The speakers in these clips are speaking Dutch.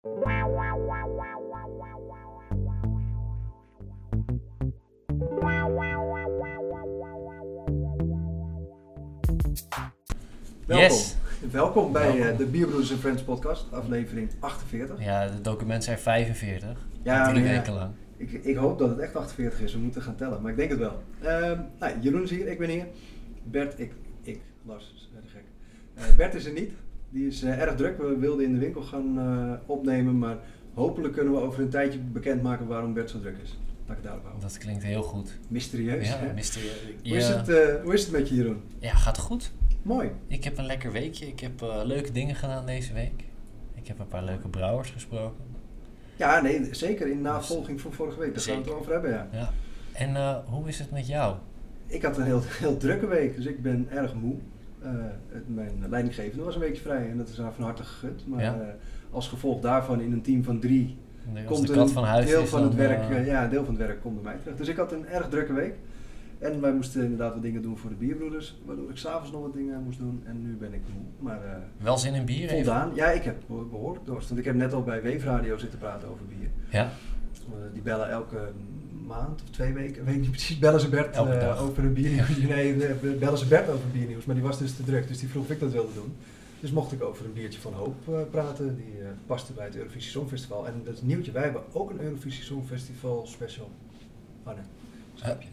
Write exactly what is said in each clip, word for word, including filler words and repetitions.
Welkom. Yes. Welkom bij Welkom. Uh, de Bierbroeders and Friends podcast, aflevering achtenveertig. Ja, het document zijn vijfenveertig. Ja, drie nee, weken ja. lang. Ik, ik hoop dat het echt achtenveertig is, we moeten gaan tellen, maar ik denk het wel. Uh, nou, Jeroen is hier, ik ben hier. Bert, ik, ik, Lars, is erg gek. Uh, Bert is er niet, die is uh, erg druk. We wilden in de winkel gaan uh, opnemen, maar hopelijk kunnen we over een tijdje bekendmaken waarom Bert zo druk is. Laat ik het daarop houden. Dat klinkt heel goed. Mysterieus, Ja, hè? mysterieus. Hoe, is Ja. het, uh, hoe is het met je, Jeroen? Ja, gaat goed. Mooi. Ik heb een lekker weekje. Ik heb uh, leuke dingen gedaan deze week. Ik heb een paar leuke brouwers gesproken. Ja, nee, zeker in navolging van vorige week, daar gaan we het Zeker. over hebben, ja. Ja. En uh, hoe is het met jou? Ik had een heel, heel drukke week, dus ik ben erg moe. Uh, het, mijn leidinggevende was een weekje vrij en dat is haar van harte gegund. Maar Ja. uh, als gevolg daarvan in een team van drie Als komt de kat een van huis deel is, van dan, het werk, uh, uh, ja, een deel van het werk komt bij mij terug. Dus ik had een erg drukke week. En wij moesten inderdaad wat dingen doen voor de Bierbroeders, waardoor ik s'avonds nog wat dingen moest doen. En nu ben ik moe, maar uh, wel zin in bier even? voldaan. Ja, ik heb beho- behoorlijk dorst, want ik heb net al bij Weefradio zitten praten over bier. Ja. Uh, die bellen elke maand of twee weken, weet ik niet precies, bellen ze Bert Elke uh, dag. over een biernieuws. Nee, uh, bellen ze Bert over biernieuws, maar die was dus te druk, dus die vroeg of ik dat wilde doen. Dus mocht ik over een biertje van Hoop uh, praten, die uh, paste bij het Eurovisie Songfestival. En dat is nieuwtje, wij hebben ook een Eurovisie Songfestival special. Oh nee, schapje.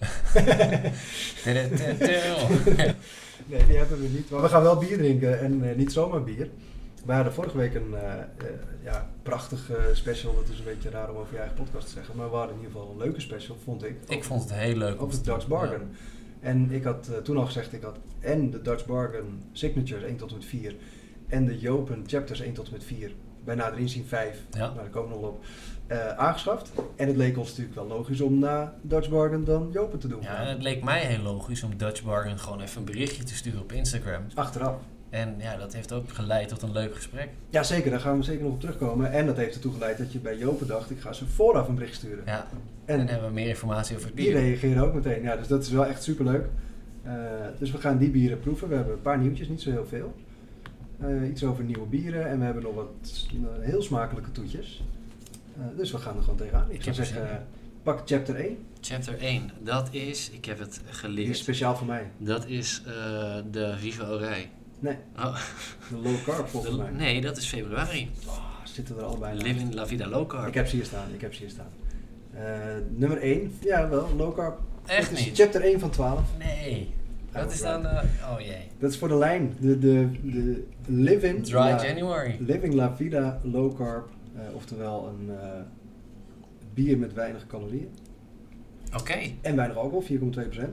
Nee, die hebben we niet, maar we gaan wel bier drinken en uh, niet zomaar bier. We hadden vorige week een uh, uh, ja, prachtige special, dat is een beetje raar om over je eigen podcast te zeggen, maar we hadden in ieder geval een leuke special, vond ik. Ik vond het heel leuk. Over de Dutch Bargain. Ja. En ik had uh, toen al gezegd, ik had en de Dutch Bargain Signatures één tot en met vier en de Jopen Chapters één tot en met vier, bij nader inzien vijf, Ja. maar daar komen we nog op, uh, aangeschaft. En het leek ons natuurlijk wel logisch om na Dutch Bargain dan Jopen te doen. Ja, en het leek mij heel logisch om Dutch Bargain gewoon even een berichtje te sturen op Instagram. Achteraf. En ja, dat heeft ook geleid tot een leuk gesprek. Ja, zeker. Daar gaan we zeker nog op terugkomen. En dat heeft ertoe geleid dat je bij Jopen dacht, ik ga ze vooraf een bericht sturen. Ja, en En dan hebben we meer informatie over het die bier. reageren ook meteen. Ja, dus dat is wel echt superleuk. Uh, dus we gaan die bieren proeven. We hebben een paar nieuwtjes, niet zo heel veel. Uh, iets over nieuwe bieren en we hebben nog wat uh, heel smakelijke toetjes. Uh, dus we gaan er gewoon tegenaan. Ik, Ik zou heb er zeggen, zin in. pak chapter één. Chapter één, dat is, ik heb het Die is geleerd, speciaal voor mij. dat is uh, de Riverorij. Nee, Oh. de low carb volgens De- mij. nee, dat is februari. Oh, zitten er allebei naast. Living La Vida Low Carb. Ik heb ze hier staan, ik heb ze hier staan. Uh, nummer één, ja wel, low carb. Echt Dit is niet? chapter één van twaalf. Nee, dat Oh, is right. dan de, oh jee. Dat is voor de lijn. De, de, de Living, Dry La, January. Living La Vida Low Carb. Uh, oftewel een uh, bier met weinig calorieën. Oké, okay. En weinig alcohol, vier komma twee procent.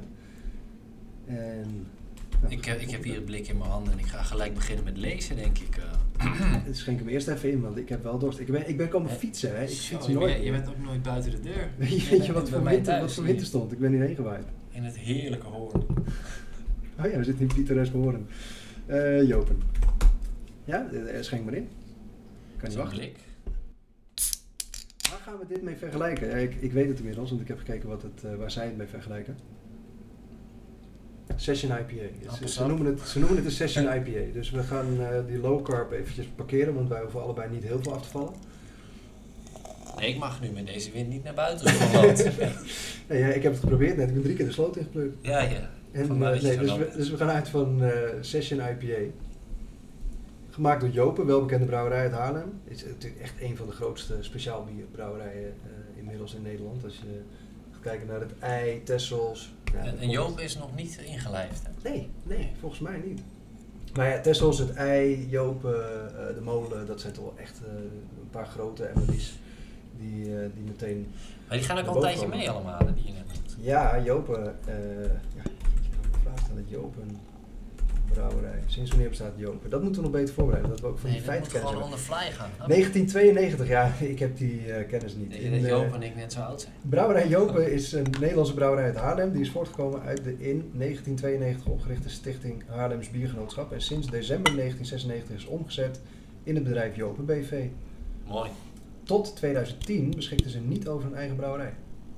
En... nou, ik, heb- ik heb hier het blik in mijn handen en ik ga gelijk beginnen met lezen, denk ik. Uh. Dus schenk hem eerst even in, want ik heb wel dorst. Ik ben, ik ben komen Hè? fietsen, hè. Ik Zo, fiets je, nooit bent, je meer. bent ook nooit buiten de deur. Weet je, Je weet je bent wat bij voor mij winter, thuis wat voor hier. winter stond? Ik ben hierheen gewaaid. In het heerlijke Hoorn. Oh ja, we zitten in pittoreske Hoorn. Uh, Jopen. Ja, uh, schenk maar in. Kan niet Zo'n wachten. blik. Waar gaan we dit mee vergelijken? Ja, ik, ik weet het inmiddels, want ik heb gekeken wat het, uh, waar zij het mee vergelijken. Session I P A. Ze, ze, Appelsap. noemen het, ze noemen het een Session I P A. Dus we gaan uh, die low carb eventjes parkeren, want wij hoeven allebei niet heel veel af te vallen. Nee, ik mag nu met deze wind niet naar buiten zoals Nee, ja, ik heb het geprobeerd net, ik ben drie keer de sloot ingeplukt. Ja, ja. En, Vandaar uh, dat je nee, zo dus, lang we, dus we gaan uit van uh, Session I P A. Gemaakt door Jopen, welbekende brouwerij uit Haarlem. Het is natuurlijk echt een van de grootste speciaalbierbrouwerijen uh, inmiddels in Nederland. Als je gaat kijken naar het ei, Tessels. Ja, En, en Joop is nog niet ingelijfd, hè? Nee, nee, volgens mij niet. Maar ja, Tessels, het ei, Jopen, uh, de molen, dat zijn toch wel echt uh, een paar grote M L I's die, uh, die meteen... Maar die gaan ook de al een tijdje bovenhand. mee allemaal, hè, die je net noemt. Ja, Jopen, uh, ja, ik heb een vraag stellen, Jopen brouwerij. Sinds wanneer bestaat Jopen? Dat moeten we nog beter voorbereiden, dat we ook van Nee, die dat moet feiten gewoon kennis on the fly gaan. hebben. negentien tweeënnegentig, ja, ik heb die uh, kennis niet. Ik In, denk dat uh, Joop en ik net zo oud zijn. Brouwerij Jopen is een Nederlandse brouwerij uit Haarlem. Die is voortgekomen uit de in negentien tweeënnegentig opgerichte stichting Haarlems Biergenootschap. En sinds december negentien zesennegentig is omgezet in het bedrijf Jopen B V. Mooi. Tot tweeduizend tien beschikten ze niet over een eigen brouwerij.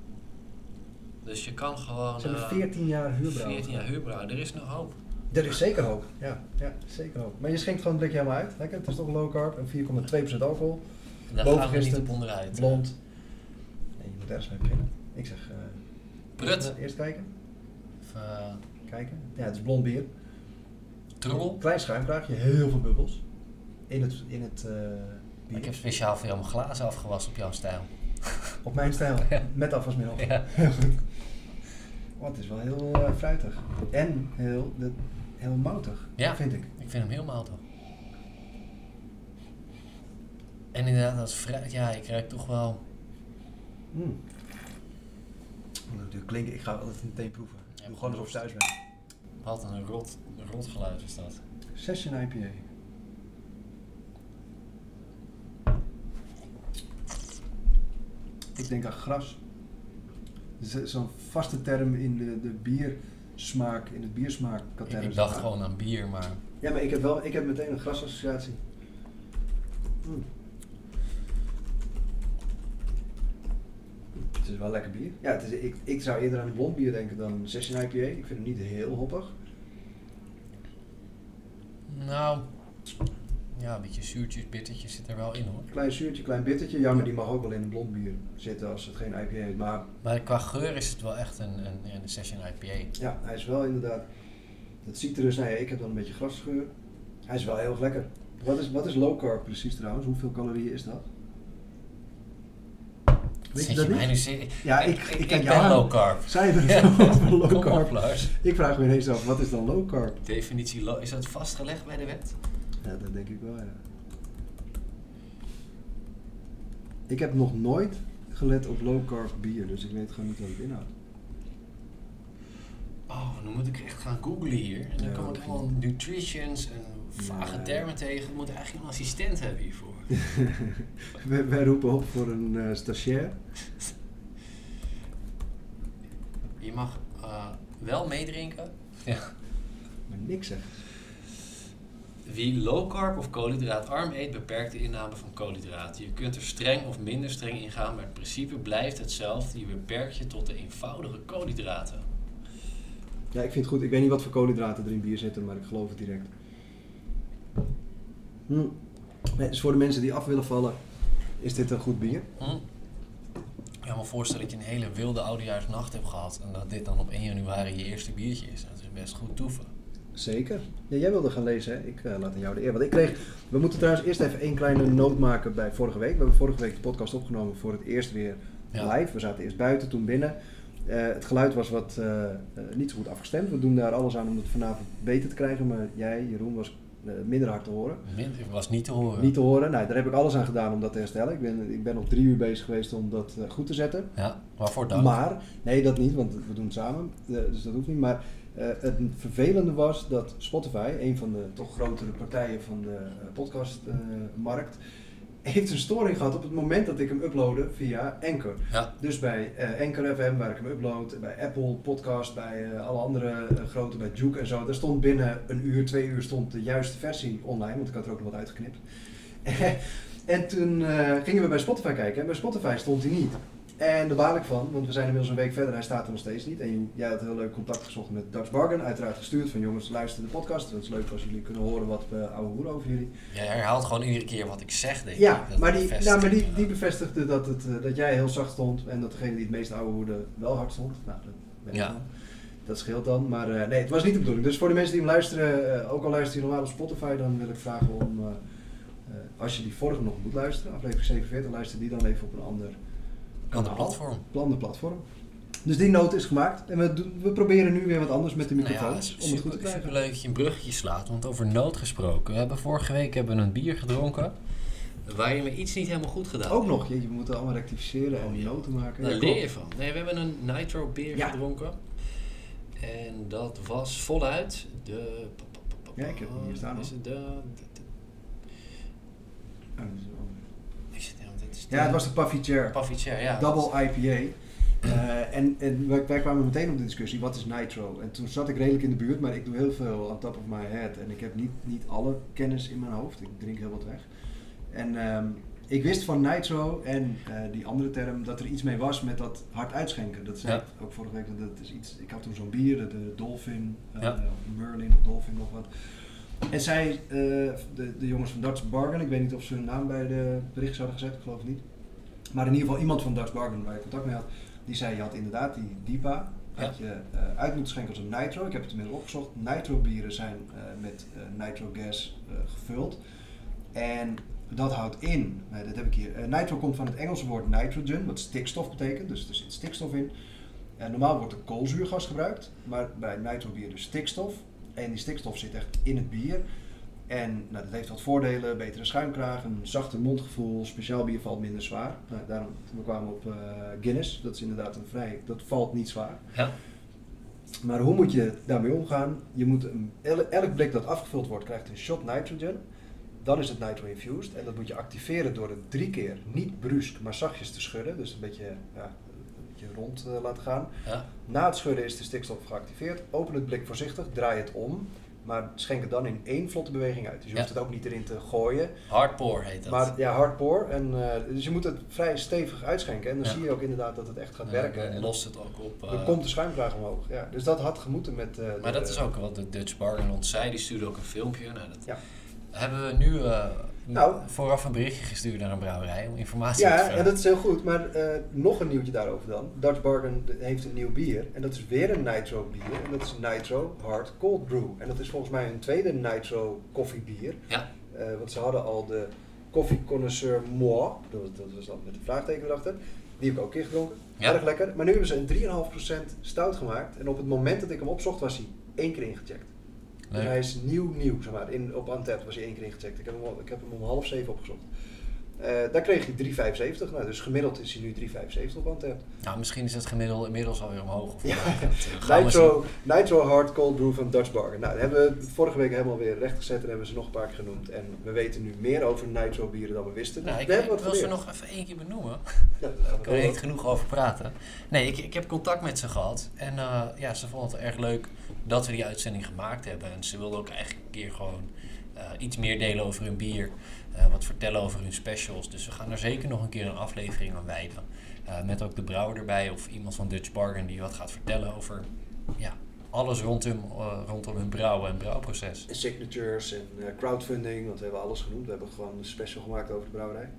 Dus je kan gewoon... Ze hebben uh, veertien jaar huurbrouwen. veertien jaar huurbrouwen, er is nog hoop. Er is zeker hoop. Ja, ja, zeker hoop. Maar je schenkt gewoon een blikje helemaal uit. Lekker, het is toch low carb en vier komma twee procent alcohol. Daar gaan we niet bovengistend, op onderuit. blond. Nee, je moet ergens mee beginnen. Ik zeg... Uh, Brut. Eerst, eerst kijken. Of, uh, kijken. Ja, het is blond bier. Trubbel. Klein schuimkraagje, heel veel bubbels. In het, in het uh, bier. Ik heb speciaal voor jou mijn glazen afgewassen op jouw stijl. Op mijn stijl, Ja. met afwasmiddel. Ja. Heel goed. Oh, het is wel heel uh, fruitig. En heel, de, heel moutig, Ja. vind ik. Ik vind hem heel moutig. En inderdaad, dat is fruit. Ja, ik ruik toch wel... Mm. natuurlijk klinken, ik ga altijd meteen proeven. Ja, Doe gewoon alsof ik thuis ben. Wat een rot, een rot geluid is dat. Session I P A. Ik denk aan gras. Zo'n vaste term in de, de biersmaak, in het biersmaak. Ik, ik dacht gewoon aan bier, maar... Ja, maar ik heb wel, ik heb meteen een grasassociatie. Mm. Het is wel lekker bier. Ja, het is, ik, ik zou eerder aan een blond bier denken dan Session I P A. Ik vind hem niet heel hoppig. Nou, ja, een beetje zuurtjes, bittertjes zit er wel in hoor. Klein zuurtje, klein bittertje. Ja, maar die mag ook wel in een blond bier zitten als het geen I P A is. Maar, maar qua geur is het wel echt een, een, een Session I P A. ja, hij is wel inderdaad... Het citrus, nou ja, ik heb dan een beetje grasgeur. Hij is wel heel erg lekker. Wat is, wat is low carb precies trouwens? Hoeveel calorieën is dat? Weet je Zit dat je mij niet? nu zin- Ja, ik, ik, ik, ik, kijk ik jou ben aan. low carb. Zij er Ja. zo over low Kom carb. op, Lars. Ik vraag me ineens af, wat is dan low carb? Definitie low, is dat vastgelegd bij de wet? Ja, dat denk ik wel, ja. Ik heb nog nooit gelet op low carb bier, dus ik weet gewoon niet wat het inhoudt. Oh, dan moet ik echt gaan googlen hier. En dan Ja, kom ik dat allemaal vind nutritions en vage Ja. termen tegen. Ik moet eigenlijk een assistent hebben hiervoor. wij, wij roepen op voor een uh, stagiair. Je mag uh, wel meedrinken. Ja. Maar niks zeg. Wie low carb of koolhydraatarm eet, beperkt de inname van koolhydraten. Je kunt er streng of minder streng in gaan, maar het principe blijft hetzelfde. Je beperkt je tot de eenvoudige koolhydraten. Ja, ik vind het goed. Ik weet niet wat voor koolhydraten er in bier zitten, maar ik geloof het direct. Hm. Nee, dus voor de mensen die af willen vallen, is dit een goed bier. Hm? Ik kan me voorstellen dat je een hele wilde oudejaarsnacht hebt gehad en dat dit dan op één januari je eerste biertje is. Dat is best goed toeven. Zeker. Ja, jij wilde gaan lezen, hè? Ik uh, laat aan jou de eer. Want ik kreeg... We moeten trouwens eerst even één kleine noot maken bij vorige week. We hebben vorige week de podcast opgenomen voor het eerst weer Ja. live. We zaten eerst buiten, toen binnen. Uh, het geluid was wat uh, uh, niet zo goed afgestemd. We doen daar alles aan om het vanavond beter te krijgen. Maar jij, Jeroen, was uh, minder hard te horen. Min- was niet te horen. Niet te horen. Nou, daar heb ik alles aan gedaan om dat te herstellen. Ik ben, ik ben nog drie uur bezig geweest om dat uh, goed te zetten. Ja, waarvoor dank. Maar, nee dat niet, want we doen het samen. Uh, dus dat hoeft niet. Maar uh, het vervelende was dat Spotify, een van de toch grotere partijen van de uh, podcastmarkt, uh, heeft een storing gehad op het moment dat ik hem uploadde via Anchor. Ja. Dus bij uh, Anchor F M, waar ik hem upload, bij Apple Podcast, bij uh, alle andere uh, grote, bij Juke en zo. Daar stond binnen een uur, twee uur stond de juiste versie online, want ik had er ook nog wat uitgeknipt. En toen uh, gingen we bij Spotify kijken en bij Spotify stond hij niet. En daar baal ik van, want we zijn inmiddels een week verder, hij staat er nog steeds niet. En jij had heel leuk contact gezocht met Dutch Bargain, uiteraard gestuurd van jongens, luister de podcast. Het is leuk als jullie kunnen horen wat we ouwe hoeren over jullie. Jij herhaalt gewoon iedere keer wat ik zeg, denk Ja, ik. Dat maar, die, bevestigt. nou, maar die, die bevestigde dat, het, uh, dat jij heel zacht stond en dat degene die het meest ouwe hoerde wel hard stond. Nou, dat ben ik Ja. dan. Dat scheelt dan, maar uh, nee, het was niet de bedoeling. Dus voor de mensen die hem luisteren, uh, ook al luister je normaal op Spotify, dan wil ik vragen om, uh, uh, als je die vorige nog moet luisteren, aflevering zevenenveertig, luister die dan even op een ander Ander platform. ander platform. Dus die noot is gemaakt en we, doen, we proberen nu weer wat anders met de Nou ja, microfoons het is om het goed te super, krijgen. super leuk dat je een bruggetje slaat, want over noot gesproken. We hebben vorige week hebben we een bier gedronken waar je me iets niet helemaal goed gedaan Ook hebt. nog, je, je moet allemaal rectificeren en Oh, ja. noten maken. Daar Ja, leer klopt. je van. Nee, we hebben een nitro beer Ja. gedronken. En dat was voluit de... Ja, ik heb hem hier staan, Is hoor. het de... de- de- Oh, dat is wel- ik zit helemaal- dit is de- Ja, het was de Puffy Chair. Puffy Chair, ja. Double I P A. Uh, en en wij, wij kwamen meteen op de discussie, wat is nitro? En toen zat ik redelijk in de buurt, maar ik doe heel veel on top of my head. En ik heb niet, niet alle kennis in mijn hoofd, ik drink heel wat weg. En um, ik wist van nitro en uh, die andere term dat er iets mee was met dat hard uitschenken. Dat zei Ja. ik ook vorige week, dat is iets, ik had toen zo'n bier, de, de Dolphin, uh, Ja. Merlin of Dolphin nog wat. En zij, uh, de, de jongens van Dutch Bargain, ik weet niet of ze hun naam bij de berichten hadden gezet, ik geloof het niet. Maar in ieder geval iemand van Dutch Bargain waar je contact mee had, die zei je had inderdaad die D I P A, ja. had je uh, uit moeten schenken als een nitro. Ik heb het inmiddels opgezocht. Nitro bieren zijn uh, met uh, nitro gas uh, gevuld. En dat houdt in, nee, dat heb ik hier, uh, nitro komt van het Engelse woord nitrogen, wat stikstof betekent, dus er zit stikstof in. Uh, normaal wordt er koolzuurgas gebruikt, maar bij nitro bier dus stikstof. En die stikstof zit echt in het bier. En nou, dat heeft wat voordelen, betere schuimkraag, een zachter mondgevoel, speciaal bier valt minder zwaar. Nou, daarom we kwamen op uh, Guinness, dat is inderdaad een vrij, dat valt niet zwaar. Ja. Maar hoe moet je daarmee omgaan? Je moet een, elk blik dat afgevuld wordt krijgt een shot nitrogen. Dan is het nitro-infused en dat moet je activeren door het drie keer, niet brusk, maar zachtjes te schudden. Dus een beetje, ja, een beetje rond uh, laten gaan. Ja. Na het schudden is de stikstof geactiveerd. Open het blik voorzichtig, draai het om. Maar schenk het dan in één vlotte beweging uit. Dus je hoeft ja. het ook niet erin te gooien. Hard pour heet dat. Maar ja, hard pour. En, uh, dus je moet het vrij stevig uitschenken. En dan ja. zie je ook inderdaad dat het echt gaat ja, werken. En lost het ook op. Uh... Dan komt de schuimkraag omhoog. Ja, dus dat had gemoeten met... Uh, maar de, dat is ook wat de Dutch Bargain ons zei. Die stuurde ook een filmpje. Nou, dat ja. hebben we nu uh, nou, vooraf een berichtje gestuurd naar een brouwerij om informatie ja, te vragen. Ja, dat is heel goed. Maar uh, nog een nieuwtje daarover dan. Dutch Bargain heeft een nieuw bier. En dat is weer een nitro bier. En dat is Nitro Hard Cold Brew. En dat is volgens mij hun tweede nitro koffiebier. Ja. Uh, want ze hadden al de Coffee Connoisseur Moi. Dat was, dat was dan met een vraagteken erachter. Die heb ik ook een keer gedronken. Ja. Erg lekker. Maar nu hebben ze een drie komma vijf procent stout gemaakt. En op het moment dat ik hem opzocht was hij één keer ingecheckt. Dus hij is nieuw, nieuw, zeg maar. In, op Untappd was hij één keer ingecheckt. Ik heb hem, ik heb hem om half zeven opgezocht. Uh, daar kreeg hij drie komma vijfenzeventig. Nou, dus gemiddeld is hij nu drie komma vijfenzeventig op Untappd. Nou, misschien is het gemiddeld inmiddels alweer omhoog. Of ja. Nitro, Nitro Hard Cold Brew van Dutch Bargain. Nou, dat hebben we vorige week helemaal weer rechtgezet en hebben ze nog een paar keer genoemd. En we weten nu meer over nitro bieren dan we wisten. Nou, we ik, hebben ik wil ze nog even één keer benoemen. Ja, daar kan je niet genoeg over praten. Nee, ik, ik heb contact met ze gehad. En uh, ja, ze vonden het erg leuk dat we die uitzending gemaakt hebben. En ze wilden ook eigenlijk een keer gewoon uh, iets meer delen over hun bier. Uh, wat vertellen over hun specials. Dus we gaan er zeker nog een keer een aflevering aan wijden. Uh, met ook de brouwer erbij of iemand van Dutch Bargain die wat gaat vertellen over ja, alles rondom, uh, rondom hun brouwen en brouwproces. En signatures en uh, crowdfunding, want we hebben alles genoemd. We hebben gewoon een special gemaakt over de brouwerij.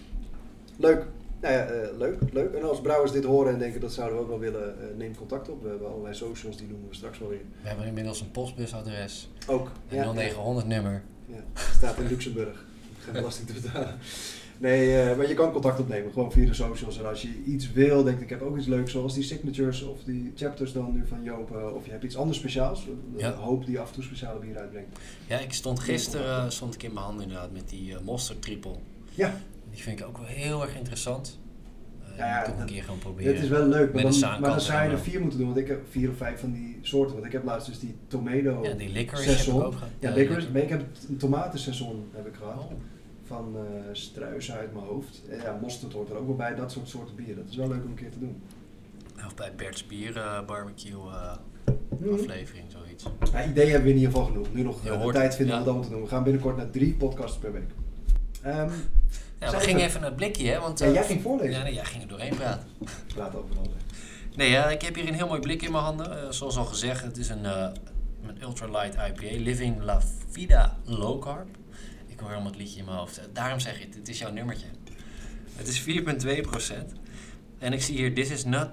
Leuk. Nou ja, uh, leuk, leuk. En als brouwers dit horen en denken dat zouden we ook wel willen, uh, neem contact op. We hebben allerlei socials, die noemen we straks wel weer. We hebben inmiddels een postbusadres. Ook. Een ja, nul negen honderd ja. nummer. Ja, het staat in Luxemburg. Geen belasting te betalen. Nee, uh, maar je kan contact opnemen, gewoon via de socials. En als je iets wil, denk ik, ik heb ook iets leuks, zoals die signatures of die chapters dan nu van Joop. Uh, of je hebt iets anders speciaals. Ja. Uh, Hoop die af en toe speciale bier uitbrengt. Ja, ik stond gisteren uh, stond ik in mijn handen inderdaad met die uh, Monster Triple. Ja. Die vind ik ook wel heel erg interessant. Uh, ja, ja, ik moet een keer gewoon proberen. Het is wel leuk, maar dan, maar dan zou je er wel. vier moeten doen, want ik heb vier of vijf van die soorten. Want ik heb laatst dus die tomato ja, die licorice session. heb ik ook gehad. Ja, ja, licorice. Maar ik heb een tomatensession heb ik gehad. Oh. Van uh, struisen uit mijn hoofd. En ja, mosterd hoort er ook wel bij, dat soort soorten bier. Dat is wel leuk om een keer te doen. Of bij Bert's Bier uh, barbecue uh, mm. aflevering, zoiets. Ja, ideeën hebben we in ieder geval genoeg. Nu nog uh, de tijd vinden ja. om dat allemaal te doen. We gaan binnenkort naar drie podcasts per week. Um, ja, we gingen even naar het blikje, hè? Want, ja, uh, jij ging voorlezen. Ja, nee, jij ging er doorheen praten. Laat overal. Nee, uh, ik heb hier een heel mooi blik in mijn handen. Uh, zoals al gezegd, het is een, uh, een ultralight I P A. Living La Vida Low Carb. Ik hoor helemaal het liedje in mijn hoofd. Daarom zeg je het, het is jouw nummertje. Het is vier komma twee procent. En ik zie hier, this is not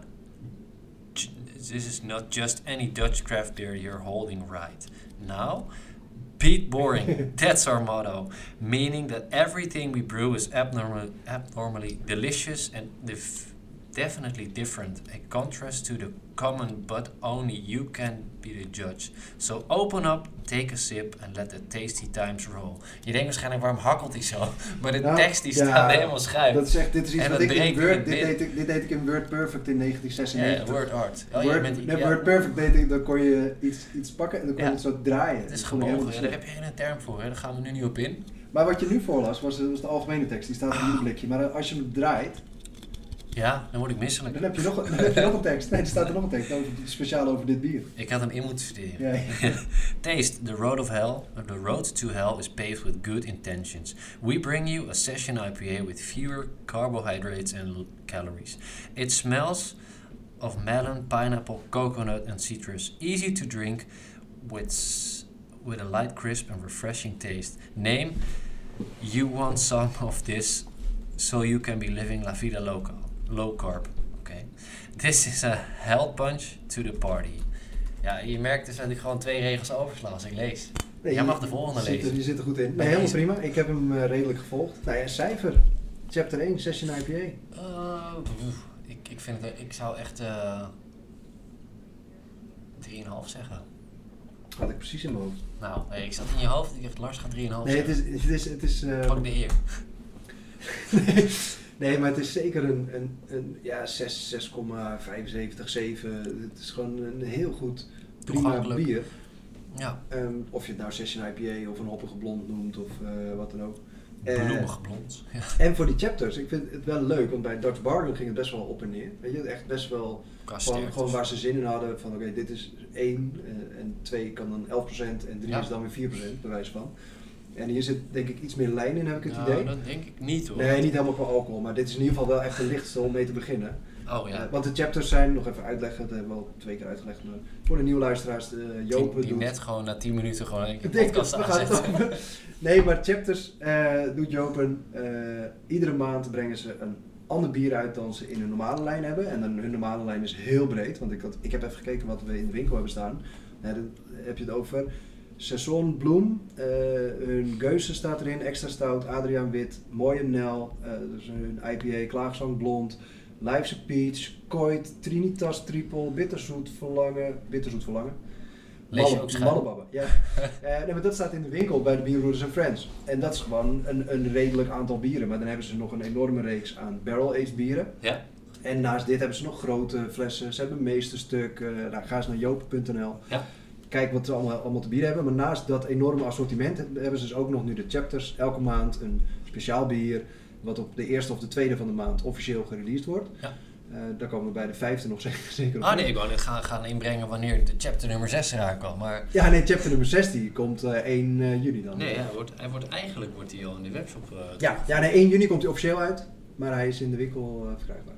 this is not just any Dutch craft beer you're holding right now. Beat boring, that's our motto. Meaning that everything we brew is abnormal, abnormally delicious and def- definitely different. A contrast to the common, but only you can be the judge. So open up, take a sip and let the tasty times roll. Je denkt waarschijnlijk, waarom hakkelt hij zo? Maar de nou, tekst die ja, staat helemaal schuin. Dat is echt, dit is iets en wat ik in Word, dit, dit, deed ik, dit deed ik in Word Perfect in negentien zesennegentig. Ja, Word Art. Oh, Word, bent, met ja. Word Perfect deed ik, dan kon je iets, iets pakken en dan kon ja. je het zo draaien. Het is gebogen, ja, daar heb je geen term voor, hè? Daar gaan we nu niet op in. Maar wat je nu voorlas was, was de algemene tekst, die staat in ieder blikje. Maar als je hem draait, ja, dan word ik misselijk. Dan heb je nog, dan heb je nog een tekst. Nee, er staat er nog een tekst over, speciaal over dit bier. Ik had hem in moeten studeren. Ja, ja. Taste, the road of hell, the road to hell is paved with good intentions. We bring you a session I P A with fewer carbohydrates and calories. It smells of melon, pineapple, coconut and citrus. Easy to drink with with a light, crisp and refreshing taste. Name, you want some of this so you can be living la vida loca. Low carb. Okay. This is a hell punch to the party. Ja, je merkt dus dat ik gewoon twee regels oversla als ik lees. Nee, Jij mag de volgende je lezen. Zit er, je zit er goed in. Nee, helemaal prima. Ik heb hem uh, redelijk gevolgd. Nou ja, cijfer. Chapter één, Session I P A. Uh, ik, ik, vind het, ik zou echt uh, drie komma vijf zeggen. Had ik precies in mijn hoofd. Nou, nee, ik zat in je hoofd. Ik dacht, Lars gaat drie komma vijf nee, zeggen. Nee, het is... Het is, het is uh, Pak de eer. nee, nee, maar het is zeker een, een, een ja, zes, zes komma vijfenzeventig, zeven. Het is gewoon een heel goed, prima bier. Ja. Um, of je het nou Session I P A of een hoppige blond noemt of uh, wat dan ook. Bloemig blond. Ja. En voor die chapters, ik vind het wel leuk, want bij Dutch Bargain ging het best wel op en neer. Weet je, echt best wel gewoon, gewoon waar ze zin in hadden van oké, okay, dit is één uh, en twee kan dan elf procent en drie ja. is dan weer vier procent, bij wijze van. En hier zit denk ik iets meer lijn in, heb ik het nou, idee. Dat denk ik niet hoor. Nee, niet helemaal qua alcohol, maar dit is in ieder geval wel echt een lichtste om mee te beginnen. Oh ja. Uh, want de chapters zijn, nog even uitleggen, dat hebben we al twee keer uitgelegd, maar voor de nieuwe luisteraars, uh, Joop die, die doet... net gewoon na tien minuten gewoon een podcast aanzetten. Nee, maar chapters uh, doet Jopen, uh, iedere maand brengen ze een ander bier uit dan ze in hun normale lijn hebben. En dan hun normale lijn is heel breed, want ik, had, ik heb even gekeken wat we in de winkel hebben staan. Uh, dan heb je het over Saison Bloem, uh, hun Geuze staat erin, extra stout, Adriaan Wit, Mooie Nel, uh, dus hun I P A, Klaagzang Blond, Leipzig Peach, Kooit, Trinitas Triple, Bitterzoet Verlangen, Bitterzoet Verlangen. Lees je ook schuin? Mallebabbe, ja. uh, nee, maar dat staat in de winkel bij de Bierroeders and Friends. En dat is gewoon een, een redelijk aantal bieren. Maar dan hebben ze nog een enorme reeks aan barrel-aged bieren. Ja. En naast dit hebben ze nog grote flessen. Ze hebben meesterstuk. Uh, nou, ga eens naar joop punt n l. Ja. Kijk wat ze allemaal, allemaal te bieden hebben. Maar naast dat enorme assortiment hebben ze dus ook nog nu de chapters. Elke maand een speciaal bier. Wat op de eerste of de tweede van de maand officieel gereleased wordt. Ja. Uh, daar komen we bij de vijfde nog zeker, zeker op. Ah nee, ik wou net gaan, gaan inbrengen wanneer de chapter nummer zes eraan kwam. Maar... Ja, nee, chapter nummer zes die komt uh, één juni dan. Nee, hij wordt, hij wordt, eigenlijk wordt hij al in de webshop. Uh, ja, ja, nee, één juni komt hij officieel uit. Maar hij is in de winkel uh, verkrijgbaar.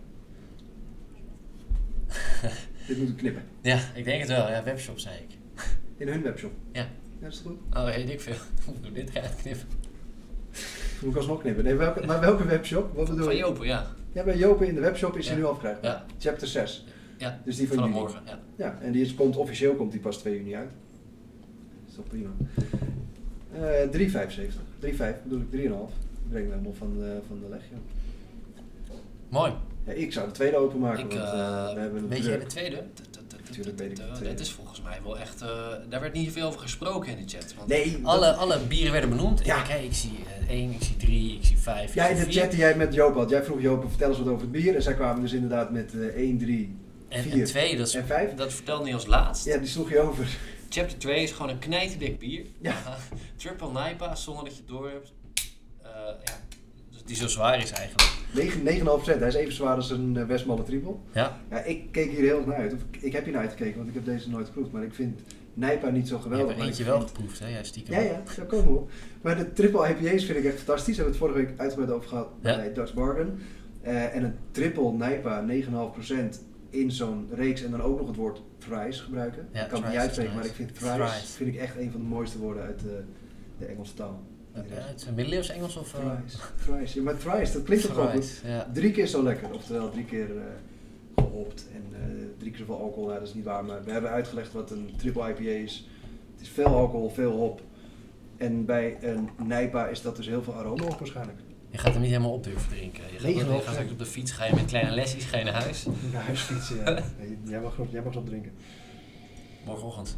Dit moet ik knippen. Ja, ik denk het wel. Ja, webshop zei ik. In hun webshop? Ja. Ja, dat is goed. Oh, weet ik veel. Doe dit ga ik knippen. Moet ik alsnog knippen. Nee, welke, maar welke webshop? Wat bedoel je? Van Jopen, ja. Ja, bij Jopen in de webshop is ja. hij nu al verkrijgbaar. Ja. Chapter zes. Ja, dus die van vanaf juni. morgen. Ja. Ja, en die is, komt officieel komt die pas twee juni uit. Dat is toch prima. Uh, drie vijfenzeventig. drie vijf bedoel ik drie komma vijf. Ik breng hem helemaal van de, van de legje. Mooi. Ja, ik zou de tweede openmaken. Ik, want, uh, we hebben weet jij de tweede? Natuurlijk weet ik het. Dat is volgens mij wel echt... Uh, daar werd niet veel over gesproken in de chat. Want nee, alle, dat... alle bieren werden benoemd. Ja. Ik, hey, ik zie uh, één, ik zie drie, ik zie vijf. Ja, in de vier. chat die jij met Joop had. Jij vroeg Joop, vertel eens wat over het bier. En zij kwamen dus inderdaad met uh, één, drie, en, vier en twee. Dat, is, en vijf. Dat vertelde hij als laatst. Ja, die sloeg je over. Chapter twee is gewoon een knijterdik bier. Ja. Triple Naipa, zonder dat je het door hebt. Uh, ja, die zo zwaar is eigenlijk. negen komma vijf procent, hij is even zwaar als een uh, Westmalle triple. Ja. Ja. Ik keek hier heel erg naar uit. Of, ik heb hier naar uitgekeken, want ik heb deze nooit geproefd. Maar ik vind Nijpa niet zo geweldig. Je hebt er eentje wel geproefd, hè? Jij stiekem. Ja, ja, daar komen we op. Maar de triple I P A's vind ik echt fantastisch. Daar hebben we het vorige week uitgebreid over gehad ja. bij Dutch Bargain. Uh, en een triple Nijpa, negen komma vijf procent in zo'n reeks. En dan ook nog het woord thrice gebruiken. Ja, ik kan het niet uitspreken, maar ik vind thrice, thrice vind ik echt een van de mooiste woorden uit uh, de Engelse taal. Ja, het is een middeleeuws Engels of... Uh... Thrice, thrice. Ja, maar thrice, dat klinkt toch wel goed. Ja. Drie keer zo lekker, oftewel drie keer uh, gehopt en uh, drie keer zoveel alcohol. Ja, dat is niet waar, maar we hebben uitgelegd wat een triple I P A is. Het is veel alcohol, veel hop. En bij een Nijpa is dat dus heel veel aroma op waarschijnlijk. Je gaat hem niet helemaal op durven drinken. Je gaat, je gaat straks op de fiets, ga je met kleine lesjes, ga je naar huis. Naar huis fietsen, ja. Nee, jij mag jij mag op drinken. Morgenochtend.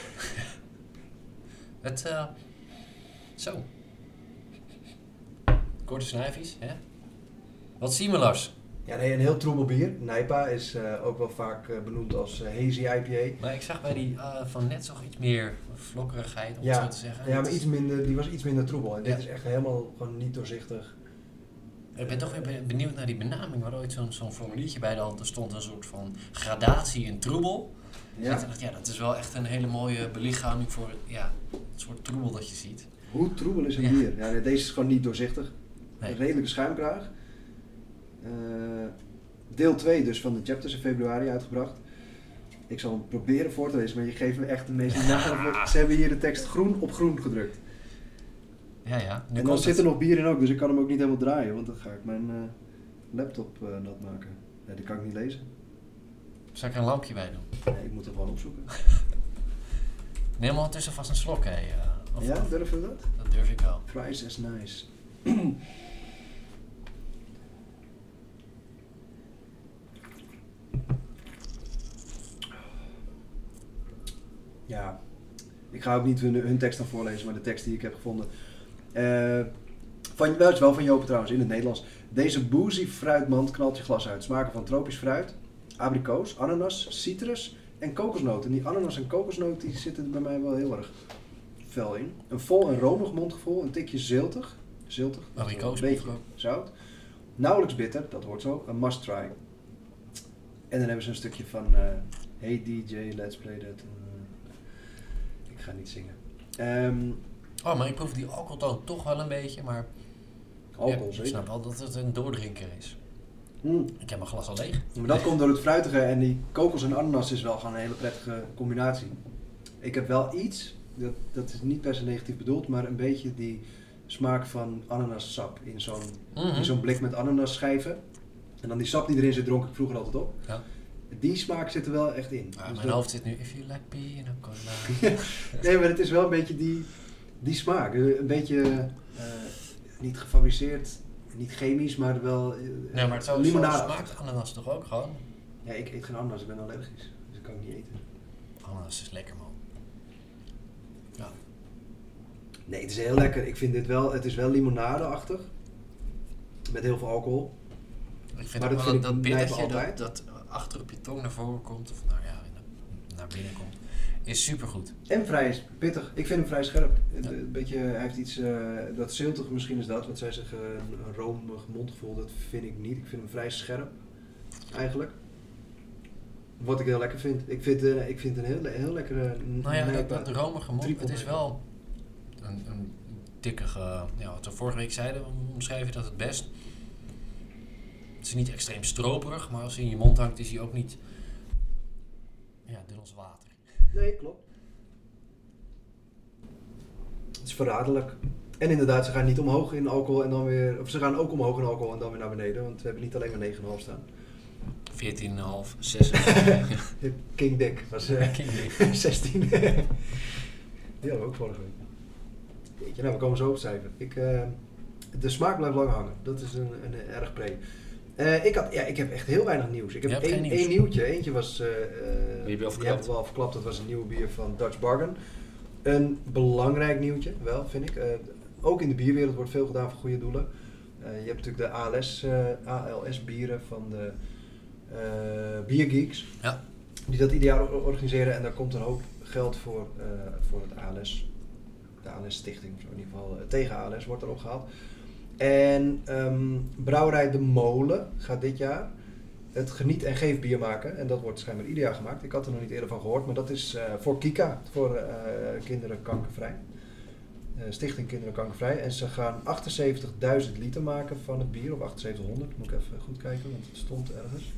Het, uh, zo. Korte snuifjes, hè? Wat zien we, Lars? Ja, nee, een heel troebel bier. Nijpa is uh, ook wel vaak uh, benoemd als uh, hazy I P A. Maar ik zag bij die uh, van net zo iets meer vlokkerigheid, om ja, het zo te zeggen. Ja, maar iets minder, die was iets minder troebel. En ja. dit is echt helemaal gewoon niet doorzichtig. Ik ben toch weer benieuwd naar die benaming, waar ooit zo'n zo'n formuliertje bij de hand. Er stond een soort van gradatie in troebel. Ja. Dus ik dacht, ja, dat is wel echt een hele mooie belichaming voor ja, het soort troebel dat je ziet. Hoe troebel is een ja. bier? Ja, deze is gewoon niet doorzichtig. Nee. Een redelijke schuimkraag. Uh, deel twee dus van de chapters in februari uitgebracht. Ik zal hem proberen voor te lezen, maar je geeft me echt de meest nare... Ze hebben hier de tekst groen op groen gedrukt. Ja, ja. Nu en dan zit er nog bier in ook, dus ik kan hem ook niet helemaal draaien, want dan ga ik mijn uh, laptop uh, nat maken. Nee, die kan ik niet lezen. Zal ik er een lampje bij doen? Nee, ik moet het gewoon opzoeken. Neem maar ondertussen vast een slok, hè. Uh, ja, durf je dat? Dat durf ik wel. Fries is nice. Ja, ik ga ook niet hun, hun tekst dan voorlezen, maar de tekst die ik heb gevonden. Uh, van, wel, is wel van Jopen trouwens, in het Nederlands. Deze boozy fruitmand knalt je glas uit. Smaken van tropisch fruit, abrikoos, ananas, citrus en kokosnoten. En die ananas en kokosnoot die zitten er bij mij wel heel erg fel in. Een vol en romig mondgevoel, een tikje ziltig. Ziltig, abrikoos, een beetje zout. Nauwelijks bitter, dat hoort zo. Een must try. En dan hebben ze een stukje van uh, Hey D J, let's play that. Uh, ik ga niet zingen. Um, oh, maar ik proef die alcoholtoon toch wel een beetje, maar... Alcohol, ja, zeker. Ik snap wel dat het een doordrinker is. Mm. Ik heb mijn glas al leeg. Maar dat komt door het fruitige en die kokos en ananas is wel gewoon een hele prettige combinatie. Ik heb wel iets, dat, dat is niet per se negatief bedoeld, maar een beetje die smaak van ananassap in zo'n, mm-hmm. in zo'n blik met ananasschijven. En dan die sap die erin zit, dronk ik vroeger altijd op. Ja. Die smaak zit er wel echt in. Ja, dus mijn dat... hoofd zit nu, if you like pina colada. Nee, maar het is wel een beetje die, die smaak. Een beetje uh, niet gefabriceerd, niet chemisch, maar wel uh, ja, maar het zou limonade. Smaakt ananas toch ook gewoon? Ja, ik eet geen ananas, ik ben allergisch. Dus dat kan ik niet eten. Ananas is lekker, man. Ja. Nee, het is heel lekker. Ik vind dit wel, het is wel limonadeachtig. Met heel veel alcohol. Ik vind maar ook dat wel vind dat, ik dat bittertje altijd. dat, dat achter op je tong naar voren komt, of nou ja, naar binnen komt, is supergoed. En vrij pittig. Ik vind hem vrij scherp. Ja. Een beetje, hij heeft iets, uh, dat ziltig misschien is dat, wat zij zeggen, een romig mondgevoel, dat vind ik niet. Ik vind hem vrij scherp, eigenlijk. Wat ik heel lekker vind. Ik vind, uh, ik vind een heel, heel lekkere... Nou ja, dat, dat romige mond, triple het is wel een, een dikkige, ja, wat we vorige week zeiden, omschrijf je dat het best. Het is niet extreem stroperig, maar als hij in je mond hangt is hij ook niet, ja, dun als water. Nee, klopt. Het is verraderlijk. En inderdaad, ze gaan niet omhoog in alcohol en dan weer... Of ze gaan ook omhoog in alcohol en dan weer naar beneden. Want we hebben niet alleen maar negen komma vijf staan. veertien komma vijf, zes. King Dick was uh, King Dick. zestien. Die hadden we ook vorige week. Jeetje, nou, we komen zo op het cijfer. Ik, uh, de smaak blijft lang hangen. Dat is een, een, een erg pre. Uh, ik, had, ja, ik heb echt heel weinig nieuws. Ik heb één, nieuws. één nieuwtje. Eentje was... Uh, die heb je al die hebben we al verklapt. Dat was een nieuwe bier van Dutch Bargain. Een belangrijk nieuwtje, wel, vind ik. Uh, ook in de bierwereld wordt veel gedaan voor goede doelen. Uh, je hebt natuurlijk de A L S, uh, A L S bieren van de uh, Biergeeks. Ja. Die dat ieder jaar organiseren. En daar komt een hoop geld voor, uh, voor het A L S. De A L S Stichting, of zo, in ieder geval uh, tegen A L S wordt er opgehaald. En um, Brouwerij De Molen gaat dit jaar het geniet- en geef bier maken. En dat wordt schijnbaar ieder jaar gemaakt. Ik had er nog niet eerder van gehoord, maar dat is uh, voor Kika, voor uh, Kinderen Kankervrij. Uh, Stichting Kinderen Kankervrij. En ze gaan achtenzeventigduizend liter maken van het bier, of achtenzeventighonderd, moet ik even goed kijken, want het stond ergens.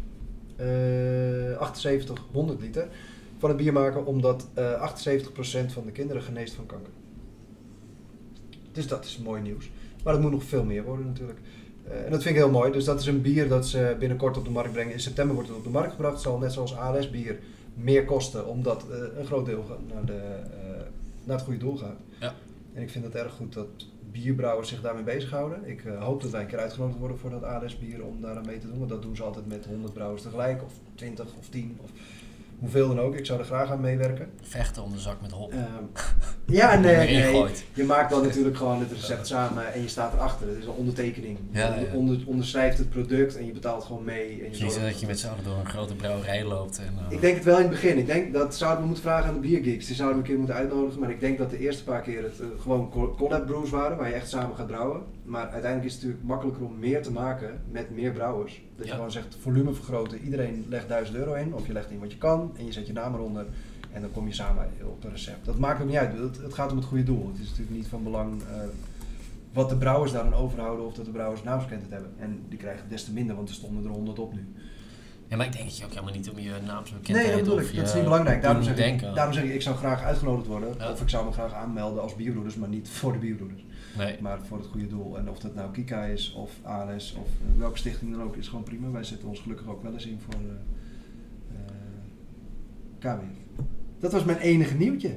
Uh, achtenzeventighonderd liter van het bier maken, omdat uh, achtenzeventig procent van de kinderen geneest van kanker. Dus dat is mooi nieuws. Maar het moet nog veel meer worden natuurlijk. Uh, en dat vind ik heel mooi. Dus dat is een bier dat ze binnenkort op de markt brengen. In september wordt het op de markt gebracht. Het zal net zoals A L S bier meer kosten. Omdat uh, een groot deel naar, de, uh, naar het goede doel gaat. Ja. En ik vind het erg goed dat bierbrouwers zich daarmee bezighouden. Ik uh, hoop dat wij een keer uitgenodigd worden voor dat A L S bier om daar aan mee te doen. Want dat doen ze altijd met honderd brouwers tegelijk. Of twintig of tien of hoeveel dan ook. Ik zou er graag aan meewerken. Vechten om de zak met hop. Uh, ja, nee, nee. nee. Je maakt dan natuurlijk gewoon het recept samen en je staat erachter. Het is een ondertekening. Ja, je ja. onder, onderschrijft het product en je betaalt gewoon mee. En je Niet dat je met z'n allen door een grote brouwerij loopt. En, uh... Ik denk het wel in het begin. Ik denk dat zouden we moeten vragen aan de Biergeeks. Die zouden we een keer moeten uitnodigen. Maar ik denk dat de eerste paar keer het uh, gewoon collab brews waren. Waar je echt samen gaat brouwen. Maar uiteindelijk is het natuurlijk makkelijker om meer te maken met meer brouwers. Dat je ja. gewoon zegt volume vergroten. Iedereen legt duizend euro in. Of je legt in wat je kan. En je zet je naam eronder. En dan kom je samen op een recept. Dat maakt ook niet uit. Het, het gaat om het goede doel. Het is natuurlijk niet van belang uh, wat de brouwers daar aan overhouden of dat de brouwers naamsbekendheid hebben. En die krijgen des te minder, want er stonden er honderd op nu. Ja, maar ik denk dat je ook helemaal niet om je naamsbekendheid Nee, dat bedoel of ik. je Dat is niet belangrijk. Daarom zeg, ik, denken. daarom zeg ik, ik zou graag uitgenodigd worden. Ja. Of ik zou me graag aanmelden als bierbroeders, maar niet voor de bierbroeders. Nee. Maar voor het goede doel. En of dat nou Kika is, of A L S, of uh, welke stichting dan ook, is gewoon prima. Wij zetten ons gelukkig ook wel eens in voor uh, uh, K W F. Dat was mijn enige nieuwtje.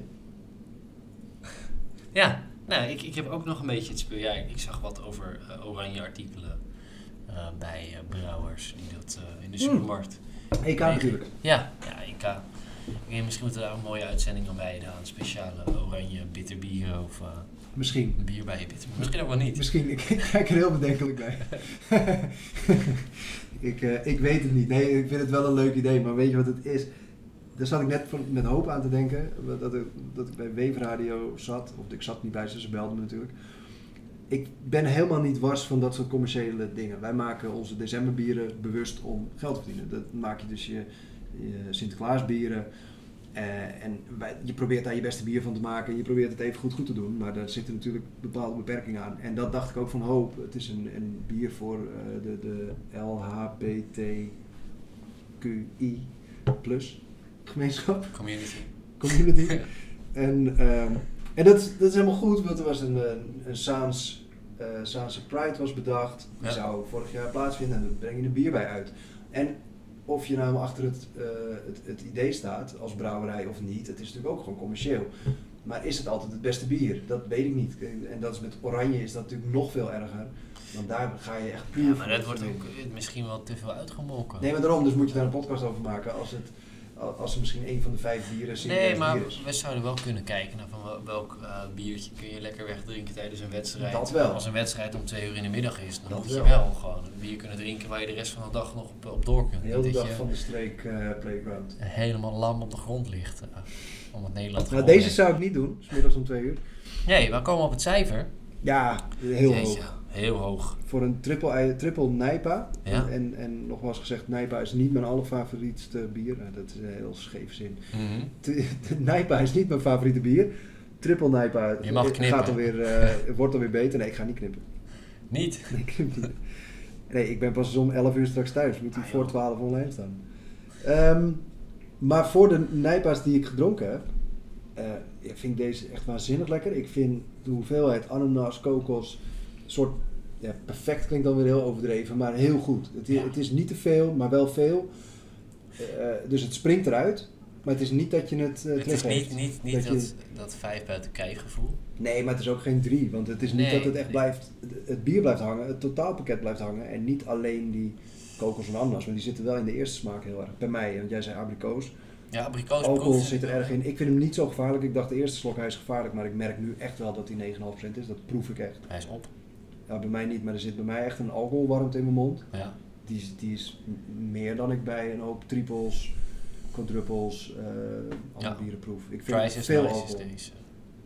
Ja, nou, ik, ik heb ook nog een beetje het speel. Ja, ik zag wat over uh, oranje artikelen uh, bij uh, brouwers die dat uh, in de supermarkt. E K natuurlijk. Ja, ja, E K. Ik denk, misschien moeten we daar een mooie uitzending aan wijden aan speciale oranje bitterbieren of uh, misschien. een bier bij je bitter. Misschien ook wel niet. Misschien, ik kijk er heel bedenkelijk bij. ik, uh, ik weet het niet. Nee, ik vind het wel een leuk idee, maar weet je wat het is? Daar zat ik net van, met hoop aan te denken, dat ik, dat ik bij Weefradio zat, of ik zat niet bij ze, ze belden me natuurlijk. Ik ben helemaal niet wars van dat soort commerciële dingen. Wij maken onze decemberbieren bewust om geld te verdienen. Dat maak je dus je, je Sinterklaasbieren. Uh, en wij, je probeert daar je beste bier van te maken en je probeert het even goed goed te doen. Maar daar zitten natuurlijk bepaalde beperkingen aan. En dat dacht ik ook van hoop. Het is een, een bier voor uh, de, de L H B T Q I plus gemeenschap. Community. Community. en um, en dat, dat is helemaal goed, want er was een, een, een Saans, uh, Saanse Pride was bedacht. Die Ja. zou vorig jaar plaatsvinden en daar breng je een bier bij uit. En of je nou achter het, uh, het, het idee staat als brouwerij of niet, het is natuurlijk ook gewoon commercieel. Maar is het altijd het beste bier? Dat weet ik niet. En dat is met oranje is dat natuurlijk nog veel erger. Want daar ga je echt puur Ja, maar dat voor wordt drinken. ook misschien wel te veel uitgemolken. Nee, maar daarom, dus moet je daar een podcast over maken als het als er misschien een van de vijf bieren serieus Nee, maar bier is. we zouden wel kunnen kijken naar van wel- welk uh, biertje kun je lekker wegdrinken tijdens een wedstrijd. Dat wel. Als een wedstrijd om twee uur in de middag is, dan Dat moet je wel. wel gewoon een bier kunnen drinken waar je de rest van de dag nog op, op door kunt. Heel Niet de dat dag je van de streek uh, playground. helemaal lam op de grond ligt. Uh, om het Nederland te Nou, gewonnen deze zou ik niet doen, 's middags om twee uur. Nee, we komen op het cijfer. Ja, heel Jeetje, hoog. heel hoog. Voor een triple, triple Nijpa. Ja. En, en nogmaals gezegd, Nijpa is niet mijn allerfavorietste bier. Nou, dat is een heel scheef zin. Mm-hmm. T- Nijpa is niet mijn favoriete bier. Triple Nijpa Je mag knippen. gaat alweer, uh, wordt alweer beter. Nee, ik ga niet knippen. Niet? Nee, ik knip niet. Nee, ik ben pas om elf uur straks thuis. Moet hij Ah, voor joh. twaalf online staan. Um, maar voor de Nijpa's die ik gedronken heb, uh, ja, vind ik deze echt waanzinnig lekker. Ik vind de hoeveelheid ananas, kokos, soort, ja, perfect klinkt dan weer heel overdreven, maar heel goed. Het, Ja. het is niet te veel, maar wel veel. Uh, dus het springt eruit, maar het is niet dat je het uh, Het is terug niet, heeft. niet, niet Dat dat, je- dat vijf buiten kijf gevoel. Nee, maar het is ook geen drie, want het is niet Nee, dat het echt nee. blijft, het bier blijft hangen, het totaalpakket blijft hangen en niet alleen die kokos en ananas, want die zitten wel in de eerste smaak heel erg. Bij mij, want jij zei abrikoos. Ja, abrikoos Alcohol proef- zit er erg in. Ik vind hem niet zo gevaarlijk. Ik dacht de eerste slok hij is gevaarlijk, maar ik merk nu echt wel dat hij negen komma vijf procent is. Dat proef ik echt. Hij is op. Ja, bij mij niet, maar er zit bij mij echt een alcoholwarmte in mijn mond. Ja. Die is, die is m- meer dan ik bij een hoop triples, quadruples, uh, andere Ja. bieren proef. Ik vind Price is veel nice alcohol. is deze.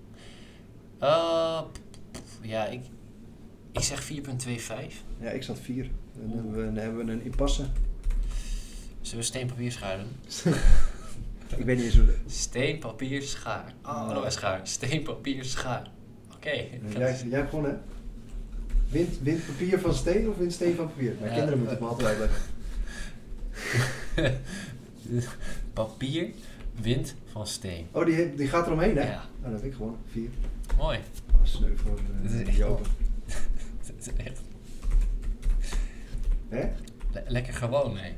Uh, p- p- ja, ik, ik zeg vier komma vijfentwintig. Ja, ik zat vier. Dan Oeh. hebben we, dan hebben we een impasse. Zullen we steen, papier, schaar doen? Ik weet niet eens hoe... de- Steen, papier, schaar. Oh, Ah. dat was schaar. Steen, papier, schaar. Oké. Jij, jij hebt gewonnen, hè? Wint, wint papier van steen of wint steen van papier? Mijn Ja, kinderen moeten het me altijd uitleggen. Papier wint van steen. Oh, die, die gaat eromheen, hè? Ja. Nou, dan heb ik gewonnen. Vier. Mooi. Oh, sneu voor Dit is uh, echt Jopen. Dat is echt Hè? le- lekker gewoon, nee.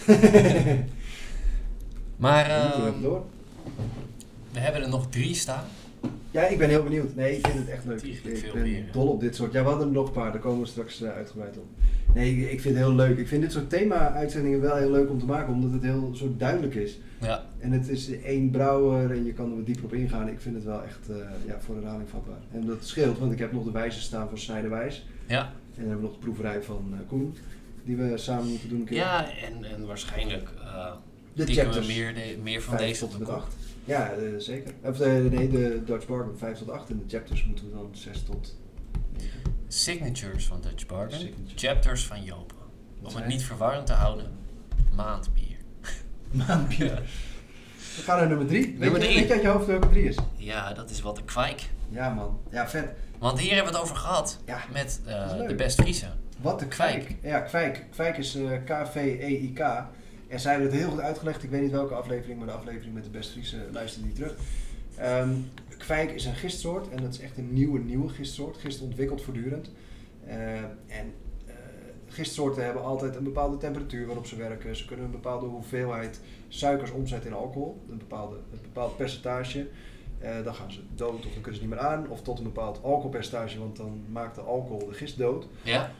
Maar We moeten uh, even door. we hebben er nog drie staan. Ja, ik ben heel benieuwd. Nee, ik vind het echt leuk. Ik, Tiegelijk ik veel ben bieren. dol op dit soort. Ja, we hadden er nog een paar. Daar komen we straks uh, uitgebreid op. Nee, ik, ik vind het heel leuk. Ik vind dit soort thema-uitzendingen wel heel leuk om te maken, omdat het heel soort duidelijk is. Ja. En het is één brouwer en je kan er wat dieper op ingaan. Ik vind het wel echt uh, ja, voor herhaling vatbaar. En dat scheelt, want ik heb nog de wijzen staan van Snijderwijs. Ja. En dan hebben we nog de proeverij van uh, Koen, die we samen moeten doen een keer. Ja, en, en waarschijnlijk uh, de tikken we chapters. meer, de, meer van vijf deze op tot de en met kop. acht. Ja, uh, zeker. Of de, nee, de Dutch Bargain vijf tot acht en de chapters moeten we dan zes tot negen. Signatures van Dutch Bargain, Signature. chapters van Jopen. Om het zijn? niet verwarrend te houden, maandbier. Maandbier. Ja. We gaan naar nummer drie. Weet Nummer je, drie. weet je uit je hoofd welke drie is? Ja, dat is wat de kwijk. Ja man, ja vet. Want hier hebben we het over gehad Ja, met dat is uh, leuk. de Best Friese. Wat de Kwijk. kwijk. Ja, kwijk. Kwijk is uh, K V E I K. En zij hebben het heel goed uitgelegd. Ik weet niet welke aflevering, maar de aflevering met de Best Friese luister die terug. Um, kwijk is een gistsoort en dat is echt een nieuwe, nieuwe gistsoort. Gist ontwikkelt voortdurend. Uh, en uh, gistsoorten hebben altijd een bepaalde temperatuur waarop ze werken. Ze kunnen een bepaalde hoeveelheid suikers omzetten in alcohol. Een, bepaalde, een bepaald percentage. Uh, dan gaan ze dood of dan kunnen ze niet meer aan. Of tot een bepaald alcoholpercentage, want dan maakt de alcohol de gist dood. Ja.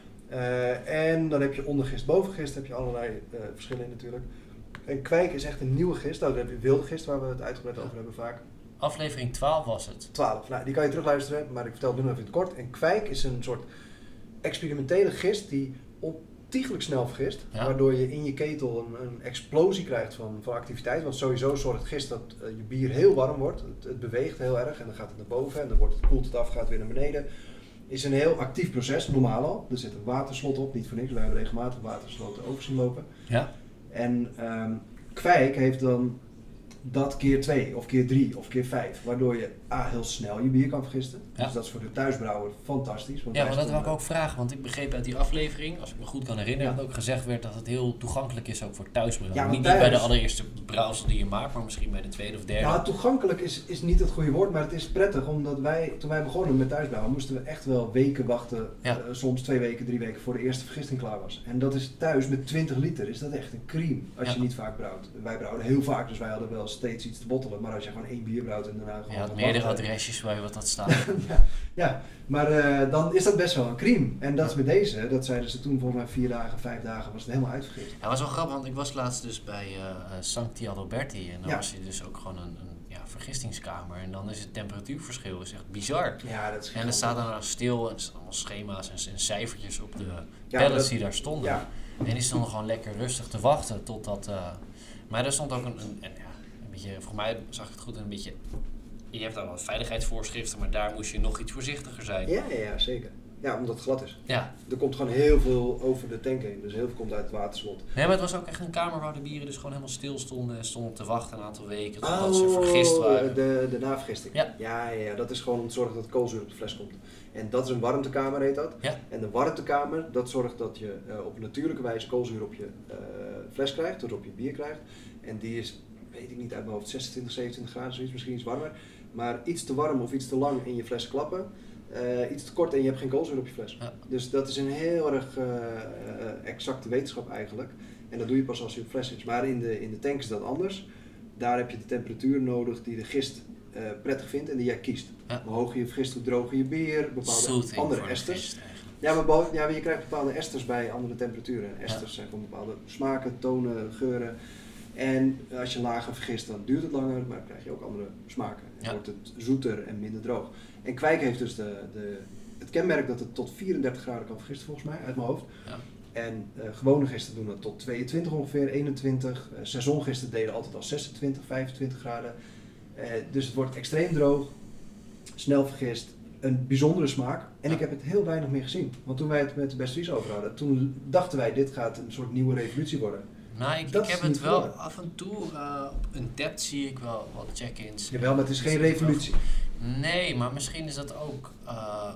Uh, en dan heb je ondergist, bovengist, heb je allerlei uh, verschillen in natuurlijk. En kwijk is echt een nieuwe gist. Nou, dan heb je wilde gist, waar we het uitgebreid over hebben vaak. Aflevering twaalf was het. twaalf, nou die kan je terugluisteren, maar ik vertel het nu nog even in het kort. En kwijk is een soort experimentele gist die ontiegelijk snel vergist. Ja. Waardoor je in je ketel een, een explosie krijgt van, van activiteit. Want sowieso zorgt gist dat uh, je bier heel warm wordt. Het, het beweegt heel erg en dan gaat het naar boven en dan wordt het, koelt het af, gaat het weer naar beneden. Is een heel actief proces, normaal al. Er zit een waterslot op, niet voor niks. Wij hebben regelmatig watersloten over zien lopen. Ja. En um, kwijk heeft dan dat keer twee, of keer drie, of keer vijf. Waardoor je A, heel snel je bier kan vergisten. Ja. Dus dat is voor de thuisbrouwer fantastisch. Want ja, maar dat wil ik ook vragen. Want ik begreep uit die aflevering, als ik me goed kan herinneren, ja. dat ook gezegd werd dat het heel toegankelijk is ook voor thuisbrouwen. Ja, niet, thuis, niet bij de allereerste brouwsel die je maakt, maar misschien bij de tweede of derde. Nou, toegankelijk is, is niet het goede woord, maar het is prettig. Omdat wij, toen wij begonnen met thuisbrouwen, moesten we echt wel weken wachten. Ja. Uh, soms twee weken, drie weken voor de eerste vergisting klaar was. En dat is thuis met twintig liter, is dat echt een crème. Als ja. je niet vaak brouwt. Wij brouwen heel vaak, dus wij hadden wel steeds iets te bottelen. Maar als je gewoon één bier brouwt en daarna gewoon... Ja, het meerdere adresjes waar je wat had staan. ja, ja, maar uh, dan is dat best wel een crème. En dat is met deze, dat zeiden ze toen volgens mij vier dagen, vijf dagen, was het helemaal uitvergist. Ja, dat was wel grappig, want ik was laatst dus bij uh, Sancti Adalberti. En dan ja. was je dus ook gewoon een, een ja, vergistingskamer. En dan is het temperatuurverschil is echt bizar. Ja, dat is en er staat dan nog stil, en er staan allemaal schema's en, en cijfertjes op de ja, pallets dat, die daar stonden. Ja. En die stonden gewoon lekker rustig te wachten totdat... Uh, maar er stond ook een... een, een ja, beetje, voor mij zag ik het goed, een beetje, je hebt dan wat veiligheidsvoorschriften, maar daar moest je nog iets voorzichtiger zijn. Ja, ja, ja, zeker. Ja, omdat het glad is. Ja. Er komt gewoon heel veel over de tank heen, dus heel veel komt uit het waterslot. Nee, maar het was ook echt een kamer waar de bieren dus gewoon helemaal stil stonden en stonden te wachten een aantal weken totdat oh, ze vergist waren. De, de navergisting. Ja. Ja, ja, ja, dat is gewoon om te zorgen dat koolzuur op de fles komt. En dat is een warmtekamer, heet dat. Ja. En de warmtekamer, dat zorgt dat je uh, op natuurlijke wijze koolzuur op je uh, fles krijgt, dus op je bier krijgt. En die is, weet ik niet uit mijn hoofd, zesentwintig, zevenentwintig graden, zoiets, misschien iets warmer. Maar iets te warm of iets te lang in je fles klappen, uh, iets te kort en je hebt geen koolzuur op je fles. Ja. Dus dat is een heel erg uh, uh, exacte wetenschap eigenlijk. En dat doe je pas als je op fles is. Maar in de, in de tank is dat anders. Daar heb je de temperatuur nodig die de gist uh, prettig vindt en die jij kiest. Ja. Hoe hoger je vergist, hoe droger je bier, bepaalde Soothing andere esters. Ja, maar bo- ja, je krijgt bepaalde esters bij andere temperaturen. Esters ja. zijn gewoon bepaalde smaken, tonen, geuren. En als je lager vergist, dan duurt het langer, maar dan krijg je ook andere smaken. En ja. wordt het zoeter en minder droog. En kwijk heeft dus de, de, het kenmerk dat het tot vierendertig graden kan vergisten, volgens mij, uit mijn hoofd. Ja. En uh, gewone gisten doen dat tot tweeëntwintig ongeveer, eenentwintig. Uh, Saisongisten deden altijd al zesentwintig, vijfentwintig graden. Uh, dus het wordt extreem droog, snel vergist, een bijzondere smaak. En ja. ik heb het heel weinig meer gezien. Want toen wij het met de Best Friese over hadden, toen dachten wij, dit gaat een soort nieuwe revolutie worden. Nou, ik, ik heb het wel geworden. Af en toe, uh, op een tab zie ik wel wat check-ins. Jawel, maar het is geen revolutie. Nee, maar misschien is dat ook, uh,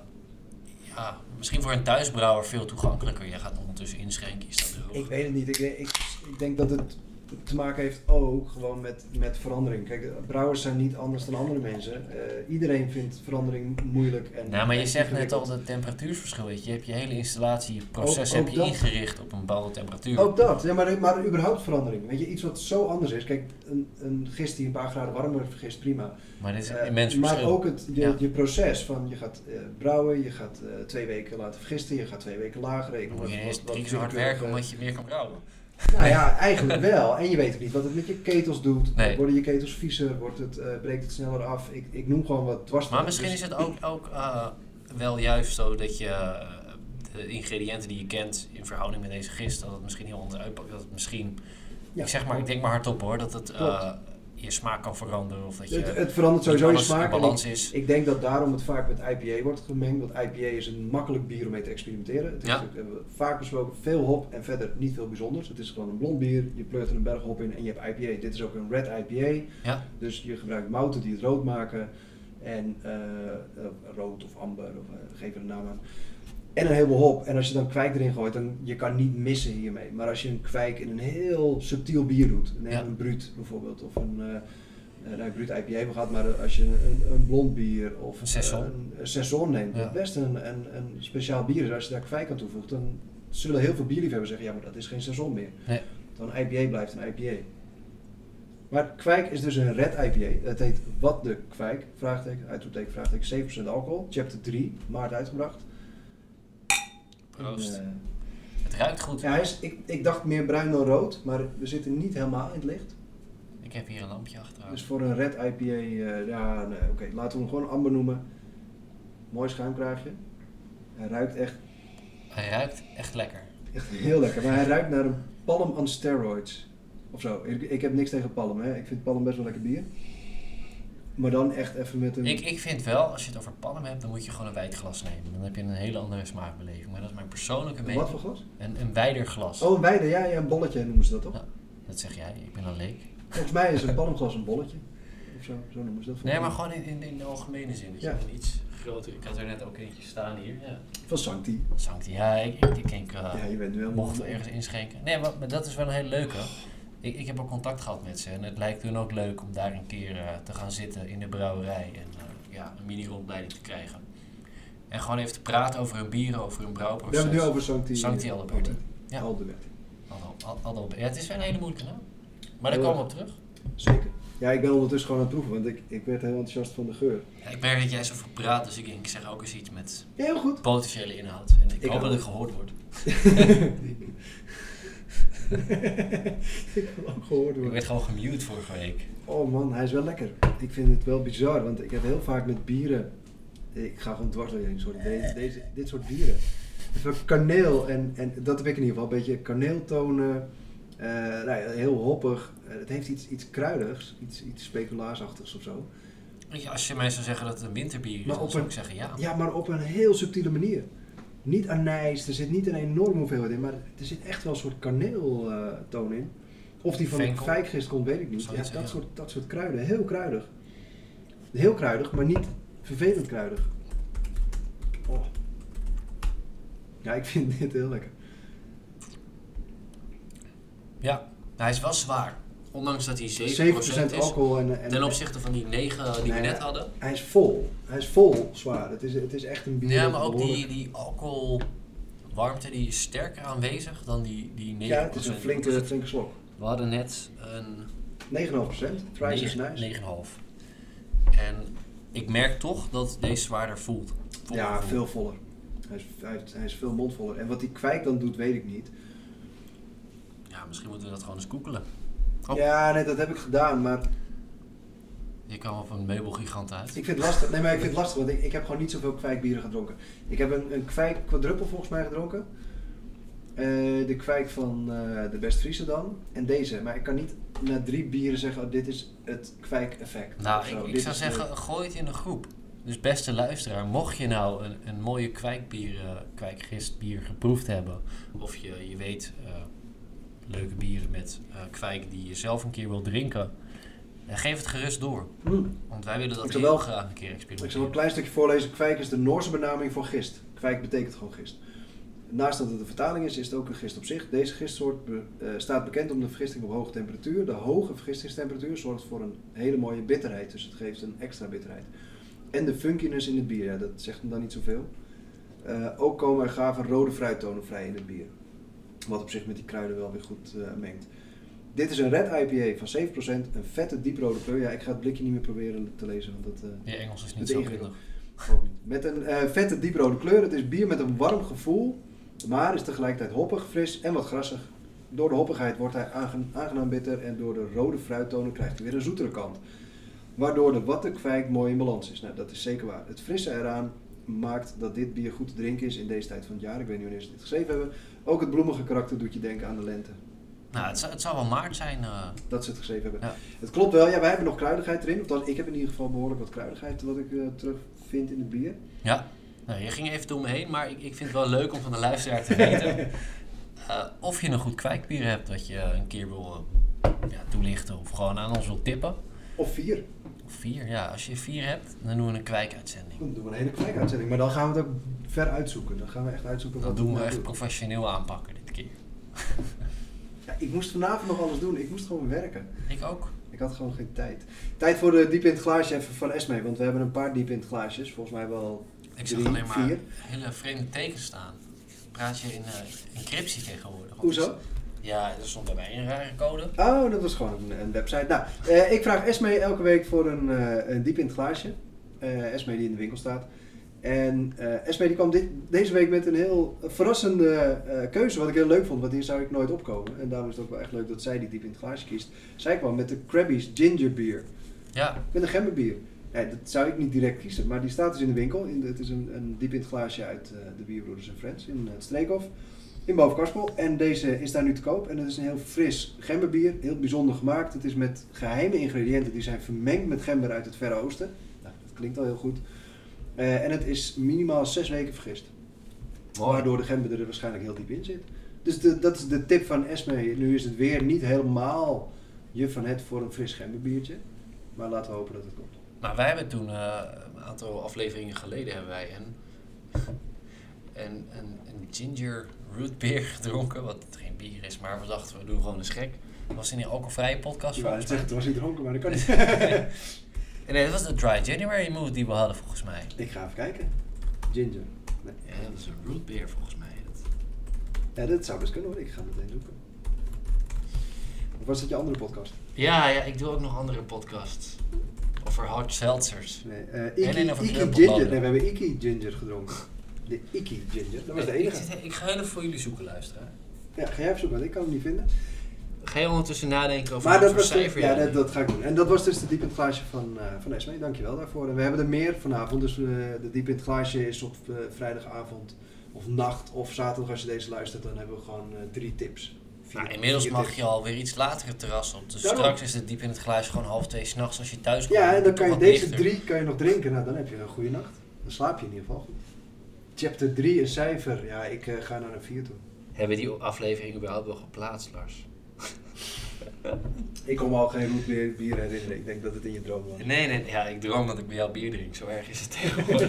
ja, misschien voor een thuisbrouwer veel toegankelijker. Jij gaat ondertussen inschenken, is dat droog? Ik weet het niet. Ik, ik, ik denk dat het te maken heeft ook gewoon met, met verandering. Kijk, brouwers zijn niet anders dan andere mensen. Uh, iedereen vindt verandering moeilijk. En nou, maar je zegt net al dat temperatuurverschil. Weet je. je hebt je hele installatieproces ook, ook heb je dat. ingericht op een bepaalde temperatuur. Ook dat, ja, maar, maar überhaupt verandering. Weet je, iets wat zo anders is. Kijk, een, een gist die een paar graden warmer vergist, prima. Maar dit is een uh, immens maar verschil. ook het, je, ja. je proces van je gaat uh, brouwen, je gaat uh, twee weken laten vergisten, je gaat twee weken lageren. Ik dan moet je eerst drie keer zo hard werken uh, omdat je meer kan brouwen. Nou ja, eigenlijk wel. En je weet ook niet wat het met je ketels doet. Nee. Worden je ketels viezer? Wordt het, uh, breekt het sneller af? Ik, ik noem gewoon wat dwars. Maar misschien dus is het ook, ook uh, wel juist zo dat je uh, de ingrediënten die je kent in verhouding met deze gist, dat het misschien heel anders uitpakt. Dat het misschien, ja, ik zeg maar, ik denk maar hardop hoor, dat het uh, je smaak kan veranderen. Of dat je, het, het verandert sowieso je smaak. Balans ik, is. ik denk dat daarom het vaak met I P A wordt gemengd. Want I P A is een makkelijk bier om mee te experimenteren. Het is, ja. hebben we vaak besproken, veel hop en verder niet veel bijzonders. Het is gewoon een blond bier, je pleurt er een berg hop in en je hebt I P A. Dit is ook een red I P A. Ja. Dus je gebruikt mouten die het rood maken. En uh, uh, rood of amber, of uh, geef er een naam aan. En een heleboel hop. En als je dan kwijk erin gooit, dan je kan niet missen hiermee. Maar als je een kwijk in een heel subtiel bier doet, neem Ja. een Brut bijvoorbeeld, of een, uh, uh, nou, Brut I P A hebben we gehad, maar als je een, een blond bier of Een saison. uh, een, een saison neemt, Ja. wat best een, een, een speciaal bier is. Als je daar kwijk aan toevoegt, dan zullen heel veel bierliefhebbers zeggen, ja, maar dat is geen saison meer. Nee. Dan I P A blijft een I P A. Maar kwijk is dus een red I P A. Het heet Wat de Kwijk, vraagteken, uitroepteken, vraagteken, zeven procent alcohol. Chapter drie, maart uitgebracht. Proost. En, uh, Het ruikt goed. ja, hij is, ik, ik dacht meer bruin dan rood, maar we zitten niet helemaal in het licht. Ik heb hier een lampje achteraan. Dus voor een red I P A, uh, ja, nee, oké, okay, laten we hem gewoon amber noemen. Mooi schuimkraagje. Hij ruikt echt, Hij ruikt echt lekker. echt heel lekker, maar hij ruikt naar een palm on steroids. Of zo. Ik, ik heb niks tegen palm, hè. Ik vind palm best wel lekker bier. Maar dan echt even met een... Ik, ik vind wel, als je het over palm hebt, dan moet je gewoon een wijd glas nemen. Dan heb je een hele andere smaakbeleving. Maar dat is mijn persoonlijke mening. Wat voor glas? Een, een wijder glas. Oh, een wijde, ja, ja, een bolletje noemen ze dat toch? Ja, dat zeg jij, ik ben een leek. Volgens mij is een palmglas een bolletje. Of zo, zo noemen ze dat. Nee, maar gewoon in, in, in de algemene zin. Dat Ja. je een iets groter... Ik had er net ook eentje staan hier. Ja. Van Sancti. Sancti, ja, ik, ik, ik denk... Uh, Ja, je bent nu helemaal... mochten we ergens inschenken. Nee, maar, maar dat is wel een hele leuke. Ik, ik heb ook contact gehad met ze en het lijkt hun ook leuk om daar een keer uh, te gaan zitten in de brouwerij en uh, ja, een mini-rondleiding te krijgen. En gewoon even te praten over hun bieren, over hun We brouwproces. hebben het nu over Sancti. Sancti Alberti. Ja. Alberti. Aldo, Aldo, ja, het is wel een hele moeilijke naam. Maar daar Heel komen we erg. op terug. Zeker. Ja, ik ben ondertussen gewoon aan het proeven, want ik, ik werd heel enthousiast van de geur. Ja, ik merk dat jij zo veel praat, dus ik, ik zeg ook eens iets met Ja, heel goed. potentiële inhoud. En ik, Ik hoop dat ook. ik gehoord word. Ik wil ook gehoord Ik worden. werd gewoon gemute vorige week. Oh man, hij is wel lekker. Ik vind het wel bizar, want ik heb heel vaak met bieren... Ik ga gewoon dwars door je heen, sorry. Deze, deze, dit soort bieren. Even kaneel en, en dat heb ik in ieder geval. Een beetje kaneeltonen. Uh, nou ja, heel hoppig. Uh, het heeft iets, iets kruidigs. Iets, iets speculaasachtigs of zo. Weet je, als je mij zou zeggen dat het een winterbier is, Maar dan op zou een- ik zeggen ja. Ja, maar op een heel subtiele manier. Niet anijs, er zit niet een enorme hoeveelheid in, maar er zit echt wel een soort kaneeltoon in. Of die van de Venkel. kwijkgist komt, weet ik niet. Zou Ja, je dat, zeggen, soort, dat soort kruiden, heel kruidig. Heel kruidig, maar niet vervelend kruidig. Oh. Ja, ik vind dit heel lekker. Ja, hij is wel zwaar. Ondanks dat hij zeven zeven procent procent is. alcohol en, en Ten opzichte van die negen die we Nee, net hadden. hij is vol. Hij is vol zwaar. Het is, het is echt een bier. Ja, dat maar ook behoorlijk- die, die alcoholwarmte die is sterker aanwezig dan die, die negen Ja, procent. het is een flinke, flinke slok. We hadden net een negen komma vijf procent. Thrice is nice. negen komma vijf. En ik merk toch dat deze zwaarder voelt. Voller Ja, voelt. veel voller. Hij is, hij, is, hij is veel mondvoller. En wat die kwijk dan doet, weet ik niet. Ja, misschien moeten we dat gewoon eens googelen. Oh. Ja, nee, dat heb ik gedaan, maar Je kwam op een meubelgigant uit. ik vind het lastig. Nee, maar ik vind het lastig, want ik, ik heb gewoon niet zoveel kwijkbieren gedronken. Ik heb een, een kwijk quadruppel volgens mij gedronken. Eh, de kwijk van eh, de Best Friese dan. En deze. Maar ik kan niet na drie bieren zeggen, oh, dit is het kwijk-effect. Nou, of zo. ik, ik Dit zou is zeggen, gooi het in een groep. Dus beste luisteraar, mocht je nou een, een mooie kwijkbier, uh, kwijkgistbier geproefd hebben, of je, je weet uh, leuke bieren met uh, kwijk die je zelf een keer wilt drinken, uh, geef het gerust door. de- Mm. Want wij willen dat Ik heel zal wel- graag een keer Ik zal een experimenteren. klein stukje voorlezen. Kwijk is de Noorse benaming voor gist. Kwijk betekent gewoon gist. Naast dat het een vertaling is, is het ook een gist op zich. Deze gistsoort be- uh, staat bekend om de vergisting op hoge temperatuur. De hoge vergistingstemperatuur zorgt voor een hele mooie bitterheid. Dus het geeft een extra bitterheid. En de funkiness in het bier, ja, dat zegt hem dan niet zoveel. Uh, ook komen er gave rode fruittonen vrij in het bier. Wat op zich met die kruiden wel weer goed uh, mengt. Dit is een red I P A van zeven procent. Een vette dieprode kleur. Ja, ik ga het blikje niet meer proberen te lezen. Want dat, uh, Je Engels is niet Het zo ingewikkeld. kundig. ook niet. Met een uh, vette dieprode kleur. Het is bier met een warm gevoel. Maar is tegelijkertijd hoppig, fris en wat grassig. Door de hoppigheid wordt hij aange- aangenaam bitter. En door de rode fruittonen krijgt hij weer een zoetere kant. Waardoor de wattenkwijk mooi in balans is. Nou, dat is zeker waar. Het frisse eraan maakt dat dit bier goed te drinken is in deze tijd van het jaar. Ik weet niet wanneer ze dit geschreven hebben. Ook het bloemige karakter doet je denken aan de lente. Nou, het zou, het zou wel maart zijn. Uh, Dat ze het geschreven hebben. Ja. Het klopt wel, ja, wij hebben nog kruidigheid erin. Althans, ik heb in ieder geval behoorlijk wat kruidigheid wat ik uh, terugvind in het bier. ja, nou, je ging even door me heen, maar ik, ik vind het wel leuk om van de luisteraar te weten uh, of je een goed kwijkbier hebt dat je een keer wil uh, ja, toelichten of gewoon aan ons wil tippen. Of vier. Of vier, ja. Als je vier hebt, dan doen we een kwijkuitzending. Dan doen we een hele kwijkuitzending. Maar dan gaan we het ook ver uitzoeken. Dan gaan we echt uitzoeken Dan wat doen we nou echt doen. professioneel aanpakken dit keer. Ja, ik moest vanavond nog alles doen. Ik moest gewoon werken. Ik ook. Ik had gewoon geen tijd. Tijd voor de diep in het glaasje even van Esmee. Want we hebben een paar diep in het glaasjes. Volgens mij wel Ik zag drie, alleen maar vier. hele vreemde tekens staan. Praat je in uh, encryptie tegenwoordig? Hoezo? Ja, er stond bij mij een rare code. Oh, dat was gewoon een, een website. Nou, eh, ik vraag Esmee elke week voor een, uh, een diep in het glaasje. Uh, Esmee die in de winkel staat. En uh, Esmee die kwam dit, deze week met een heel verrassende uh, keuze, wat ik heel leuk vond, want hier zou ik nooit opkomen. En daarom is het ook wel echt leuk dat zij die diep in het glaasje kiest. Zij kwam met de Krabby's Ginger Beer. Ja. Met een gemberbier. Ja, dat zou ik niet direct kiezen, maar die staat dus in de winkel. In de, het is een, een diep in het glaasje uit uh, de Bierbroeders en Friends in het Streekhof. In Bovenkarspel. En deze is daar nu te koop. En het is een heel fris gemberbier. Heel bijzonder gemaakt. Het is met geheime ingrediënten die zijn vermengd met gember uit het Verre Oosten. Nou, dat klinkt al heel goed. Uh, en het is minimaal zes weken vergist. Mooi. Waardoor de gember er waarschijnlijk heel diep in zit. Dus de, dat is de tip van Esmee. Nu is het weer niet helemaal je van het voor een fris gemberbiertje. Maar laten we hopen dat het komt. Nou, wij hebben toen uh, een aantal afleveringen geleden hebben wij een, een, een, een ginger root beer gedronken. Wat geen bier is, maar we dachten we doen gewoon eens gek. Dat was in een alcoholvrije podcast. Ja, het zegt het was niet dronken, maar dat kan niet. Nee, dat was de Dry January mood die we hadden volgens mij. Ik ga even kijken. Ginger. Nee. Ja, dat is een root beer volgens mij. Dat... Ja, dat zou best kunnen hoor. Ik ga meteen zoeken. Of was dat je andere podcast? Ja, ja, ik doe ook nog andere podcasts. Over hard seltzers. Nee, uh, Iki, Nee, nee, over Iki krumpelbonen. Ginger. Nee, we hebben Iki Ginger gedronken. De Iki Ginger. Dat was de ik, enige. ik, ik ga heel even voor jullie zoeken, luisteren. Ja, ga jij even zoeken, want ik kan hem niet vinden. Ga je ondertussen nadenken over Maar wat dat voor was de, cijfer ja, jij dat, dat ga ik doen. En dat was dus de diep in het glaasje van, uh, van Esmee. Dankjewel daarvoor. En we hebben er meer vanavond. Dus uh, de diep in het glaasje is op uh, vrijdagavond of nacht of zaterdag als je deze luistert. Dan hebben we gewoon uh, drie tips. Vier, Nou, inmiddels vier mag tips. je alweer iets later het terras op. Dus Daarom. straks is het diep in het glaasje gewoon half twee s'nachts als je thuis komt. Ja, en dan Toch kan je wat deze lichter. drie kan je nog drinken. Nou, dan heb je een goede nacht. Dan slaap je in ieder geval goed. Chapter drie, een cijfer. Ja, ik uh, ga naar een vier toe. Hebben we die aflevering überhaupt wel geplaatst, Lars? Ik kon me al geen roetbier bier herinneren. Ik denk dat het in je droom was. Nee, nee, ja, ik droom dat ik bij jou bier drink. Zo erg is het tegenwoordig.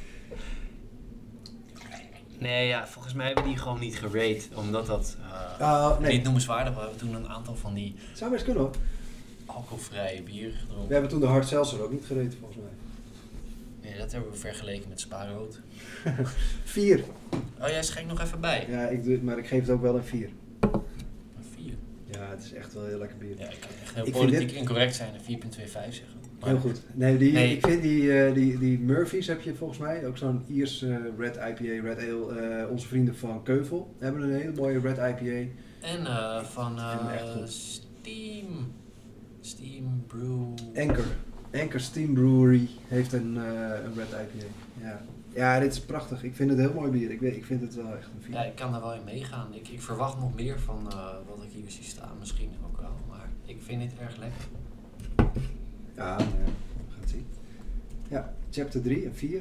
Nee, ja, volgens mij hebben we die gewoon niet gerate. Omdat dat uh, Uh, nee, niet noemenswaardig was. We hebben toen een aantal van die zou best kunnen hoor. alcoholvrije bier gedronken. We hebben toen de hard seltzer ook niet gereden volgens mij. Nee, dat hebben we vergeleken met Spaarrood. Vier. Oh, jij schenkt nog even bij. Ja, ik doe het, maar ik geef het ook wel een vier. Een vier. Ja, het is echt wel heel lekker bier. Ja, ik kan echt heel Ik vind politiek dit- incorrect zijn en vier komma vijfentwintig zeggen. Maar Heel goed. Nee, die, Nee. ik vind die, uh, die, die Murphy's heb je volgens mij. Ook zo'n Ierse uh, Red I P A, Red Ale. Uh, onze vrienden van Keuvel hebben een hele mooie Red I P A. En uh, van Ik vind hem echt uh, goed. Steam. Steam Brew. Anchor. Anchor Steam Brewery heeft een, uh, een Red I P A. Ja. Ja, dit is prachtig. Ik vind het een heel mooi bier. Ik, weet, ik vind het wel echt een vier. Ja, ik kan daar wel in meegaan. Ik, ik verwacht nog meer van uh, wat ik hier zie staan. Misschien ook wel. Maar ik vind dit erg lekker. Ja, nou ja, we gaan het zien. Ja, chapter drie en vier.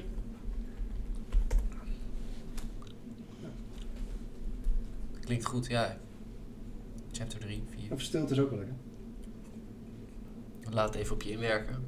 Klinkt goed, ja. Chapter drie, vier. Of stilte is ook wel lekker. Laat het even op je inwerken.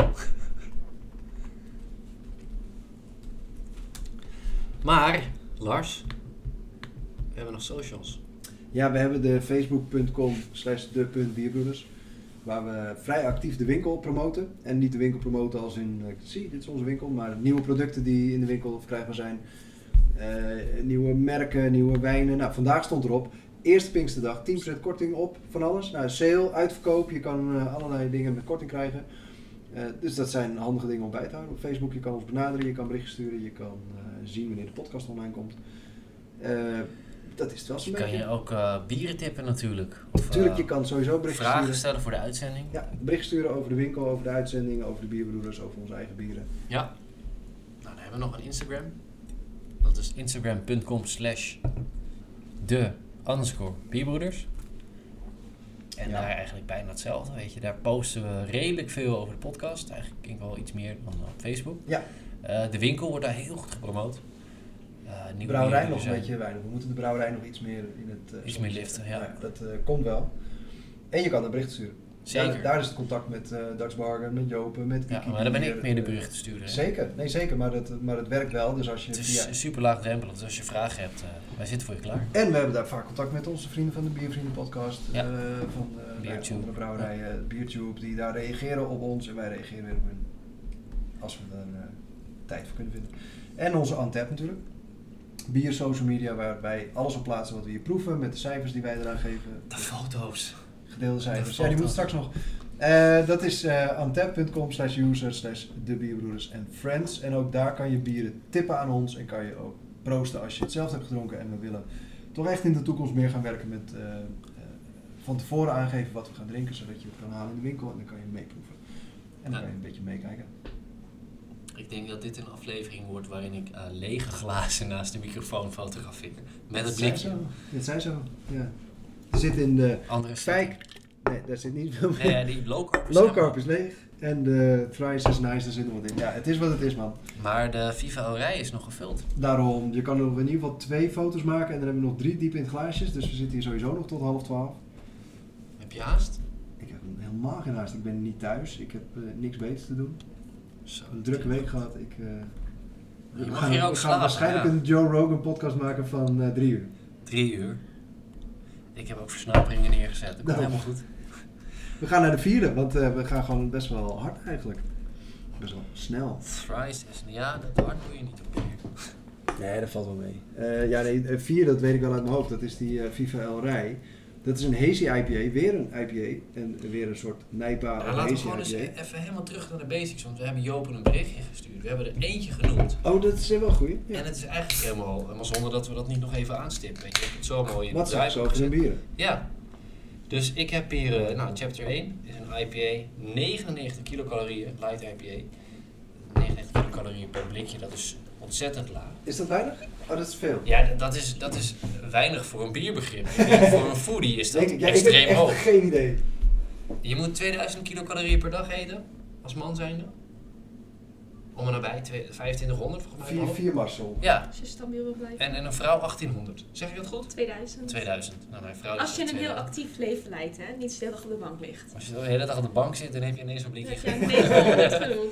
Maar, Lars, we hebben nog socials. Ja, we hebben de facebook punt com slash de punt bierbroeders. Waar we vrij actief de winkel promoten. En niet de winkel promoten als in, uh, zie, dit is onze winkel. Maar nieuwe producten die in de winkel verkrijgbaar zijn. Uh, nieuwe merken, nieuwe wijnen. Nou, vandaag stond erop. Eerste Pinksterdag, tien procent korting op van alles. Nou, sale, uitverkoop. Je kan uh, allerlei dingen met korting krijgen. Uh, dus dat zijn handige dingen om bij te houden. Op Facebook, je kan ons benaderen, je kan berichten sturen. Je kan uh, zien wanneer de podcast online komt. Uh, dat is het wel zo'n Je kan beetje. je ook uh, bieren tippen natuurlijk. Of, Natuurlijk, uh, je kan sowieso berichten vragen sturen. stellen voor de uitzending. Ja, bericht sturen over de winkel, over de uitzending, over de bierbroeders, over onze eigen bieren. Ja. Nou, dan hebben we nog een Instagram. Dat is instagram punt com slash de underscore bierbroeders. En Ja. daar eigenlijk bijna hetzelfde, weet je. Daar posten we redelijk veel over de podcast. Eigenlijk denk ik wel iets meer dan op Facebook. Ja. Uh, de winkel wordt daar heel goed gepromoot. Uh, De nieuwe brouwerij bieren nog een zijn- beetje weinig. We moeten de brouwerij nog iets meer in het... Uh, Iets zonnetje meer liften, zetten. ja. Nou dat uh, komt wel. En je kan een bericht sturen. Zeker. Daar, daar is het contact met uh, Dutch Bargain, met Jopen, met Ja, Iki maar dan ben hier, ik meer de uh, berichten sturen. Hè? Zeker, nee zeker, maar het, maar het werkt wel. Dus als je Het is via... super laagdrempelig, dus als je vragen hebt, uh, wij zitten voor je klaar. En we hebben daar vaak contact met onze vrienden van de Biervrienden podcast, Ja. uh, van uh, Beertube. andere brouwerijen, ja. Beertube, die daar reageren op ons en wij reageren weer op hun. Als we er uh, tijd voor kunnen vinden. En onze Antep natuurlijk. Bier social media, waar wij alles op plaatsen wat we hier proeven, met de cijfers die wij eraan geven. De foto's. Gedeelde cijfers. De Ja, die moet foto's. straks nog. Uh, dat is uh, antep.com slash user slash de bierbroeders en friends. En ook daar kan je bieren tippen aan ons en kan je ook proosten als je het zelf hebt gedronken. En we willen toch echt in de toekomst meer gaan werken met uh, uh, van tevoren aangeven wat we gaan drinken, zodat je het kan halen in de winkel en dan kan je meeproeven. En dan Ja. kan je een beetje meekijken. Ik denk dat dit een aflevering wordt waarin ik uh, lege glazen naast de microfoon fotografeer. Met het blikje. Dat zijn zo, ja. Er zit in de Andere Kijk, nee, daar zit niet veel meer. Nee, ja, die low carb is Low helemaal- carb is leeg en de fries is nice, daar zit nog wat in. Ja, het is wat het is, man. Maar de Viva El Rey is nog gevuld. Daarom, je kan nog in ieder geval twee foto's maken en dan hebben we nog drie diep in het glaasjes. Dus we zitten hier sowieso nog tot half twaalf. Heb je haast? Ik heb helemaal geen haast. Ik ben niet thuis. Ik heb uh, niks beters te doen. Zo, Een drukke week gehad. Ik, uh, Je we mag gaan, hier ook we gaan slapen, waarschijnlijk ja. een Joe Rogan podcast maken van uh, drie uur. Drie uur. Ik heb ook versnaperingen neergezet. Dat komt Nou. helemaal goed. We gaan naar de vierde, want uh, we gaan gewoon best wel hard eigenlijk. Best wel snel. Thrice is... Ja, dat hard doe je niet op bier. Nee, dat valt wel mee. Uh, ja, nee, uh, vier, dat weet ik wel uit mijn hoofd. Dat is die uh, Viva El Rey. Dat is een hazy I P A, weer een I P A. En weer een soort Nijpa Ja, of laten we hazy gewoon eens I P A. even helemaal terug naar de basics. Want we hebben Jopen een berichtje gestuurd. We hebben er eentje genoemd. Oh, dat is wel goed. Ja. En het is eigenlijk helemaal, helemaal zonder dat we dat niet nog even aanstippen. Je hebt het zo mooi in Wat het zeggen ze draaiboek over hun gezet. bieren? Ja. Dus ik heb hier, uh, nou, chapter één is een I P A, negenennegentig kilocalorieën, light I P A. negenennegentig kilocalorieën per blikje, dat is ontzettend laag. Is dat weinig? Oh, dat is veel. Ja, d- dat is, dat is weinig voor een bierbegrip. Ik denk, voor een foodie is dat Denk ik, ja, ik extreem heb echt hoog. geen idee. Je moet tweeduizend kilocalorieën per dag eten, als man zijnde. Om en nabij, twee- vijfentwintighonderd volgens mij. in mijn Vier, hoofd. vier Marcel. Ja, Als je stabiel wil blijven. en, en een vrouw achttienhonderd. Zeg ik dat goed? tweeduizend. tweeduizend. Nou, mijn vrouw Als je is een heel tweeduizend. actief leven leidt, hè? Niet stelig op de bank ligt. Als je de hele dag op de bank zit, dan heb je ineens een Dan blikje heb je negenhonderd genoeg.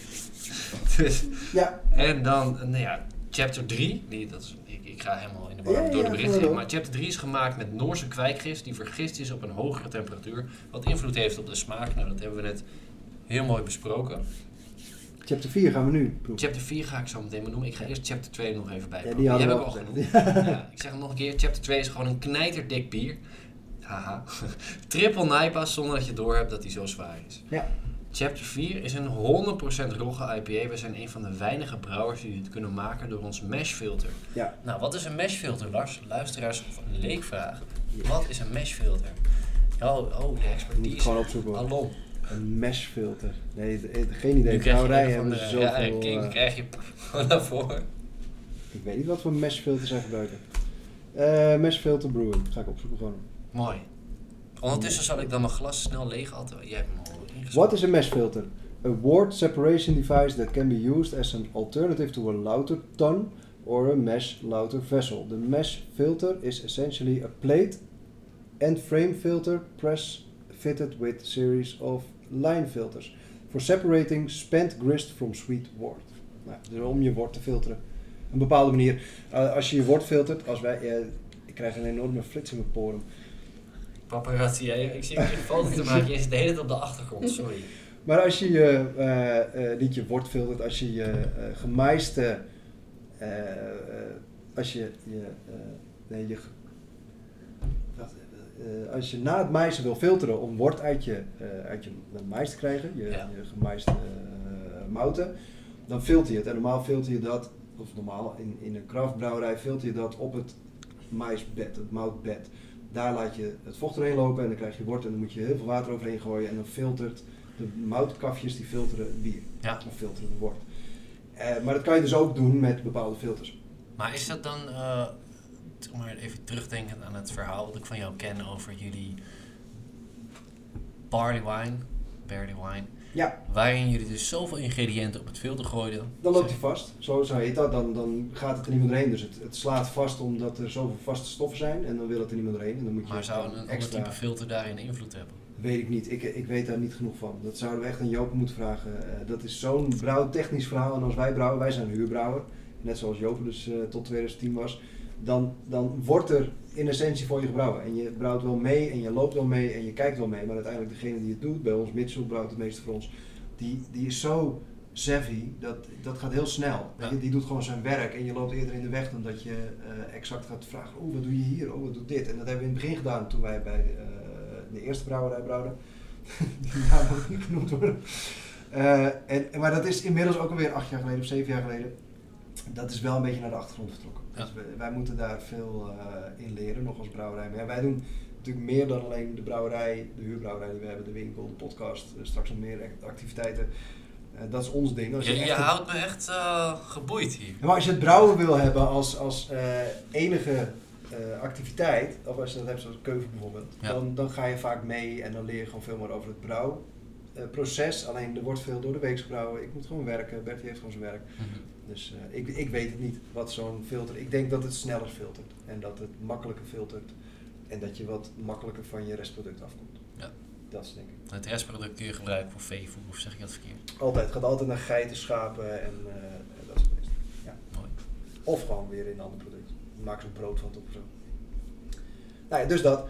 Dus, Ja. en dan, nou ja, chapter drie. Die, dat is, ik, ik ga helemaal in de war Ja, door ja, de berichten ga heen. door. Maar chapter drie is gemaakt met Noorse kwijkgist die vergist is op een hogere temperatuur. Wat invloed heeft op de smaak. Nou, dat hebben we net heel mooi besproken. Chapter vier gaan we nu proeven. Chapter vier ga ik zo meteen benoemen. Ik ga eerst chapter twee er nog even bij Ja, pakken. die hadden heb we ik al al gezegd. genoemd. Ja, ik zeg het nog een keer. Chapter twee is gewoon een knijterdik bier. Haha. Triple Nijpa zonder dat je doorhebt dat hij zo zwaar is. Ja. Chapter vier is een honderd procent rogge I P A. We zijn een van de weinige brouwers die dit kunnen maken door ons meshfilter. Ja. Nou, wat is een meshfilter, Lars? Luisteraars of een leekvraag. Wat is een meshfilter? Oh, oh, de Moet ik expertise. gewoon opzoeken. hoor. Alom. Een meshfilter. Nee, d- d- geen idee. Nu krijg je Brouwerijen een hebben van ze de, ja, zoveel... kijk, eh, krijg je naar voren. ik weet niet wat voor meshfilter zij gebruiken. Eh meshfilter brewen. Ga ik opzoeken gewoon. Mooi. Ondertussen zal ik dan mijn glas snel leeg hadden. Jij hebt hem al ingeschreven. What is a mesh filter? A word separation device that can be used as an alternative to a Lauter tun or a mesh Lauter vessel. The mesh filter is essentially a plate and frame filter press fitted with series of line filters for separating spent grist from sweet wort. Nou, dus om je wort te filteren. Een bepaalde manier. Uh, als je je wort filtert, als wij, uh, ik krijg een enorme flits in mijn poren. Paparazzi, jij, ik zie je een foto te maken. Je zit de hele tijd op de achtergrond, sorry. Maar als je je uh, uh, niet je wort filtert, als je je uh, gemaiste, uh, uh, als je je, uh, nee, je wacht, uh, als je na het maïsen wil filteren om wort uit je, uh, uit je mais te krijgen, je, Ja. je gemaiste uh, mouten, dan filter je het. En normaal filter je dat, of normaal in, in een kraftbrouwerij filter je dat op het maïsbed, het moutbed. Daar laat je het vocht erheen lopen en dan krijg je wort en dan moet je heel veel water overheen gooien en dan filtert de moutkafjes die filteren het bier. Ja. Of filteren de wort. Uh, maar dat kan je dus ook doen met bepaalde filters. Maar is dat dan, uh, om maar even terugdenkend aan het verhaal wat ik van jou ken over jullie barley wine, barley wine. Ja. Waarin jullie dus zoveel ingrediënten op het filter gooiden. Dan loopt hij vast, zo, zo heet dat. Dan, dan gaat het er niet meer doorheen. Dus het, het slaat vast omdat er zoveel vaste stoffen zijn en dan wil het er niet meer doorheen. En dan moet je Maar zou een ander extra... type filter daarin invloed hebben? Weet ik niet. Ik, ik weet daar niet genoeg van. Dat zouden we echt aan Joop moeten vragen. Uh, dat is zo'n brouwtechnisch verhaal. En als wij brouwen, wij zijn een huurbrouwer. Net zoals Joop dus uh, tot twintig tien was. Dan, dan wordt er in essentie voor je gebrouwen. En je brouwt wel mee en je loopt wel mee en je kijkt wel mee. Maar uiteindelijk degene die het doet, bij ons Mitchell brouwt het meeste voor ons. Die, die is zo savvy, dat, dat gaat heel snel. Ja. Die doet gewoon zijn werk en je loopt eerder in de weg dan dat je uh, exact gaat vragen. Oh, wat doe je hier? Oh, wat doet dit? En dat hebben we in het begin gedaan toen wij bij uh, de eerste brouwerij brouwden. Die naam mag niet genoemd worden. Uh, en, maar dat is inmiddels ook alweer acht jaar geleden of zeven jaar geleden. Dat is wel een beetje naar de achtergrond vertrokken. Ja. Dus wij, wij moeten daar veel uh, in leren, nog als brouwerij. Maar ja, wij doen natuurlijk meer dan alleen de brouwerij, de huurbrouwerij die we hebben, de winkel, de podcast, uh, straks nog meer activiteiten. Uh, dat is ons ding. Als je je, je echt houdt me echt uh, geboeid hier. maar als je het brouwen wil hebben als, als uh, enige uh, activiteit, of als je dat hebt zoals keuken bijvoorbeeld, Ja. dan, dan ga je vaak mee en dan leer je gewoon veel meer over het brouwproces. Uh, Alleen er wordt veel door de week gebrouwen. Ik moet gewoon werken. Bertie heeft gewoon zijn werk. Mm-hmm. Dus uh, ik, ik weet het niet wat zo'n filter... Ik denk dat het sneller filtert en dat het makkelijker filtert en dat je wat makkelijker van je restproduct afkomt. Ja. Dat is denk ik. Het restproduct kun je gebruiken voor veevoer, of zeg ik dat verkeerd? Altijd. Het gaat altijd naar geiten, schapen en uh, dat soort dingen. Ja. Mooi. Of gewoon weer in een ander product. Maak zo'n brood van het op of zo. Nou ja, dus dat.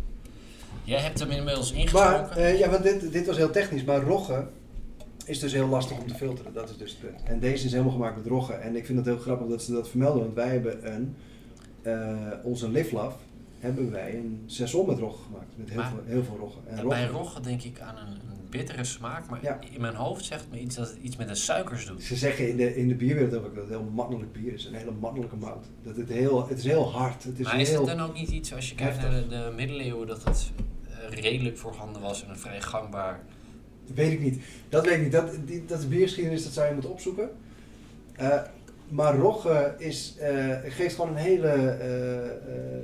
Jij hebt hem inmiddels ingestoken. Maar, uh, ja, want dit, dit was heel technisch, maar rogge is dus heel lastig om te filteren. Dat is dus het punt. En deze is helemaal gemaakt met rogge. En ik vind het heel grappig dat ze dat vermelden, want wij hebben een, uh, onze Livlaf, hebben wij een saison met rogge gemaakt. Met heel, Maar, veel, heel veel rogge. En en rogge, bij rogge denk ik aan een, een bittere smaak, maar Ja. in mijn hoofd zegt me iets dat het iets met de suikers doet. Ze zeggen in de, in de bierwereld ook dat het heel mannelijk bier is. Een hele mannelijke mout. Dat het, heel, het is heel hard. Het is Maar is heel... het dan ook niet iets, als je kijkt heftig. naar de, de middeleeuwen, dat het uh, redelijk voorhanden was en een vrij gangbaar... Weet ik niet. Dat weet ik niet. Dat, die, dat is biergeschiedenis, dat zou je moeten opzoeken. Uh, maar rogge is, uh, geeft gewoon een hele, uh, uh,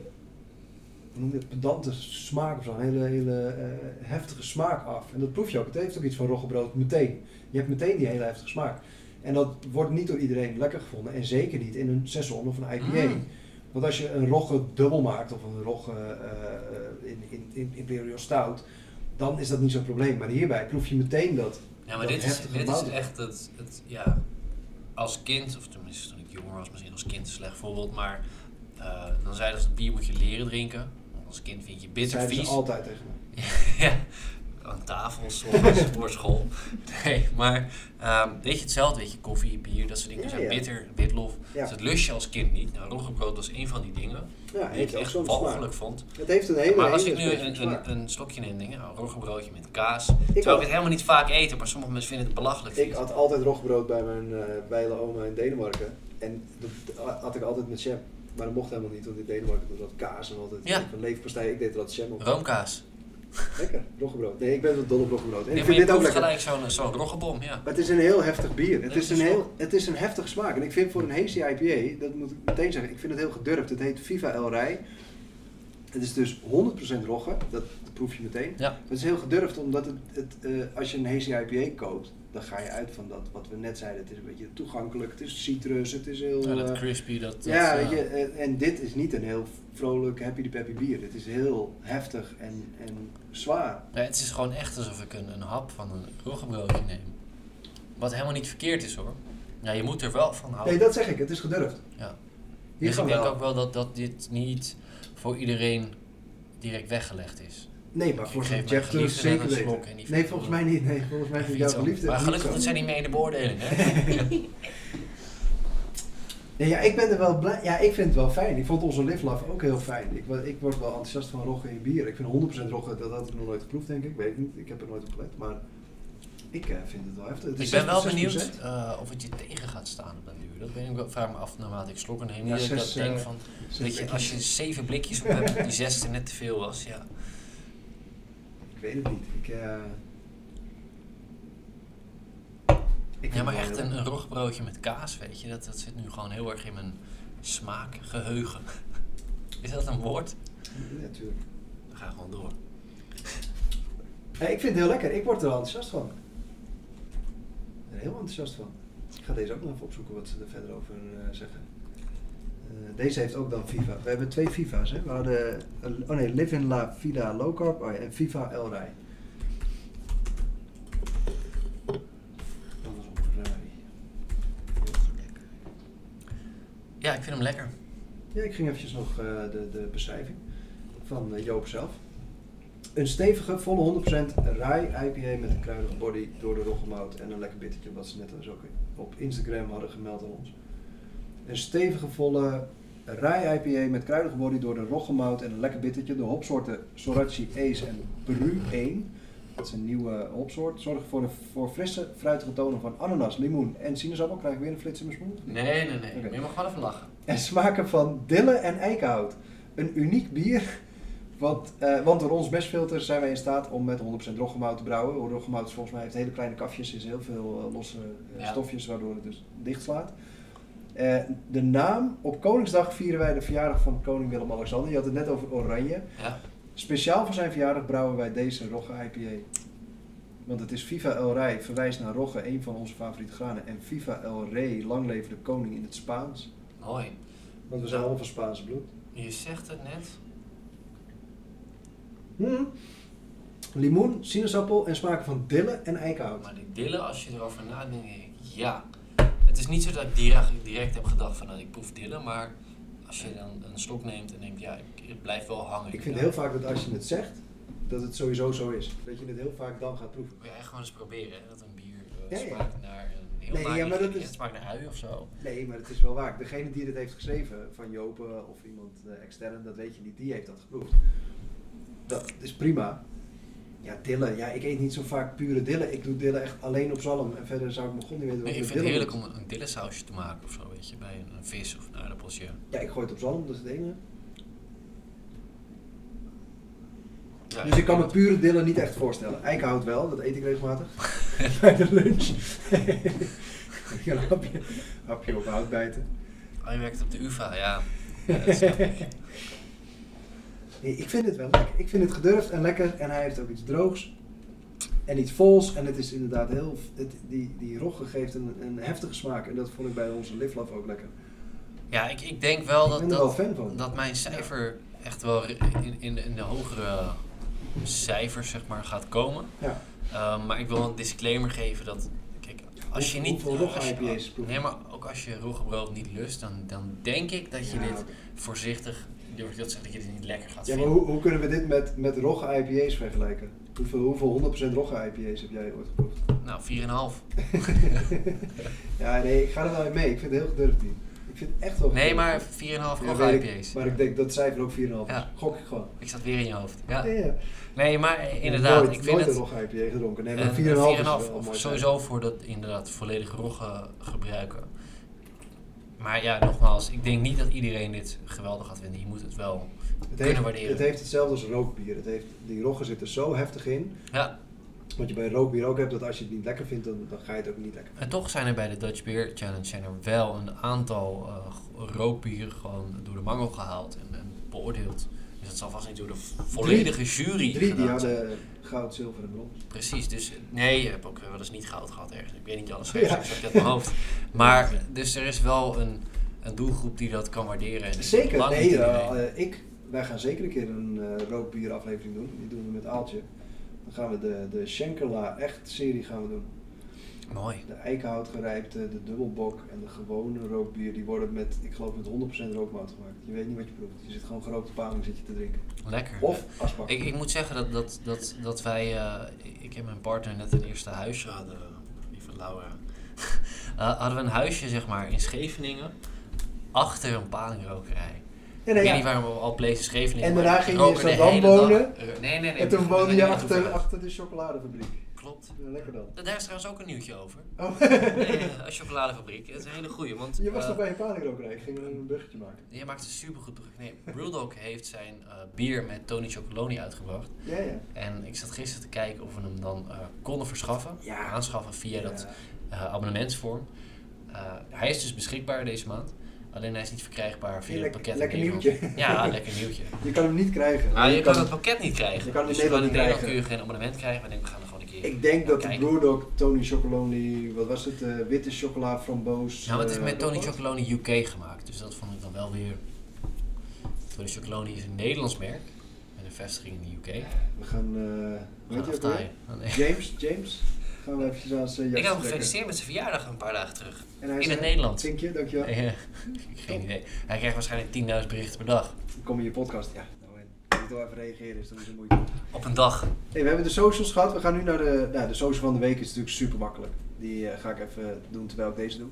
hoe noem je het, pedante smaak of zo. Een hele, hele uh, heftige smaak af. En dat proef je ook. Het heeft ook iets van roggebrood meteen. Je hebt meteen die hele heftige smaak. En dat wordt niet door iedereen lekker gevonden. En zeker niet in een saison of een I P A. Mm. Want als je een rogge dubbel maakt of een rogge uh, in, in, in Imperial Stout, dan is dat niet zo'n probleem. Maar hierbij proef je meteen dat. Ja, maar dat dit is, heftige dit is mout. echt het, het, ja, als kind, of tenminste toen ik jonger was, misschien als kind een slecht voorbeeld, maar uh, dan zeiden ze dat bier moet je leren drinken. Als kind vind je bitter Zeiden vies. ze altijd tegen me. Ja, aan tafel, soms, voor school. Nee, maar um, weet je hetzelfde, weet je, koffie, bier, dat soort dingen Ja, zijn ja. bitter, witlof. Ja. Dus dat lust je als kind niet. Nou, roggebrood was een van die dingen Ja, die ik heeft ook echt zo'n walgelijk smaak. vond. Het heeft een hele Maar als hele ik nu specifieke een, smaak. een, een slokje neem, denk ik, nou, roggebroodje met kaas. Ik Terwijl ik ook. het helemaal niet vaak eten, maar sommige mensen vinden het belachelijk. Ik vies. had altijd roggebrood bij mijn uh, wijle oma in Denemarken. En dat had ik altijd met jam. Maar dat mocht helemaal niet, want in Denemarken doen dat kaas en altijd Ja. van leverpastei. Ik deed er altijd jam op. Roomkaas. Lekker, roggebrood. Nee, ik ben wel dol op roggebrood. En Nee, ik maar vind je dit ook proeft lekker. gelijk zo'n zo'n roggebom, ja. Maar het is een heel heftig bier. Het Nee, is dat een, is heel, het is een heftige smaak. En ik vind voor een hazy I P A, dat moet ik meteen zeggen, ik vind het heel gedurfd. Het heet Viva El Rey. Het is dus honderd procent rogge, dat, dat proef je meteen. Ja. Het is heel gedurfd omdat het, het, uh, als je een hazy I P A koopt, dan ga je uit van dat wat we net zeiden. Het is een beetje toegankelijk, het is citrus, het is heel... Ja, dat uh, crispy, dat... dat ja, uh, weet je, en, en dit is niet een heel vrolijk, happy de peppy bier. Het is heel heftig en, en zwaar. ja, het is gewoon echt alsof ik een, een hap van een roggebroodje neem. Wat helemaal niet verkeerd is hoor. Ja, je moet er wel van houden. Nee, dat zeg ik, het is gedurfd. Ja. Hier Dus gaan ik we denk wel. ook wel dat, dat dit niet voor iedereen direct weggelegd is. Nee, maar Ik voor geef zo'n mijn Jeff Turk geliefde net zeker een weten. slok en die Nee, vindt volgens het mij niet. Nee, volgens mij Ik vind vind jouw het geliefde wel. Maar het gelukkig niet goed zo. zijn die mee in de beoordeling, hè? Nee, ja, ik ben er wel blij. Ja, ik vind het wel fijn. Ik vond onze Livlaf ook heel fijn. Ik, wa- ik word wel enthousiast van rogge in bier. Ik vind honderd procent rogge, dat had ik nog nooit geproefd denk ik. Weet ik niet, ik heb er nooit op gelet. Maar ik uh, vind het wel heftig. Het is Ik ben wel zes benieuwd procent. uh, of het je tegen gaat staan op dat duur. Dat ben ik wel, vraag me af naarmate ik slokken neem. Ja, Niet dat ik zes, dat denk uh, van, zes weet je, blikjes. als je zeven blikjes op hebt, dat die zesde net te veel was, ja. Ik weet het niet. Ik, uh... ik Ja, vind maar het echt wel een, heel- een roggebroodje met kaas, weet je, dat, dat zit nu gewoon heel erg in mijn smaakgeheugen. Is dat een woord? Ja, natuurlijk. Dan ga gewoon door. Hey, ik vind het heel lekker. Ik word er wel enthousiast van. er heel enthousiast van. Ik ga deze ook nog even opzoeken wat ze er verder over uh, zeggen. Uh, deze heeft ook dan Viva. We hebben twee Viva's, hè. We hadden, uh, oh nee, Live in La Vida Low Carb oh ja, en Viva El Rij. Andersom, Rij. Ja, ik vind hem lekker. Ja, ik ging eventjes nog uh, de, de beschrijving van uh, Joop zelf. Een stevige, volle honderd procent rye I P A met een kruidige body door de roggemout en een lekker bittertje, wat ze net dus ook op Instagram hadden gemeld aan ons. Een stevige, volle rye I P A met kruidige body door de roggemout en een lekker bittertje. De hopsoorten Sorachi Ace en Bru één, dat is een nieuwe hopsoort, zorgen voor, de, voor frisse, fruitige tonen van ananas, limoen en sinaasappel. Krijg ik weer een flits in mijn smoel? Nee, nee, nee. Okay. Je mag gewoon even lachen. En smaken van dille en eikenhout. Een uniek bier. Want, uh, want door ons meshfilter zijn wij in staat om met honderd procent roggemout te brouwen. Roggemout is volgens mij heeft hele kleine kafjes, is heel veel uh, losse uh, ja. stofjes waardoor het dus dicht slaat. Uh, de naam, op Koningsdag vieren wij de verjaardag van koning Willem-Alexander. Je had het net over oranje. Ja. Speciaal voor zijn verjaardag brouwen wij deze Rogge I P A. Want het is Viva El Rey, verwijst naar Rogge, een van onze favoriete granen. En Viva El Rey, lang leven de koning in het Spaans. Mooi. Want we zijn allemaal van Spaanse bloed. Je zegt het net. Hmm. Limoen, sinaasappel en smaken van dille en eikenhout. Maar die dille, als je erover nadenkt, denk ik, ja. Het is niet zo dat ik direct, direct heb gedacht van, nou, ik proef dille, maar als je dan een slok neemt en denkt, ja, ik, het blijft wel hangen. Ik vind heel vaak dat als je het zegt, dat het sowieso zo is. Dat je het heel vaak dan gaat proeven. Wil je echt gewoon eens proberen, hè? Dat een bier uh, Ja, ja. smaakt naar een heel Nee, naar ja, maar dat iets, is- het smaakt naar ui of zo. Nee, maar het is wel waar. Degene die dit heeft geschreven, van Jopen of iemand uh, extern, dat weet je niet, die heeft dat geproefd. Dat is prima. Ja, dille. Ja, ik eet niet zo vaak pure dille. Ik doe dille echt alleen op zalm. En verder zou ik mijn god niet weten wat Nee, ik met vind het dille heerlijk moet. om een dillesausje te maken of zo, weet je, bij een, een vis of een aardappeltje. Ja, ik gooi het op zalm, dat is het enige. Ja, Dus ik kan me pure dille niet echt voorstellen. Eikenhout wel, dat eet ik regelmatig. Bij de lunch. Ik ga een hapje, hapje op hout bijten. Oh, je werkt op de U vA, ja. Ja, dat snap ik. Nee, ik vind het wel lekker. Ik vind het gedurfd en lekker. En hij heeft ook iets droogs. En iets vols. En het is inderdaad heel... Het, die, die rogge geeft een, een heftige smaak. En dat vond ik bij onze Live Love ook lekker. Ja, ik, ik denk wel Ik dat, ben er wel dat, fan van. dat mijn cijfer echt wel in, in, de, in de hogere cijfers, zeg maar, gaat komen. Ja. Um, maar ik wil een disclaimer geven dat, kijk, als je Hoe- niet... hoeveel als je- rogge I P A's proef je? Nee, maar ook als je roggebrood niet lust, dan, dan denk ik dat je Ja, dit oké. voorzichtig, durf ik dat te zeggen, dat je dit niet lekker gaat Ja, maar vinden. hoe, hoe kunnen we dit met, met rogge I P A's vergelijken? Hoeveel, hoeveel honderd procent rogge I P A's heb jij ooit geproefd? Nou, vier komma vijf. Ja, nee, ik ga er wel in mee. Ik vind het heel gedurfd niet. Ik vind het echt wel Nee, gedurfd. maar vier komma vijf Ja, rogge weet I ik, P A's. Maar ik denk dat het cijfer ook vier komma vijf is. Ja. Gok ik gewoon. Ik zat weer in je hoofd. Ja. Ja, ja. Nee, maar inderdaad, nooit, ik vind nooit het... een rogge I P A gedronken. Nee, maar Een- vier een komma vijf vier is komma wel vijf mooi. of sowieso voor dat inderdaad volledige rogge gebruiken. Maar ja, nogmaals, ik denk niet dat iedereen dit geweldig gaat vinden. Je moet het wel Het kunnen heeft, waarderen. het heeft hetzelfde als rookbier. Het heeft, die rogge zit er zo heftig in. Ja, Wat je bij rookbier ook hebt, dat als je het niet lekker vindt, dan, dan ga je het ook niet lekker. en toch zijn er bij de Dutch Beer Challenge zijn er wel een aantal uh, rookbieren gewoon door de mangel gehaald en, en beoordeeld. Dus dat zal vast niet door de volledige jury Drie die gedaan zijn. hadden goud, zilver en brons. Precies, dus nee, je hebt ook wel eens niet goud gehad ergens. Ik weet niet alles, Ja. ik heb het uit mijn hoofd. Maar, dus er is wel een, een doelgroep die dat kan waarderen. En Zeker, lang nee, niet uh, iedereen. uh, ik, wij gaan zeker een keer een uh, rookbier aflevering doen. Die doen we met Aaltje. Dan gaan we de, de Schenkerla echt serie gaan we doen. Mooi. De eikenhout gerijpte, de dubbelbok en de gewone rookbier, die worden met, ik geloof met honderd procent rookmout gemaakt. Je weet niet wat je proeft. Je zit gewoon gerookte paling zit je te drinken. Lekker. Of asbak. Ik, ik moet zeggen dat, dat, dat, dat wij, uh, ik en mijn partner net een eerste huisje hadden, lieve Laura. uh, hadden we een huisje, zeg maar, in Scheveningen, achter een palingrokerij. Ja, Ik nee, weet ja. niet waarom we al Place Scheveningen. En maar daarna ik ging je rook in er de Zandam hele wonen. dag. Uh, nee, nee, nee. En toen we- woonde we je zijn achter, niet achter de chocoladefabriek. Klopt. Ja, lekker dan. Daar is trouwens ook een nieuwtje over. Oh. Nee, een chocoladefabriek. Het is een hele goeie, want... Je was uh, toch bij een palingrokerij? Ik ging een bruggetje maken. Je maakt een supergoed brug. Nee, Brewdog heeft zijn uh, bier met Tony Chocoloni uitgebracht. Ja, ja. En ik zat gisteren te kijken of we hem dan uh, konden verschaffen. Ja. Aanschaffen via Ja. dat uh, abonnementsvorm. Uh, hij is dus beschikbaar deze maand. Alleen hij is niet verkrijgbaar via Hey, het lek- pakket lekker in Nederland. nieuwtje. Ja, lekker nieuwtje. Je kan hem niet krijgen. Maar je kan het pakket niet krijgen. Je kan hem in dus Nederland in niet Nederland krijgen. kun je geen abonnement krijgen. Maar ik denk, we gaan er gewoon een in. Ik denk dat de Kijk. Brewdog Tony Chocolonely, wat was het, uh, witte chocola framboos. Ja, maar het is uh, met Tony wat? Chocolonely U K gemaakt, dus dat vond ik dan wel weer... Tony Chocolonely is een Nederlands merk, met een vestiging in de U K. We gaan, uh, We weet gaan je ook weer? aftaaien. Oh, nee. James, James, gaan we eventjes aan zijn Ik jas heb hem trekken. gefeliciteerd met zijn verjaardag een paar dagen terug. En hij In zei, het Nederlands. Vinkje, dankjewel. Nee, eh, geen idee. Hij krijgt waarschijnlijk tienduizend berichten per dag. Kom in je podcast. Ja, nou, en je moet wel even reageren, is dan is het moeite. Op een dag. Hey, we hebben de socials gehad. We gaan nu naar de, nou, de social van de week. Is natuurlijk super makkelijk. Die uh, ga ik even doen terwijl ik deze doe.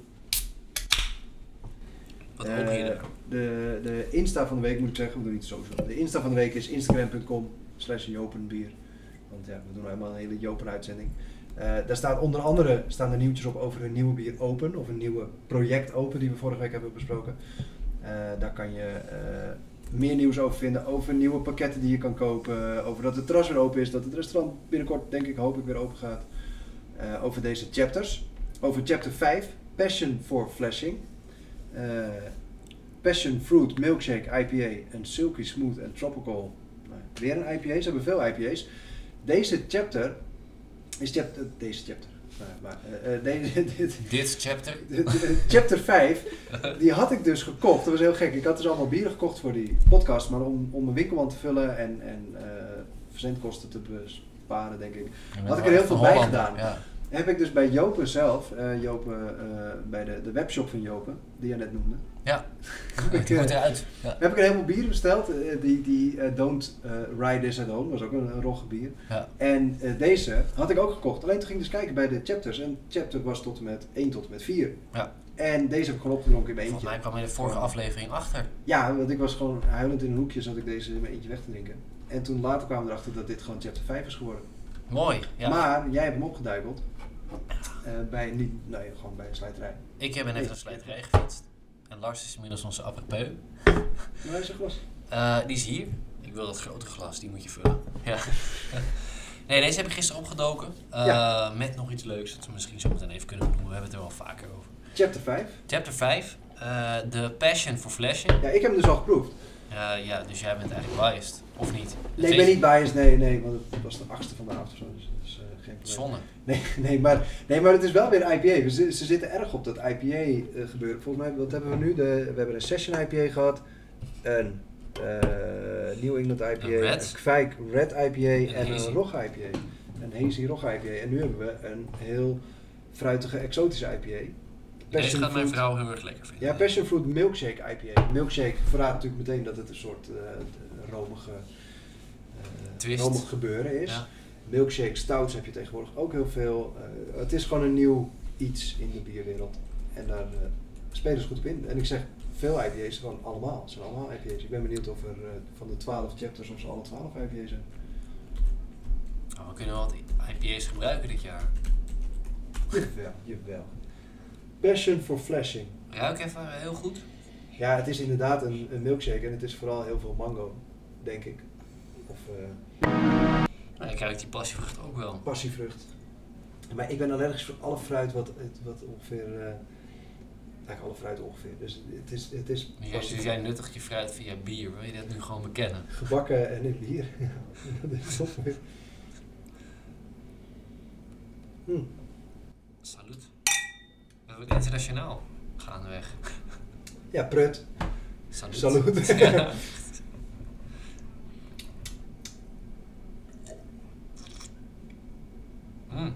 Wat Uh, open je er? de, de Insta van de week moet ik zeggen, we doen niet de social. De Insta van de week is instagram punt com slash jopenbier. Want ja, we doen helemaal een hele Jopen uitzending. Uh, daar staat onder andere staan er nieuwtjes op over hun nieuwe bier Open. Of een nieuwe project Open die we vorige week hebben besproken. Uh, daar kan je uh, meer nieuws over vinden. Over nieuwe pakketten die je kan kopen. Over dat het terras weer open is. Dat het restaurant binnenkort denk ik hoop ik weer open gaat. Uh, over deze chapters. Over chapter vijf. Passion for Flashing. Uh, Passion Fruit Milkshake I P A en Silky Smooth en Tropical. Nou, weer een I P A, ze hebben veel I P A's. Deze chapter is chapter, deze chapter. Nou, maar, uh, uh, deze, dit, Dit chapter. de- de- chapter vijf, die had ik dus gekocht. Dat was heel gek. Ik had dus allemaal bieren gekocht voor die podcast, maar om, om mijn winkelmand te vullen en, en uh, verzendkosten te besparen, denk ik. Had ik er heel veel bij gedaan. Ja. Heb ik dus bij Jopen zelf, uh, Jopen, uh, bij de, de webshop van Jopen, die je net noemde. Ja, heb ik, die uh, moet eruit. Ja. heb ik een heleboel bieren besteld. Uh, die die uh, Don't uh, Ride This at Home, was ook een, een rogge bier. Ja. En uh, deze had ik ook gekocht. Alleen toen ging ik dus kijken bij de chapters. En chapter was tot en met één tot en met vier. Ja. En deze heb ik gewoon opgedronken in mijn Volgens eentje. mij kwam je in de vorige aflevering achter. Ja, want ik was gewoon huilend in een hoekje, zat ik deze in mijn eentje weg te drinken. En toen later kwamen we erachter dat dit gewoon chapter vijf is geworden. Mooi. Ja. Maar jij hebt hem opgeduikeld. Uh, bij, niet, nee, gewoon bij een slijterij. Ik heb net naar de slijterij gefietst. En Lars is inmiddels onze apropeu. Maar hij is een glas. Uh, die is hier. Ik wil dat grote glas, die moet je vullen. Ja. Nee, deze heb ik gisteren opgedoken. Uh, Ja. Met nog iets leuks dat we misschien zo meteen even kunnen benoemen. We hebben het er wel vaker over. Chapter vijf. Chapter vijf. Uh, de Passion for Flashing. Ja, ik heb hem dus al geproefd. Uh, ja, dus jij bent eigenlijk biased. Of niet? Nee, ik ben niet biased, nee, nee, want het was de achtste van de avond of zo, dus dat is uh, geen probleem. Zonne. Nee, nee, maar, nee, maar het is wel weer een I P A. Ze, ze zitten erg op dat I P A uh, gebeuren. Volgens mij, wat hebben we nu? De, we hebben een Session I P A gehad, een uh, New England I P A, Een Red. een Kwijk Red I P A Een en Hazy. een Rogge I P A. Een Hazy Rogge I P A. En nu hebben we een heel fruitige, exotische I P A. Deze gaat mijn fruit- vrouw heel erg lekker vinden. Ja, Passion Fruit Milkshake I P A. Milkshake verraadt natuurlijk meteen dat het een soort uh, romige, uh, Twist. romig gebeuren is. Ja. Milkshake stouts heb je tegenwoordig ook heel veel. Uh, het is gewoon een nieuw iets in de bierwereld. En daar uh, spelen ze goed op in. En ik zeg, veel I P A's, gewoon allemaal. Het zijn allemaal I P A's. Ik ben benieuwd of er uh, van de twaalf chapters of ze alle twaalf I P A's zijn. Nou, we kunnen wel wat I P A's gebruiken dit jaar. Jawel, jawel. Passion for Flashing. Ruik even heel goed. Ja, het is inderdaad een, een milkshake en het is vooral heel veel mango, denk ik. Of uh, Nou, ik ruik die passievrucht ook wel. passievrucht. Maar ik ben allergisch voor alle fruit wat, wat ongeveer... Uh, eigenlijk alle fruit ongeveer. Dus het is, het is Dus jij, dus jij nuttigt je fruit via bier. Wil je dat nu gewoon bekennen? gebakken en in bier. Dat is top. Hm. Salut. We worden internationaal gaandeweg. Ja, prut. Salut. Salut. Ja. Mm.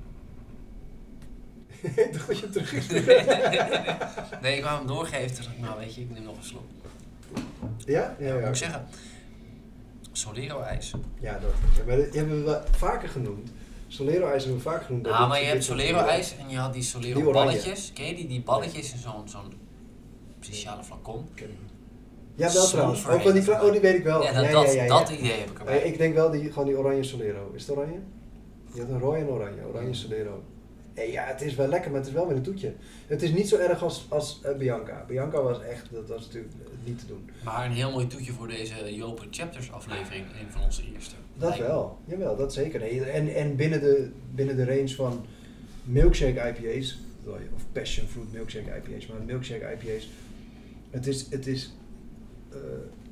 Ik dacht dat je hem terug ging. nee, nee, nee. Nee, ik wou hem doorgeven. Toen dacht ik, nou weet je, ik neem nog een slok. Ja? Ja, Ja, ja. moet ik zeggen. Solero ijs. Ja, dat. Ja, maar dat hebben we wel vaker genoemd. Solero ijs hebben we vaak genoemd. Nou, Dat maar dit- je hebt dit- Solero ijs en je had die Solero Die oranje. balletjes. Ken je die? Die balletjes in zo'n zo'n speciale flacon. Ja, wel Zo trouwens. Ook verheven. van die vla- oh, die weet ik wel. Ja, dat, ja, dat, ja, ja, ja. dat idee heb ik erbij. Eh, ik denk wel die, gewoon die oranje Solero. Is het oranje? Je had een rode en oranje. Oranje Solero. Eh, ja, het is wel lekker, maar het is wel weer een toetje. Het is niet zo erg als, als uh, Bianca. Bianca was echt, dat was natuurlijk uh, niet te doen. Maar een heel mooi toetje voor deze Jopen Chapters aflevering. Een van onze eerste. Dat Lijkt me. wel, jawel, dat zeker. Nee, en en binnen, de, binnen de range van milkshake I P A's, of passion fruit milkshake I P A's, maar milkshake I P A's, het is, het is uh,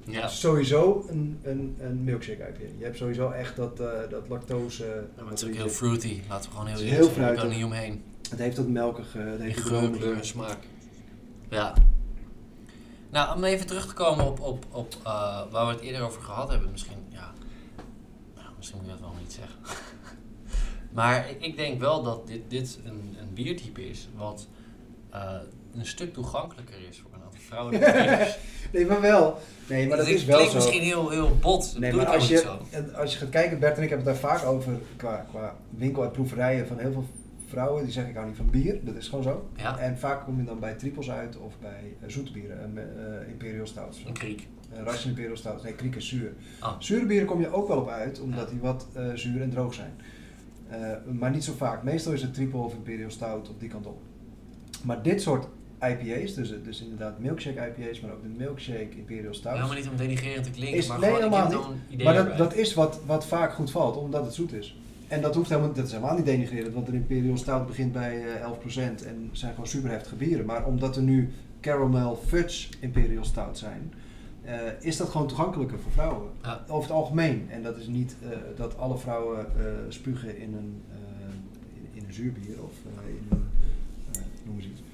Ja. Sowieso een, een, een milkshake I P A. Je hebt sowieso echt dat, uh, dat lactose... Uh, Ja, maar het is ook heel fruity. Laten we gewoon heel Het is eerlijk heel zijn. Ik kan er fruitig. niet omheen. Het heeft dat melkige... Het In heeft geur, dat kleur en smaak. Ja. Nou, om even terug te komen op, op, op uh, waar we het eerder over gehad hebben. Misschien, ja... Nou, misschien moet je dat wel niet zeggen. Maar ik, ik denk wel dat dit, dit een, een biertype is wat uh, een stuk toegankelijker is voor een aantal vrouwelijke drinkers. Nee, maar wel. Nee, maar dat Het is wel klinkt zo. misschien heel, heel bot. Dat Nee, doe maar ik als ook je, niet zo. als je gaat kijken, Bert en ik hebben het daar vaak over qua, qua winkel- en proeverijen van heel veel vrouwen die zeggen ik hou niet van bier. Dat is gewoon zo. Ja. En vaak kom je dan bij triples uit of bij uh, zoete bieren, uh, uh, Imperial Stouts. Een kriek. Uh, Russian Imperial Stouts. Nee, kriek is zuur. Oh. Zure bieren kom je ook wel op uit, omdat Ja. die wat uh, zuur en droog zijn. Uh, maar niet zo vaak. Meestal is het triple of Imperial Stout op die kant op. Maar dit soort I P A's, dus, dus inderdaad milkshake I P A's, maar ook de milkshake Imperial Stouts. Helemaal niet om denigrerend te klinken, Is- maar nee, gewoon ik helemaal heb dan een idee Maar dat, erbij. dat is wat, wat vaak goed valt, omdat het zoet is. En dat hoeft helemaal, dat is helemaal niet denigrerend, want een Imperial Stout begint bij uh, elf procent en zijn gewoon super heftige bieren. Maar omdat er nu caramel fudge Imperial Stout zijn, uh, is dat gewoon toegankelijker voor vrouwen. Ja. Over het algemeen. En dat is niet uh, dat alle vrouwen uh, spugen in een, uh, in, in een zuurbier of uh, in een, uh, noem eens iets.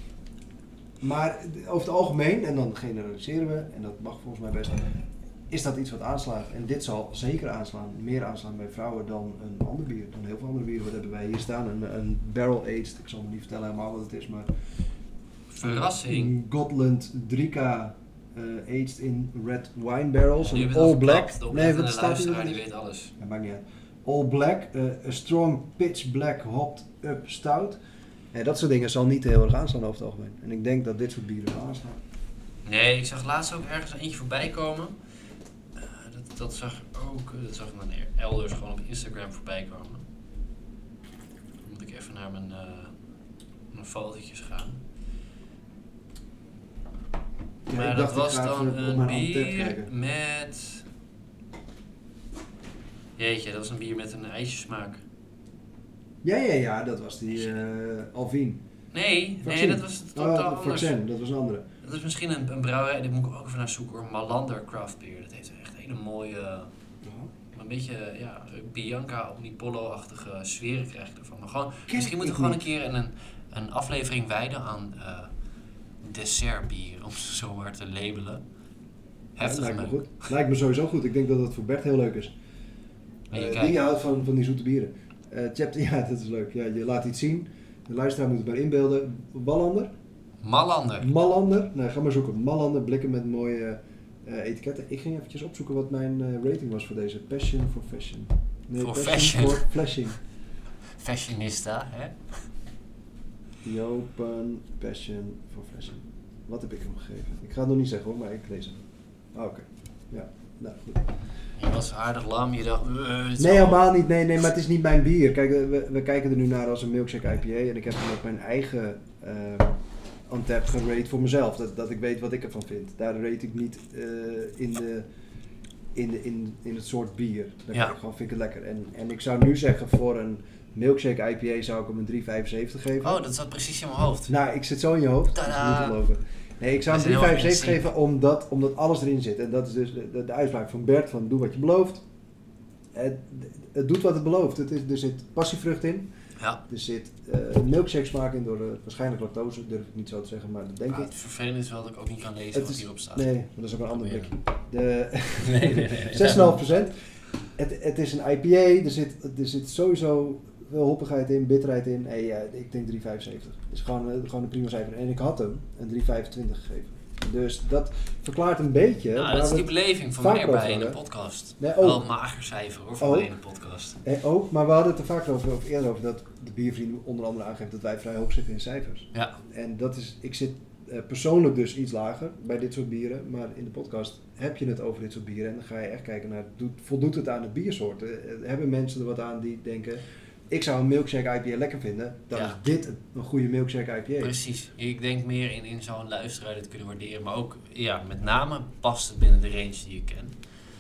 Maar over het algemeen, en dan generaliseren we, en dat mag volgens mij best, is dat iets wat aanslaat. En dit zal zeker aanslaan, meer aanslaan bij vrouwen dan een ander bier, dan heel veel andere bieren. Wat hebben wij hier staan? Een, een barrel-aged, ik zal me niet vertellen helemaal wat het is, maar... Verrassing. Een Gotland drie K uh, aged in red wine barrels, Ja, die een hebben het all al black. verklapt. De Nee, wat oplettende staat hier? luisteraar, die weet alles. Ja, maakt niet uit. All black, uh, a strong pitch black hopped up stout. Ja, dat soort dingen zal niet heel erg aanslaan over het algemeen. En ik denk dat dit soort bieren wel aanslaan. Nee, ik zag laatst ook ergens eentje voorbij komen. Uh, dat, dat zag ik ook, dat zag ik dan elders gewoon op Instagram voorbij komen. Dan moet ik even naar mijn, uh, mijn fotootjes gaan. Ja, Maar ik dat dacht, ik was ga dan even op een mijn bier Untappd kijken. met... Jeetje, dat was een bier met een ijsjesmaak. Ja, ja, ja, dat was die uh, Alvin. Nee, nee, Vaccin. dat was totaal Oh, anders. Vaccin, dat was een andere. Dat is misschien een, een brouwerij, daar moet ik ook even naar zoeken hoor. Malander Craft Beer. Dat heeft echt een hele mooie, een beetje ja, Bianca Omnipollo-achtige sferen krijg je ervan. Maar gewoon, Ken misschien moeten we ik gewoon een keer een, een aflevering wijden aan uh, dessertbier, om ze zo maar te labelen. Heftig Ja, lijkt me meuk. goed. Lijkt me sowieso goed. Ik denk dat dat voor Bert heel leuk is. En je Uh, kijkt. die houdt van, van die zoete bieren. Uh, chapter, ja, dat is leuk. Ja, je laat iets zien. De luisteraar moet het maar inbeelden. Wallander? Malander. Mallander? Nee, ga maar zoeken. Mallander, blikken met mooie uh, etiketten. Ik ging eventjes opzoeken wat mijn uh, rating was voor deze. Passion for fashion. Nee, For passion fashion. for flashing. Fashionista, hè? The Open Passion for Fashion. Wat heb ik hem gegeven? Ik ga het nog niet zeggen hoor, maar ik lees hem. Ah, oké. Okay. Ja, nou goed. Je was aardig lam, je dacht... Uh, dit is Nee, wel- helemaal niet. Nee, nee, maar het is niet mijn bier. Kijk, we, we kijken er nu naar als een milkshake I P A en ik heb hem op mijn eigen uh, Untappd gerate voor mezelf. Dat, dat ik weet wat ik ervan vind. Daar rate ik niet uh, in, de, in, de, in, in het soort bier. Daar Ja. kijk ik gewoon, vind ik het lekker. En, en ik zou nu zeggen, voor een milkshake I P A zou ik hem een drie komma vijfenzeventig geven. Oh, dat zat precies in mijn hoofd. Nou, ik zit zo in je hoofd. Dat is Tadaa. niet te geloven. Nee, ik zou We hem zijn drie komma heel vijfenzeventig erg in geven omdat, omdat alles erin zit. En dat is dus de, de, de uitspraak van Bert van doe wat je belooft. Het, het doet wat het belooft. Het is, er zit passievrucht in. Ja. Er zit uh, milkshake smaak in door uh, waarschijnlijk lactose. Durf ik niet zo te zeggen, maar dat denk Ah, ik. het vervelende is wel dat ik ook niet kan lezen Het wat is- hierop staat. Nee, maar dat is ook een ander blikje. De nee, nee, nee, nee. zes komma vijf procent. Het, het is een I P A. Er zit, er zit sowieso veel hoppigheid in, bitterheid in. Hey, ja, ik denk drie komma vijfenzeventig. Het is gewoon, uh, gewoon een prima cijfer. En ik had hem een drie komma vijfentwintig gegeven. Dus dat verklaart een beetje. Nou, waar dat is we die het beleving van vaak mij over bij in de hadden. podcast. Nee, Wel ook. een mager cijfer hoor, voor Ook. mij in de podcast. Eh, ook, maar we hadden het er vaak over, of eerder over, dat de biervrienden onder andere aangeeft dat wij vrij hoog zitten in cijfers. Ja, En dat is, ik zit eh, persoonlijk dus iets lager bij dit soort bieren, maar in de podcast heb je het over dit soort bieren en dan ga je echt kijken naar, doet, voldoet het aan het biersoort? Eh, hebben mensen er wat aan die denken, ik zou een milkshake I P A lekker vinden, dan Ja. is dit een, een goede milkshake I P A. precies. Ik denk meer in, in zo'n luisteraar dit kunnen waarderen. Maar ook, ja, met name past het binnen de range die ik ken.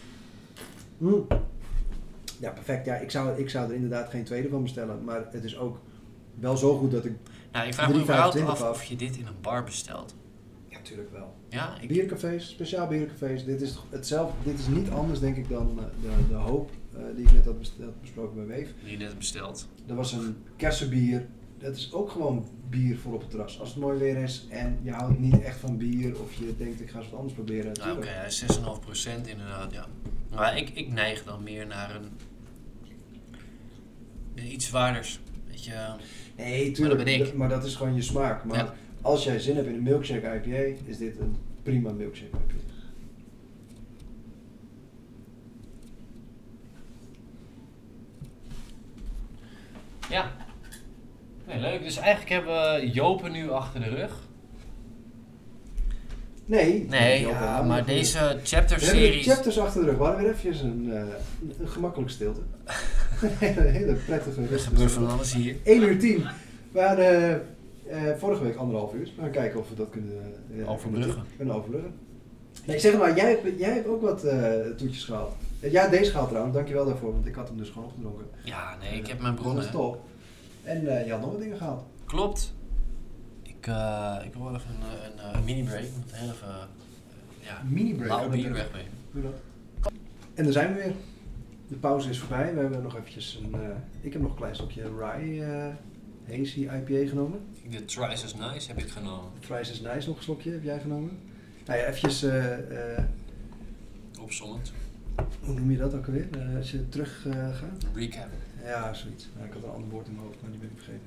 Mm. Ja, perfect. Ja, ik zou, ik zou er inderdaad geen tweede van bestellen, maar het is ook wel zo goed dat ik... Nou, ik vraag me drie komma überhaupt vijfentwintig af af. of je dit in een bar bestelt. Ja, natuurlijk wel. Ja, ik... Biercafés, speciaal biercafés. Dit is hetzelfde. Dit is niet anders, denk ik, dan uh, de, de Hoop uh, die ik net had, best- had besproken bij Weef. Die je net hebt besteld. Er was een kersenbier. Dat is ook gewoon bier voor op het terras. Als het mooi weer is en je houdt niet echt van bier of je denkt ik ga eens wat anders proberen. Nou, oké, hij is zes komma vijf procent inderdaad, ja. Maar ik, ik neig dan meer naar een, een iets zwaarders. Weet je, Nee, tuurlijk. Maar dat ben ik. d- Maar dat is gewoon je smaak. Maar Ja. als jij zin hebt in een milkshake I P A, is dit een prima milkshake I P A. ja. Nee, leuk. Dus eigenlijk hebben we Jopen nu achter de rug. Nee. Nee, die ook ja, wel. maar deze We hebben de chapter-series... chapters achter de rug. We hadden weer eventjes een, uh, een, een gemakkelijk stilte. een hele, hele prettige Er rustige gebeurt van stilte. alles hier. één uur tien. We hadden uh, vorige week anderhalf uur. We gaan kijken of we dat kunnen, uh, Overbruggen. kunnen overbruggen. Nee, zeg maar, jij hebt, jij hebt ook wat uh, toetjes gehaald. Uh, ja, deze gehaald trouwens. Dankjewel daarvoor, want ik had hem dus gewoon opgedronken. Ja, nee, ik Uh, heb mijn dus bronnen. Dat is top. En uh, je had nog wat dingen gehaald. Klopt. Ik, uh, ik wil even een, een, een mini-break. Ik moet heel even... Uh, ja, Mini-break. lauw Oh, bier dat- wegnemen. Doe dat. En daar zijn we weer. De pauze is voorbij. We hebben nog eventjes een... Uh, ik heb nog een klein stokje rye uh, hazy I P A genomen. De Thrice as Nice heb ik genomen. Thrice is nice nog een slokje heb jij genomen. Nou ja, eventjes... Uh, uh, Opzommend. hoe noem je dat ook alweer? Uh, als je terug uh, gaat? Recap. Ja, zoiets. Ja, ik had een ander woord in mijn hoofd, maar die ben ik vergeten.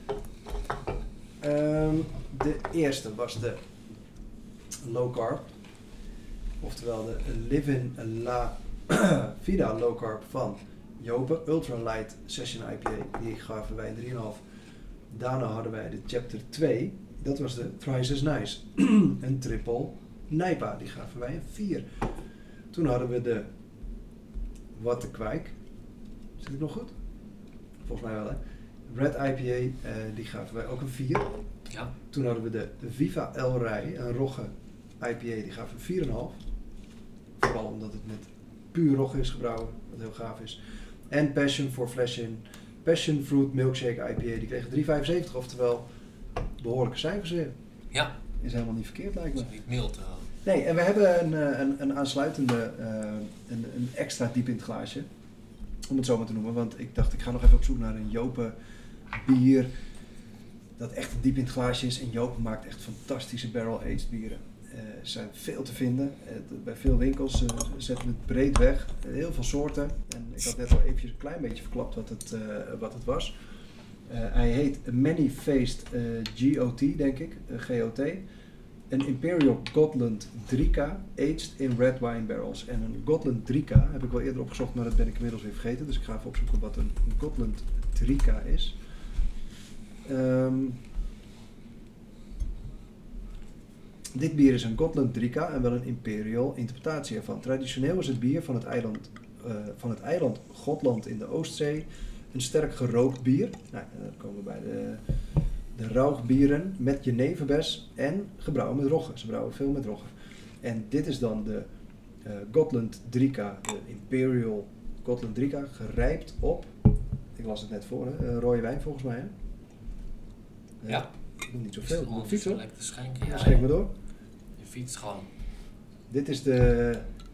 Um, de eerste was de low carb. Oftewel de Livin La Vida low carb van Jopen. Ultra Light Session I P A. Die gaven wij een drie komma vijf. Daarna hadden wij de chapter twee. Dat was de Thrice is Nice. een triple Nijpa. Die gaven wij een vier. Toen hadden we de Wat de Kwijk. Zit ik nog goed? Volgens mij wel, hè. Red I P A, uh, die gaven wij ook een vier. Ja. Toen hadden we de Viva El Rij, een rogge I P A, die gaven een vier komma vijf. Vooral omdat het met puur rogge is gebrouwen, wat heel gaaf is. En Passion for Flashing, Passion Fruit Milkshake I P A, die kregen drie komma vijfenzeventig, oftewel behoorlijke cijfers weer. Ja. Is helemaal niet verkeerd, lijkt me. Dat is niet mild. Uh. Nee, en we hebben een, een, een aansluitende, uh, een, een extra diep in het glaasje. Om het zo maar te noemen, want ik dacht ik ga nog even op zoek naar een Jopen bier dat echt diep in het glaasje is. En Jopen maakt echt fantastische barrel-aged bieren. Uh, ze zijn veel te vinden. Uh, bij veel winkels uh, zetten het breed weg. Uh, heel veel soorten. En ik had net al eventjes een klein beetje verklapt wat het, uh, wat het was. Uh, hij heet Many-Faced uh, G O T, denk ik. Uh, G O T. Een Imperial Gotland drie K aged in red wine barrels. En een Gotland drie K heb ik wel eerder opgezocht, maar dat ben ik inmiddels weer vergeten. Dus ik ga even opzoeken wat een Gotland drie K is. Um, dit bier is een Gotland drie K en wel een Imperial interpretatie ervan. Traditioneel is het bier van het eiland, uh, van het eiland Gotland in de Oostzee een sterk gerookt bier. Nou, dan komen we bij de... De rauwbieren met jeneverbes en gebrouwen met rogge. Ze brouwen veel met rogge. En dit is dan de uh, Gotland drie K, de Imperial Gotland drie K, gerijpt op, ik las het net voor, hè, uh, rode wijn volgens mij. Hè? Uh, Ja. Ik doe niet Is zoveel, het ik moet ondertussen fietsen. lekker te schenken? Ja, Ja, schenk maar door. je fiets gewoon. Dit is de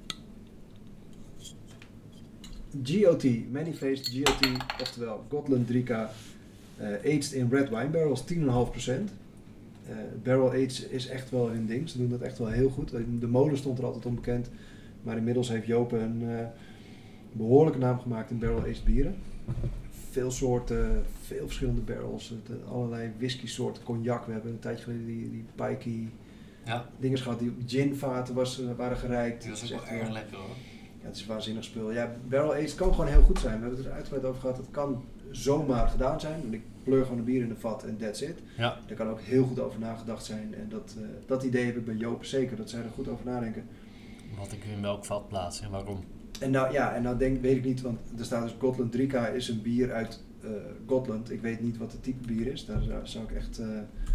G O T, Many-Faced G O T, oftewel Gotland drie K. Uh, aged in red wine barrels, tien komma vijf procent. Uh, barrel aged is echt wel hun ding. Ze doen dat echt wel heel goed. De molen stond er altijd onbekend. Maar inmiddels heeft Jopen een uh, behoorlijke naam gemaakt in barrel aged bieren. Veel soorten, veel verschillende barrels. De, allerlei whisky soorten, cognac. We hebben een tijdje geleden die, die pikey Ja. dingen gehad. Die op ginvaten was, waren gerijpt. Die was Het ook is wel echt erg lekker hoor. Ja, het is een waanzinnig spul. Ja, barrel aged kan gewoon heel goed zijn. We hebben het er uitgebreid over gehad. Het kan zomaar gedaan zijn. Want ik pleur gewoon de bier in de vat en that's it. Ja. Er kan ook heel goed over nagedacht zijn. En dat, uh, dat idee heb ik bij Jopen zeker. Dat zij er goed over nadenken. Wat ik in welk vat plaats en waarom. En nou ja, en nou denk, weet ik niet. Want er staat dus Gotland drie K is een bier uit uh, Gotland. Ik weet niet wat het type bier is. Daar zou, zou ik echt uh,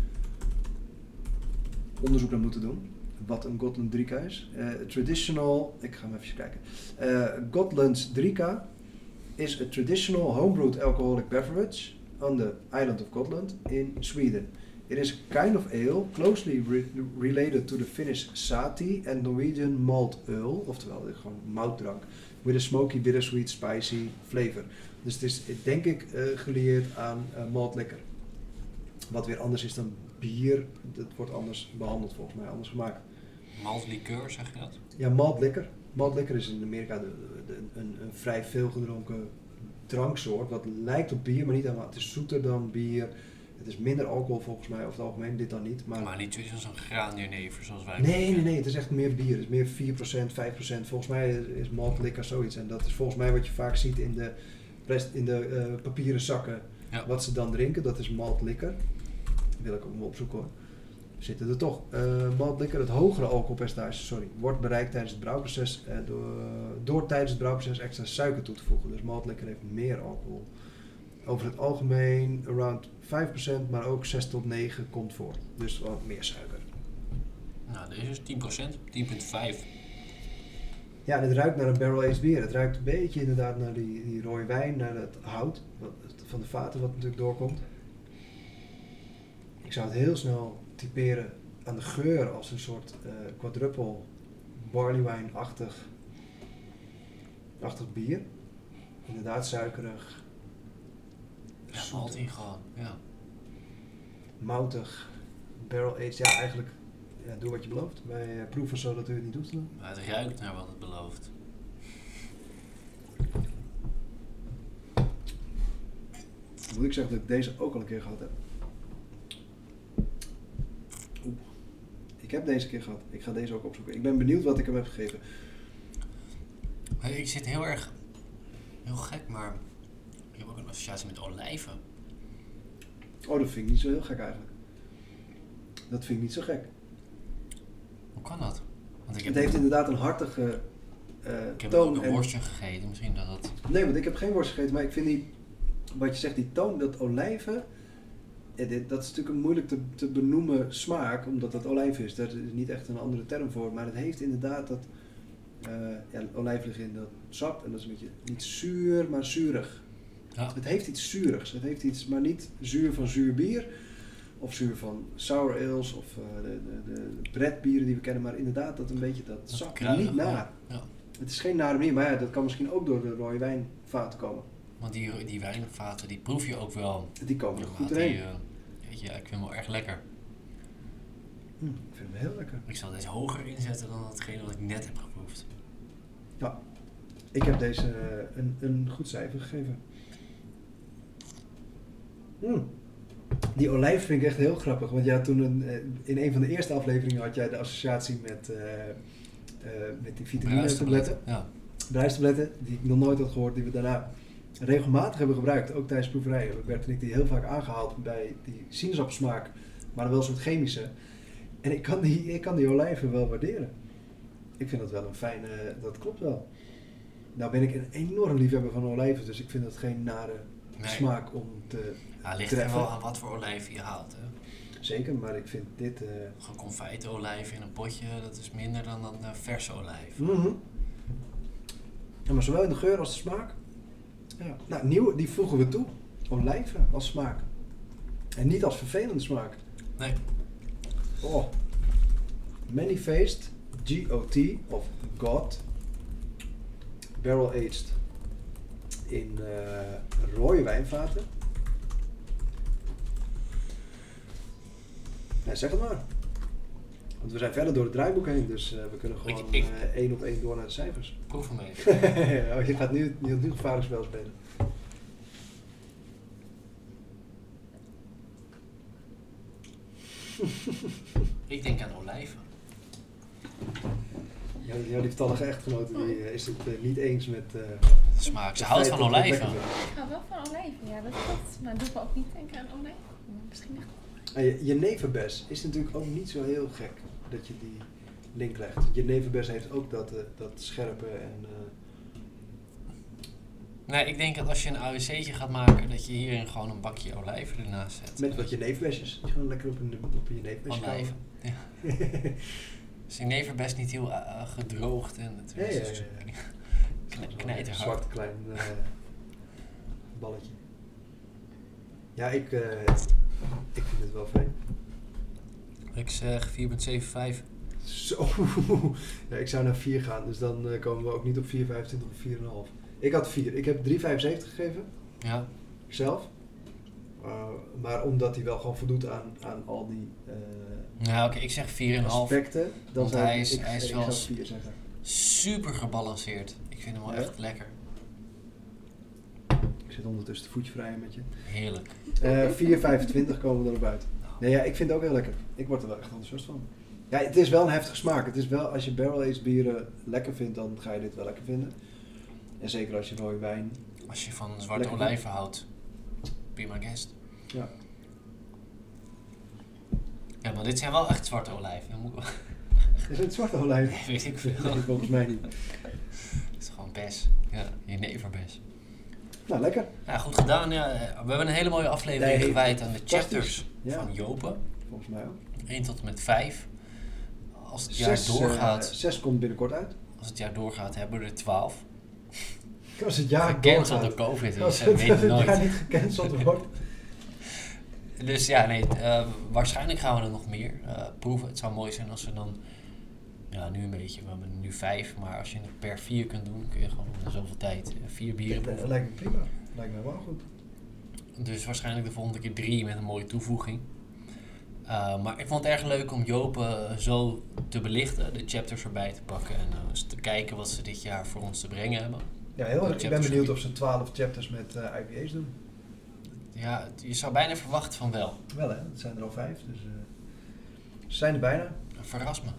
onderzoek naar moeten doen. Wat een Gotland drie K is. Uh, traditional, ik ga hem even kijken. Uh, Gotland's drie K is a traditional homebrewed alcoholic beverage on the island of Gotland in Sweden. It is a kind of ale closely re- related to the Finnish Sahti and Norwegian malt ale, oftewel gewoon moutdrank, with a smoky, bittersweet, spicy flavor. Dus het is denk ik uh, gelieerd aan uh, maltlikker. Wat weer anders is dan bier, dat wordt anders behandeld volgens mij, anders gemaakt. Maltlikeur, zeg je dat? Ja, maltlikker. Maltlikker is in Amerika de, de, de, een, een vrij veel gedronken dranksoort, wat lijkt op bier, maar niet helemaal. Het is zoeter dan bier. Het is minder alcohol volgens mij, over het algemeen, dit dan niet. Maar, maar niet zo'n graanjenever zoals wij. Nee, nee, nee, het is echt meer bier. Het is meer vier procent, vijf procent. Volgens mij is maltlikker zoiets. En dat is volgens mij wat je vaak ziet in de, rest, in de uh, papieren zakken. Ja. Wat ze dan drinken, dat is maltlikker. Dat wil ik ook wel opzoeken hoor. Zitten er toch. Uh, maltlikker, het hogere alcoholpercentage, sorry, wordt bereikt tijdens het brouwproces. Uh, door, door tijdens het brouwproces extra suiker toe te voegen. Dus maltlikker heeft meer alcohol. Over het algemeen around vijf procent, maar ook zes tot negen komt voor. Dus wat meer suiker. Nou, deze is tien procent, tien komma vijf. Ja, en het ruikt naar een barrel-aged bier. Het ruikt een beetje inderdaad naar die, die rode wijn, naar het hout wat, van de vaten wat natuurlijk doorkomt. Ik zou het heel snel typeren aan de geur als een soort uh, quadruple barleywine-achtig achtig bier. Inderdaad suikerig. Ja, malt in gewoon, ja. Moutig, barrel-aged, ja eigenlijk, ja, doe wat je belooft. Wij uh, proeven zo dat u het niet hoeft te doen. Maar het ruikt naar wat het belooft. Moet ik zeggen dat ik deze ook al een keer gehad heb. Oeh. Ik heb deze keer gehad. Ik ga deze ook opzoeken. Ik ben benieuwd wat ik hem heb gegeven. Ik zit heel erg, heel gek, maar ik heb ook een associatie met olijven. Oh, dat vind ik niet zo heel gek eigenlijk. Dat vind ik niet zo gek. Hoe kan dat? Want ik het heb heeft inderdaad een hartige uh, ik heb toon. ook een en... worstje gegeten, misschien dat dat... Nee, want ik heb geen worst gegeten, maar ik vind die, wat je zegt, die toon, dat olijven, ja, dit, dat is natuurlijk een moeilijk te, te benoemen smaak, omdat dat olijf is. Daar is niet echt een andere term voor, maar het heeft inderdaad dat, uh, ja, olijf ligt in dat sap en dat is een beetje, niet zuur, maar zuurig. Ja. Het heeft iets zuurigs, het heeft iets, maar niet zuur van zuur bier, of zuur van sour ales, of uh, de, de, de bredbieren die we kennen, maar inderdaad dat een beetje dat, dat sap, kruidig, niet naar. Ja. Het is geen nare manier, maar ja, dat kan misschien ook door de rode wijnvaten komen. Want die, die wijnvaten, die proef je ook wel. Die komen er goed erin. Uh, ja, ik vind hem wel erg lekker. Hm, ik vind hem heel lekker. Ik zal deze hoger inzetten dan hetgene wat ik net heb geproefd. Ja, ik heb deze uh, een, een goed cijfer gegeven. Hm. Die olijf vind ik echt heel grappig, want ja, toen een, in een van de eerste afleveringen had jij de associatie met, uh, uh, met die vitamine-tabletten. Ja. Bruistabletten, die ik nog nooit had gehoord, die we daarna regelmatig hebben gebruikt, ook tijdens proeverijen. Bert en ik die heel vaak aangehaald bij die sinaasappelsmaak, maar dan wel een soort chemische. En ik kan die, ik kan die olijven wel waarderen. Ik vind dat wel een fijne, dat klopt wel. Nou ben ik een enorm liefhebber van olijven, dus ik vind dat geen nare nee. smaak om te ja, ligt er wel aan wat voor olijven je haalt, hè? Zeker, maar ik vind dit... Uh... Geconfijte olijf in een potje, dat is minder dan een uh, verse olijf. Mm-hmm. Ja, maar zowel in de geur als de smaak. Ja. Nou, nieuw, die voegen we toe. Olijven als smaak. En niet als vervelende smaak. Nee. Oh. Many-faced G O T of God. Barrel aged in uh, rode wijnvaten. Nee, zeg het maar. Want we zijn verder door het draaiboek heen, dus uh, we kunnen gewoon ik, ik, uh, één op één door naar de cijfers. Proef hem even. oh, je gaat nu, je gaat nu gevaarlijk spel spelen. Ik denk aan olijven. Ja, jouw lieftallige echtgenote die, uh, is het uh, niet eens met uh, de smaak. Ze houdt van olijven. Ik hou wel van olijven, ja, dat klopt. Maar doe me ook niet denken aan olijven. Misschien echt. Je jeneverbes is natuurlijk ook niet zo heel gek dat je die link legt. Jeneverbes heeft ook dat, uh, dat scherpe en... Uh... Nee, ik denk dat als je een A W C'tje gaat maken, dat je hierin gewoon een bakje olijven ernaast zet. Met wat jeneverbesjes. Je gewoon lekker op een, op een jeneverbesje olijven, ja. Is jeneverbes niet heel uh, gedroogd en het ja, ja, ja, ja. Kn- knijterhard. Een zwart klein uh, balletje. Ja, ik, uh, ik vind het wel fijn. Ik zeg vier komma zevenenvijftig. Zo, ja, ik zou naar vier gaan, dus dan uh, komen we ook niet op vier komma vijfentwintig of vier komma vijf. Ik had vier. Ik heb drie komma vijfenzeventig gegeven. Ja. Zelf. Uh, maar omdat hij wel gewoon voldoet aan, aan al die uh, Ja, oké, okay, ik zeg vier komma vijf. aspecten, dan Want zou hij ik, is, ik, hij is ik wel zou vier zeggen. super gebalanceerd. Ik vind hem wel Ja? echt lekker. Ik zit ondertussen de voetje vrijen met je. Heerlijk. Uh, vier komma vijfentwintig komen we erop uit. Nee, ja, ik vind het ook heel lekker. Ik word er wel echt enthousiast van. Ja, het is wel een heftige smaak. Het is wel, als je barrel-aged bieren lekker vindt, dan ga je dit wel lekker vinden. En zeker als je rode wijn... Als je van zwarte Lekker. olijven houdt, be my guest. Ja. Ja, maar dit zijn wel echt zwarte olijven. Dat moet ik wel- Is het zwarte olijf? Nee, weet ik veel. Nee, volgens mij niet. Het is gewoon bes. Ja, jeneverbes. Nou, lekker. Ja, goed gedaan. Ja. We hebben een hele mooie aflevering Nee, gewijd aan de fantastisch. chapters Ja. van Jopen. Volgens mij ook. één tot en met vijf. Als het jaar Zes, doorgaat, uh, zes komt binnenkort uit. als het jaar doorgaat, hebben we er twaalf. Als het jaar Gecanceld doorgaat. door COVID, dus Als je het, weet het het jaar nooit. niet gecanceld wordt. Dus ja, nee, uh, waarschijnlijk gaan we er nog meer uh, proeven. Het zou mooi zijn als we dan, ja, nu een beetje, we hebben nu vijf, maar als je het per vier kunt doen, kun je gewoon in zoveel tijd uh, vier bieren Dat proeven. lijkt me prima. Lijkt me wel goed. Dus waarschijnlijk de volgende keer drie met een mooie toevoeging. Uh, maar ik vond het erg leuk om Joop uh, zo te belichten, de chapters erbij te pakken en uh, eens te kijken wat ze dit jaar voor ons te brengen hebben. Ja, heel De erg. Ik ben chapters benieuwd gebied. of ze twaalf chapters met uh, I P A's doen. Ja, het- je zou bijna verwachten van wel. Wel hè, het zijn er al vijf. Dus uh, ze zijn er bijna. Verras me.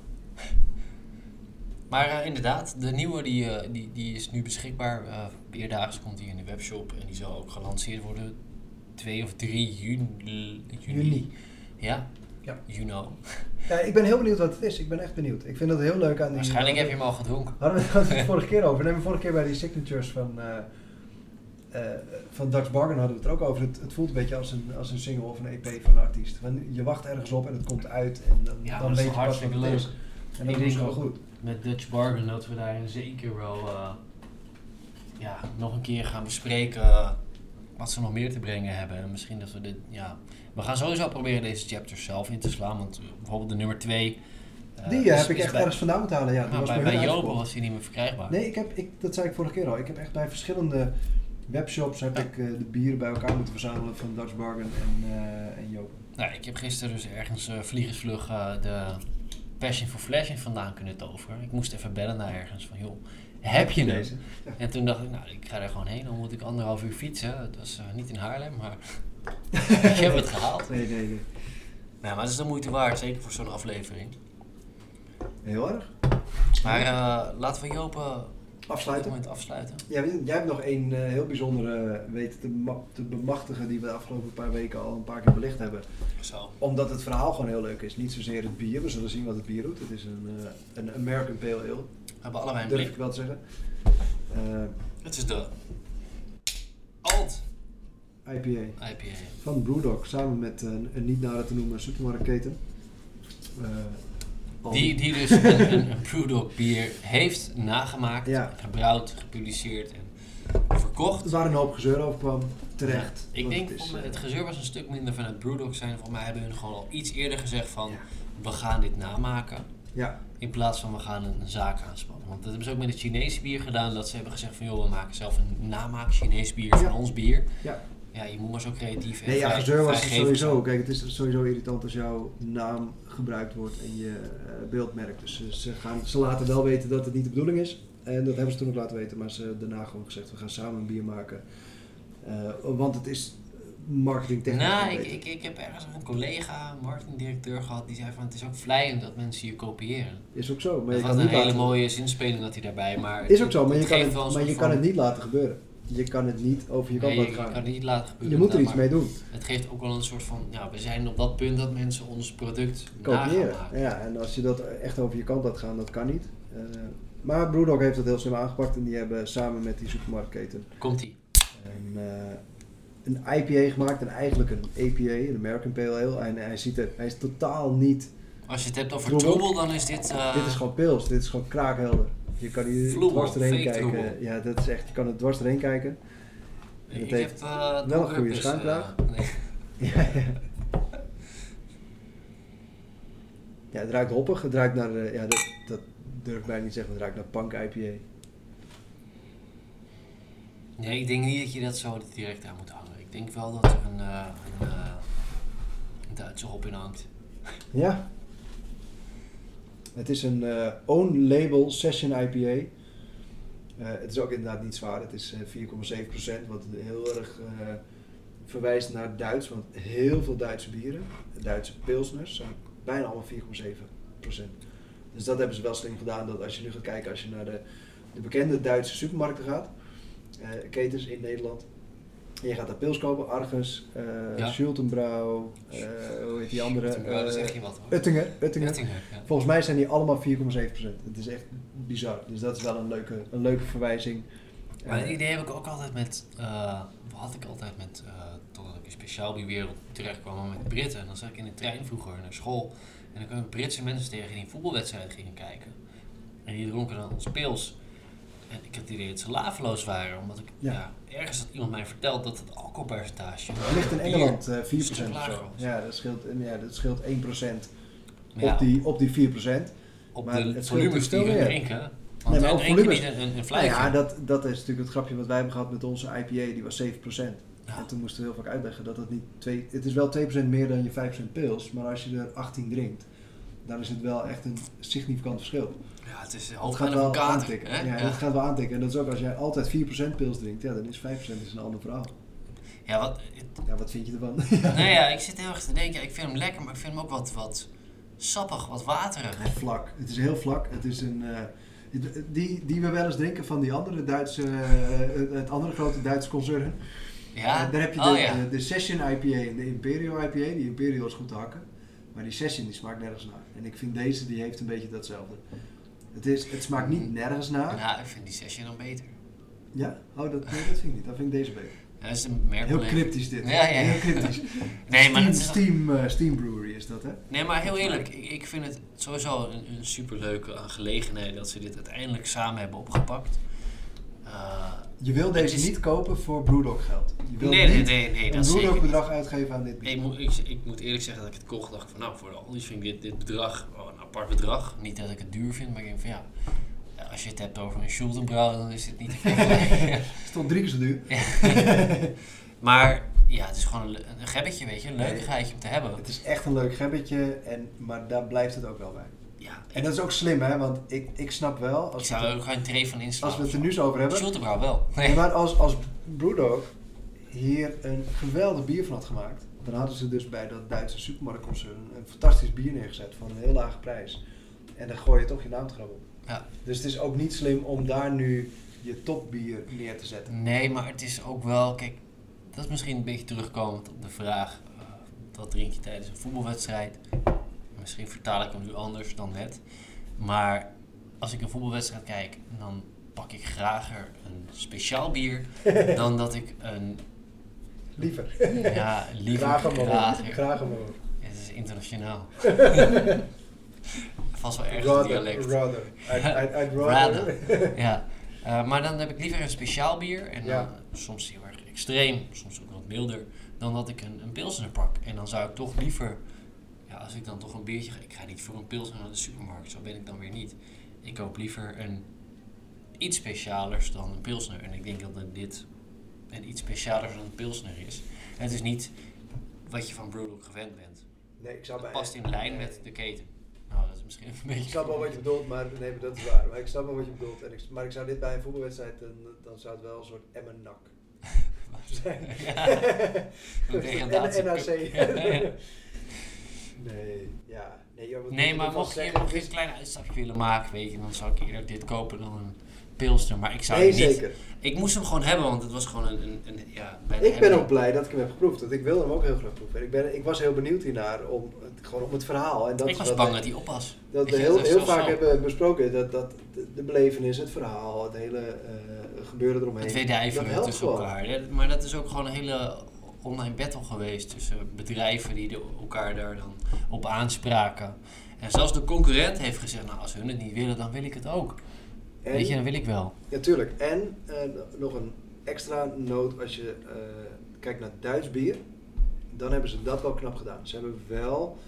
Maar uh, inderdaad, de nieuwe die, uh, die, die is nu beschikbaar. Uh, Eerdaags komt die in de webshop en die zal ook gelanceerd worden twee of drie juni. juni. Juni. Ja? Ja. You know. Ja, ik ben heel benieuwd wat het is. Ik ben echt benieuwd. Ik vind dat heel leuk aan die... Waarschijnlijk heb je hem al gedronken. Hadden we hadden we het vorige keer over. Nee, maar vorige keer bij die signatures van, uh, uh, van Dutch Bargain hadden we het er ook over. Het, het voelt een beetje als een, als een single of een E P van een artiest. Van, je wacht ergens op en het komt uit en dan, Ja, dan dat is weet je pas wat hartstikke het leuk. is. En dat Ik doen denk ze wel ook- goed. Met Dutch Bargain dat we daarin zeker wel uh, ja, nog een keer gaan bespreken uh, wat ze nog meer te brengen hebben. En misschien dat we dit, ja... We gaan sowieso proberen deze chapters zelf in te slaan, want uh, bijvoorbeeld de nummer twee... Uh, Die uh, is- heb ik is echt bij, ergens vandaan moeten halen. Ja, die nou, was bij, bij hun bij Joop uitverkocht. was die niet meer verkrijgbaar. Nee, ik heb, ik, dat zei ik vorige keer al. Ik heb echt bij verschillende webshops heb Ja. ik uh, de bieren bij elkaar moeten verzamelen van Dutch Bargain en, uh, en Joop. Nou, ik heb gisteren dus ergens uh, vliegensvlug uh, de Passion for Flashing vandaan kunnen toveren. Ik moest even bellen naar ergens van, joh, heb je hem? deze? Ja. En toen dacht ik, nou, ik ga er gewoon heen. Dan moet ik anderhalf uur fietsen. Het was uh, niet in Haarlem, maar ik heb het gehaald. Nee, nee, nee. Nou, maar het is de moeite waard, zeker voor zo'n aflevering. Heel erg. Maar uh, laten we Joop uh, op dit Afsluiten. moment afsluiten. Ja, jij hebt nog één uh, heel bijzondere weten te, ma- te bemachtigen die we de afgelopen paar weken al een paar keer belicht hebben. Zo. Omdat het verhaal gewoon heel leuk is. Niet zozeer het bier, we zullen zien wat het bier doet. Het is een, uh, een American Pale Ale, We hebben allebei een durf blik. ik wel te zeggen. Uh, Het is de Alt I P A I P A. van Brewdog samen met een, een niet nader te noemen supermarktketen. Uh, Aldi. Die, die dus een, een, een Brewdog bier heeft nagemaakt, Ja. gebrouwd, gepubliceerd en verkocht. Er waar een hoop gezeur over kwam, terecht. Ik want denk, het, is, volgens mij, het uh, gezeur was een stuk minder van het Brewdog zijn. Volgens mij hebben hun gewoon al iets eerder gezegd van, Ja. we gaan dit namaken. Ja, In plaats van we gaan een, een zaak aanspannen. Want dat hebben ze ook met het Chinese bier gedaan. Dat ze hebben gezegd van, joh, we maken zelf een namaak Chinees bier Ja. van ons bier. ja. Ja, je moet maar zo creatief en Nee, ja, vrij- gezeur was het vrijgevig sowieso. zijn. Kijk, het is sowieso irritant als jouw naam gebruikt wordt en je uh, beeldmerk. Dus uh, ze, gaan, ze laten wel weten dat het niet de bedoeling is. En dat hebben ze toen ook laten weten, maar ze hebben daarna gewoon gezegd, we gaan samen een bier maken. Uh, want het is marketingtechnisch. Nou, niet ik, beter. ik, ik heb ergens een collega, marketingdirecteur gehad, die zei van, het is ook vlijend dat mensen je kopiëren. Is ook zo, maar Dat je was kan een niet hele laten... mooie zinspeling dat hij daarbij, maar Is ook zo, maar het je kan geeft het, wel een maar soort je kan van- het niet laten gebeuren. Je kan het niet over je kant Nee, laten je gaan. kan het niet laten gebeuren. Je moet er iets maar mee doen. Het geeft ook wel een soort van, ja, we zijn op dat punt dat mensen ons product na gaan Kopiëren. maken. Ja, en als je dat echt over je kant laat gaan, dat kan niet. Uh, maar Brewdog heeft dat heel slim aangepakt en die hebben samen met die supermarktketen Komt-ie. een, uh, een I P A gemaakt en eigenlijk een A P A, een American Pale Ale. En hij ziet er, hij is totaal niet... Als je het hebt over Troebel. troebel, dan is dit... uh, Dit is gewoon pils, dit is gewoon kraakhelder. Je kan hier Vloebel, dwars doorheen fake kijken. troebel. Ja, dat is echt, je kan er dwars doorheen kijken. En ik het heb heeft uh, wel een goede dus, schuimkraag. uh, nee. Ja, ja. Ja, het ruikt hoppig. Het ruikt naar, uh, ja, dat, dat durf ik bijna niet zeggen, het ruikt naar Punk I P A. Nee, ik denk niet dat je dat zo direct aan moet hangen. Ik denk wel dat er een, uh, een, uh, een Duitse hop in hangt. Ja. Het is een uh, own label session I P A. Uh, het is ook inderdaad niet zwaar. Het is uh, vier komma zeven procent, wat heel erg uh, verwijst naar Duits. Want heel veel Duitse bieren, Duitse pilsners, zijn bijna allemaal vier komma zeven procent. Dus dat hebben ze wel slim gedaan. Dat als je nu gaat kijken, als je naar de, de bekende Duitse supermarkten gaat, uh, ketens in Nederland, en je gaat daar pils kopen, Argus, uh, ja. Schultenbrouw, uh, hoe heet die andere? Schultenbrouw, dat zeg je wat hoor. Uttinger. Uttinger. Uttinger, ja. Volgens mij zijn die allemaal vier komma zeven procent. Het is echt bizar. Dus dat is wel een leuke, een leuke verwijzing. Maar het idee heb ik ook altijd met, uh, wat had ik altijd met, uh, totdat ik in speciaal die wereld terecht kwam, maar met Britten. En dan zat ik in de trein vroeger naar school en dan kwamen Britse mensen tegen die een voetbalwedstrijd gingen kijken. En die dronken dan ons pils. En ik had het idee dat ze laveloos waren, omdat ik Ja. ja, ergens had iemand mij verteld dat het alcoholpercentage Het ligt in Engeland uh, vier procent of lager zo. was. Ja, dat scheelt, ja, dat scheelt één procent ja, op, die, op die vier procent. op maar de het volumes scheelt die dus we veel meer. drinken. Nee, Want maar we ook drinken volumes. niet een, een, een Nou fluitje. ja, dat, dat is natuurlijk het grapje wat wij hebben gehad met onze I P A, die was zeven procent. Ja. En toen moesten we heel vaak uitleggen dat het niet twee, het is wel twee procent meer dan je vijf procent pils, maar als je er achttien drinkt, dan is het wel echt een significant verschil. Ja, het is Het hoog gaat van een wel kater. aantikken. Hè? Ja, Ja. het gaat wel aantikken. En dat is ook als jij altijd vier procent pils drinkt, ja, dan is vijf procent is een ander verhaal. Ja, wat, Ja, wat vind je ervan? nee, ja, ik zit heel erg te denken, ik vind hem lekker, maar ik vind hem ook wat, wat sappig, wat waterig. Vlak. Het is heel vlak. Het is een, uh, die, die we wel eens drinken van die andere Duitse, uh, het andere grote Duitse concern. Ja? Uh, daar heb je de, oh, ja. de, de Session I P A en de Imperial I P A. Die Imperial is goed te hakken. Maar die Session die smaakt nergens naar. En ik vind deze, die heeft een beetje datzelfde. Het, is, het smaakt niet nergens naar. Ja, ik vind die session dan beter. Ja? Oh, dat, nee, dat vind ik niet. Dat vind ik deze beter. Ja, dat is een Heel merkbeleid. cryptisch dit. Ja, ja, ja. Heel cryptisch. Nee, maar Steam, het is toch- Steam, uh, Steam Brewery is dat, hè? Nee, maar heel eerlijk, ik, ik vind het sowieso een, een superleuke aangelegenheid dat ze dit uiteindelijk samen hebben opgepakt. Uh, Je wil deze is- niet kopen voor Brewdog geld. Je wil nee, nee, niet nee, nee, een dat zeker Brewdog niet. bedrag uitgeven aan dit bier. Ik moet, ik, ik moet eerlijk zeggen dat ik het kocht, dacht ik van nou, voor de Aldi's vind ik dit, dit bedrag oh, een apart bedrag. Niet dat ik het duur vind, maar ik denk van ja, ja, als je het hebt over een Schultenbrouw, dan is het niet te veel. Het stond drie keer zo duur. Maar ja, het is gewoon een, een gebbetje, weet je, een leukigheidje om te hebben. Het is echt een leuk gebbetje, en, maar daar blijft het ook wel bij. Ja, En dat is ook slim, hè? Want ik, ik snap wel, ik als, zou we, er het, ook gewoon een tree van inslaan. als we het er nu zo over hebben. Schultenbrouw wel. Nee, maar als, als Brewdog hier een geweldig bier van had gemaakt, dan hadden ze dus bij dat Duitse supermarktconcern een fantastisch bier neergezet van een heel lage prijs. En dan gooi je toch je naam erop op. Ja. Dus het is ook niet slim om daar nu je topbier neer te zetten. Nee, maar het is ook wel, kijk, dat is misschien een beetje terugkomend op de vraag, uh, wat drink je tijdens een voetbalwedstrijd? Misschien vertaal ik hem nu anders dan net. Maar als ik een voetbalwedstrijd kijk, dan pak ik grager een speciaal bier dan dat ik een, Liever. ja, liever Graag omhoog. grager. Graag omhoog. Het is internationaal. Vast wel erg Rather, dialect. rather. I'd, I'd, I'd rather. Ja, uh, maar dan heb ik liever een speciaal bier en dan, Ja. uh, soms heel erg extreem, soms ook wat milder, dan dat ik een, een pilsner pak. En dan zou ik toch liever, ja, als ik dan toch een biertje ga, ik ga niet voor een pilsner naar de supermarkt, zo ben ik dan weer niet. Ik koop liever een iets specialers dan een pilsner. En ik denk dat dit een iets specialer dan een pilsner is. En het is niet wat je van Brewdog gewend bent. Nee, ik zou Het bij... past in lijn met de keten. Nou, dat is misschien een beetje... Ik snap wel wat je bedoelt, maar nee, maar dat is waar. Maar ik snap wel wat je bedoelt. En ik, maar ik zou dit bij een voetbalwedstrijd, dan, dan zou het wel een soort Emmen-nak zijn. Ja. Een degradatie- N A C. Ja, ja. Nee, ja. Nee, joh, wat moet Nee, je maar ervan mocht je, zeggen? mocht je Het een is- klein uitstapje willen maken, weet je, dan zou ik eerder dit kopen dan een pilsner. Maar ik zou Nee, het niet... zeker. Ik moest hem gewoon hebben, want het was gewoon een... een, een ja, bijna Ik ben hebben- ook blij dat ik hem heb geproefd, want ik wil hem ook heel graag proeven. Ik, ben, ik was heel benieuwd hiernaar, om, het- gewoon om het verhaal. En dat Ik is was wat bang we- dat hij op was. Dat Weet we je, heel, dat is heel wel vaak zo. hebben besproken, dat, dat de, de belevenis, het verhaal, het hele uh, gebeuren eromheen. Het dat wedijveren helpt tussen gewoon. elkaar. Ja, maar dat is ook gewoon een hele online battle geweest tussen bedrijven die de, elkaar daar dan op aanspraken. En zelfs de concurrent heeft gezegd, nou als hun het niet willen, dan wil ik het ook. En, Weet je, dan wil ik wel. Ja, tuurlijk. En uh, nog een extra noot, als je uh, kijkt naar Duits bier, dan hebben ze dat wel knap gedaan. Ze hebben wel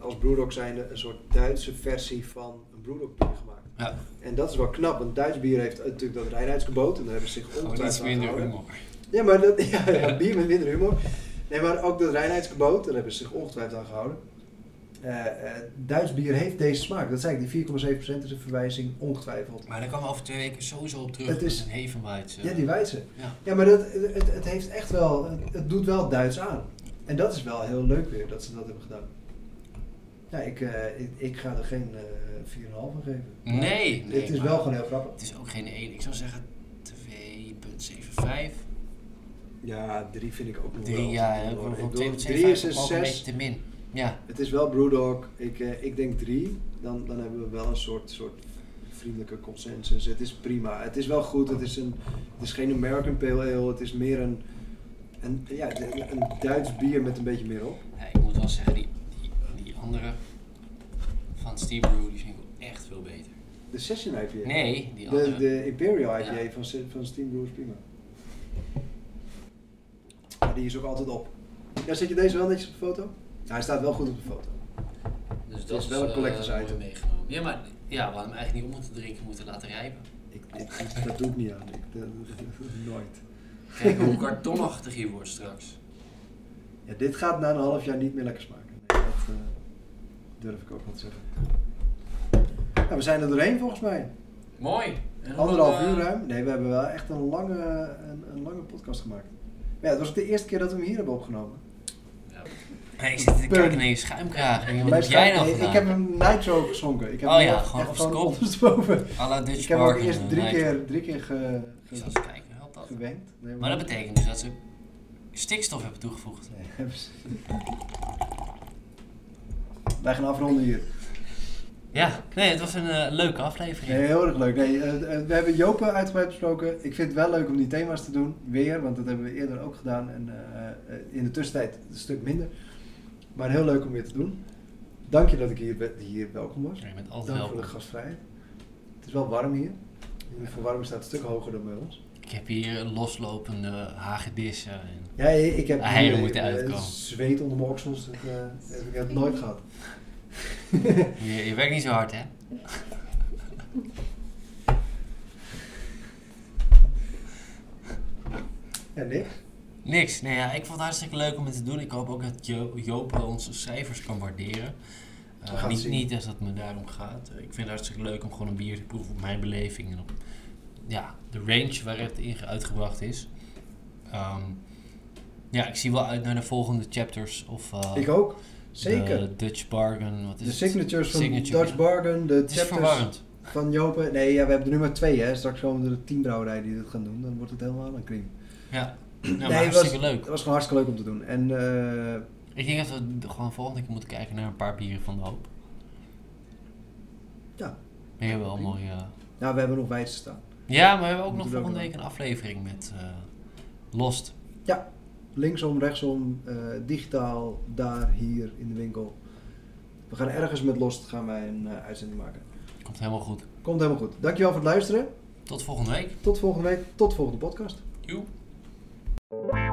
als Brewdog zijnde een soort Duitse versie van een Brewdog bier gemaakt. Ja. En dat is wel knap, want Duits bier heeft natuurlijk dat Reinheitsgebot en daar hebben ze zich Gewoon ongetwijfeld iets aan minder gehouden. humor. Ja, maar dat, ja, ja, bier met minder humor. Nee, maar ook dat Reinheitsgebot, daar hebben ze zich ongetwijfeld aan gehouden. Uh, uh, Duits bier heeft deze smaak. Dat zei ik, die vier komma zeven procent is een verwijzing, ongetwijfeld. Maar daar komen we over twee weken sowieso op terug. Het is- met een Hefeweizen. Ja, die Weidse. Ja. Ja, maar dat, het, het heeft echt wel, het, het doet wel Duits aan. En dat is wel heel leuk weer, dat ze dat hebben gedaan. Ja, ik, uh, ik, ik ga er geen uh, vier komma vijf van geven. Nee, nee. Het is maar wel gewoon heel grappig. Het is ook geen één. Ik zou zeggen twee komma zevenenvijftig. Ja, drie vind ik ook nog drie, wel. ja, Ik hè, bedoel, voor ik bedoel, twee komma drie is zevenenvijftig een ook een zes. beetje te min. Ja. Het is wel Brewdog. Ik, uh, ik denk drie. Dan, dan hebben we wel een soort, soort vriendelijke consensus. Het is prima. Het is wel goed. Het is, een, het is geen American Pale Ale. Het is meer een, een, ja, een Duits bier met een beetje meer op. Ja, ik moet wel zeggen, die, die, die andere van Steve Brew, die vind ik wel echt veel beter. De Session I P A. Nee, die andere. De, de Imperial I P A Ja. van, van Steam Brew is prima. Maar die is ook altijd op. Ja, zet je deze wel netjes op de foto? Ja, hij staat wel goed op de foto. Dus dat is wel een collectors eh, mooi item. meegenomen. Ja, maar ja, we hadden hem eigenlijk niet op moeten drinken, moeten laten rijpen. Ik, ik, dat doe ik niet aan. Ik, dat, dat- nooit. Kijk hoe kartonachtig hij wordt straks. Ja, dit gaat na een half jaar niet meer lekker smaken. Nee, dat uh, durf ik ook wel te zeggen. Nou, we zijn er doorheen volgens mij. Mooi. En Anderhalf dan, uur eh, ruim. Nee, we hebben wel echt een lange, een, een lange podcast gemaakt. Maar ja, het was ook de eerste keer dat we hem hier hebben opgenomen. Ja. Hey, ik zit te kijken naar je schuimkraag. En wat Mijn heb jij schuim- nou nee, gedaan? ik heb hem nitro geschonken. Ik heb Oh hem ja, echt gewoon op gewoon z'n kop. ondersteboven. À la Dutch Ik heb hem ook Bargain, eerst eh, drie nitro. keer, drie keer ge, Ik zal ge, eens kijken, helpt dat? gewenkt. Nee, Maar dat betekent dus dat ze stikstof hebben toegevoegd. Nee, hebben ze- Wij gaan afronden hier. Ja, nee, het was een eh, leuke aflevering. Nee, heel erg leuk. Nee, eh, eh, we hebben Jopen uitgebreid besproken. Ik vind het wel leuk om die thema's te doen. Weer, want dat hebben we eerder ook gedaan. En uh, in de tussentijd een stuk minder. Maar heel leuk om weer te doen. Dank je dat ik hier, be- hier welkom was. Ja, je bent altijd Dank welkom. voor de gastvrijheid. Het is wel warm hier. De verwarming staat een stuk hoger dan bij ons. Ik heb hier loslopende hagedissen. En... Ja, ik heb Eieren hier, moeten eh, uitkomen. zweet onder mijn oksels. Dat uh, heb ik het nooit gehad. Je, je werkt niet zo hard, hè? Ja, niks. Niks. Nee, ja, ik vond het hartstikke leuk om het te doen. Ik hoop ook dat Jo- Joop onze cijfers kan waarderen. We Uh, gaan niet, zien. niet dat het me daarom gaat. Uh, ik vind het hartstikke leuk om gewoon een bier te proeven op mijn beleving. En op ja, de range waar het in uitgebracht is. Um, ja, ik zie wel uit naar de volgende chapters. Of uh, Ik ook. Zeker. de Dutch Bargain. Wat is De het? signatures van Signature, Dutch ja. Bargain, de Het is chapters verwarrend. van Jopen. Nee, ja, we hebben er nu maar twee, hè. Straks komen er tien brouwerijen die dit gaan doen. Dan wordt het helemaal een cream. Ja, nou, maar Nee, het hartstikke was- leuk. Het was gewoon hartstikke leuk om te doen. En uh, Ik denk dat we gewoon volgende keer moeten kijken naar een paar bieren van de hoop. ja, Ben je wel mooi. Uh... nou, we hebben nog wijs staan. Ja, maar we hebben ook nog Moeten we ook volgende doen. week een aflevering met uh, Lost. Linksom, rechtsom, uh, digitaal, daar, hier, in de winkel. We gaan ergens met Lost gaan wij een uh, uitzending maken. Komt helemaal goed. Komt helemaal goed. Dankjewel voor het luisteren. Tot volgende week. Tot volgende week. Tot de volgende podcast. Joep.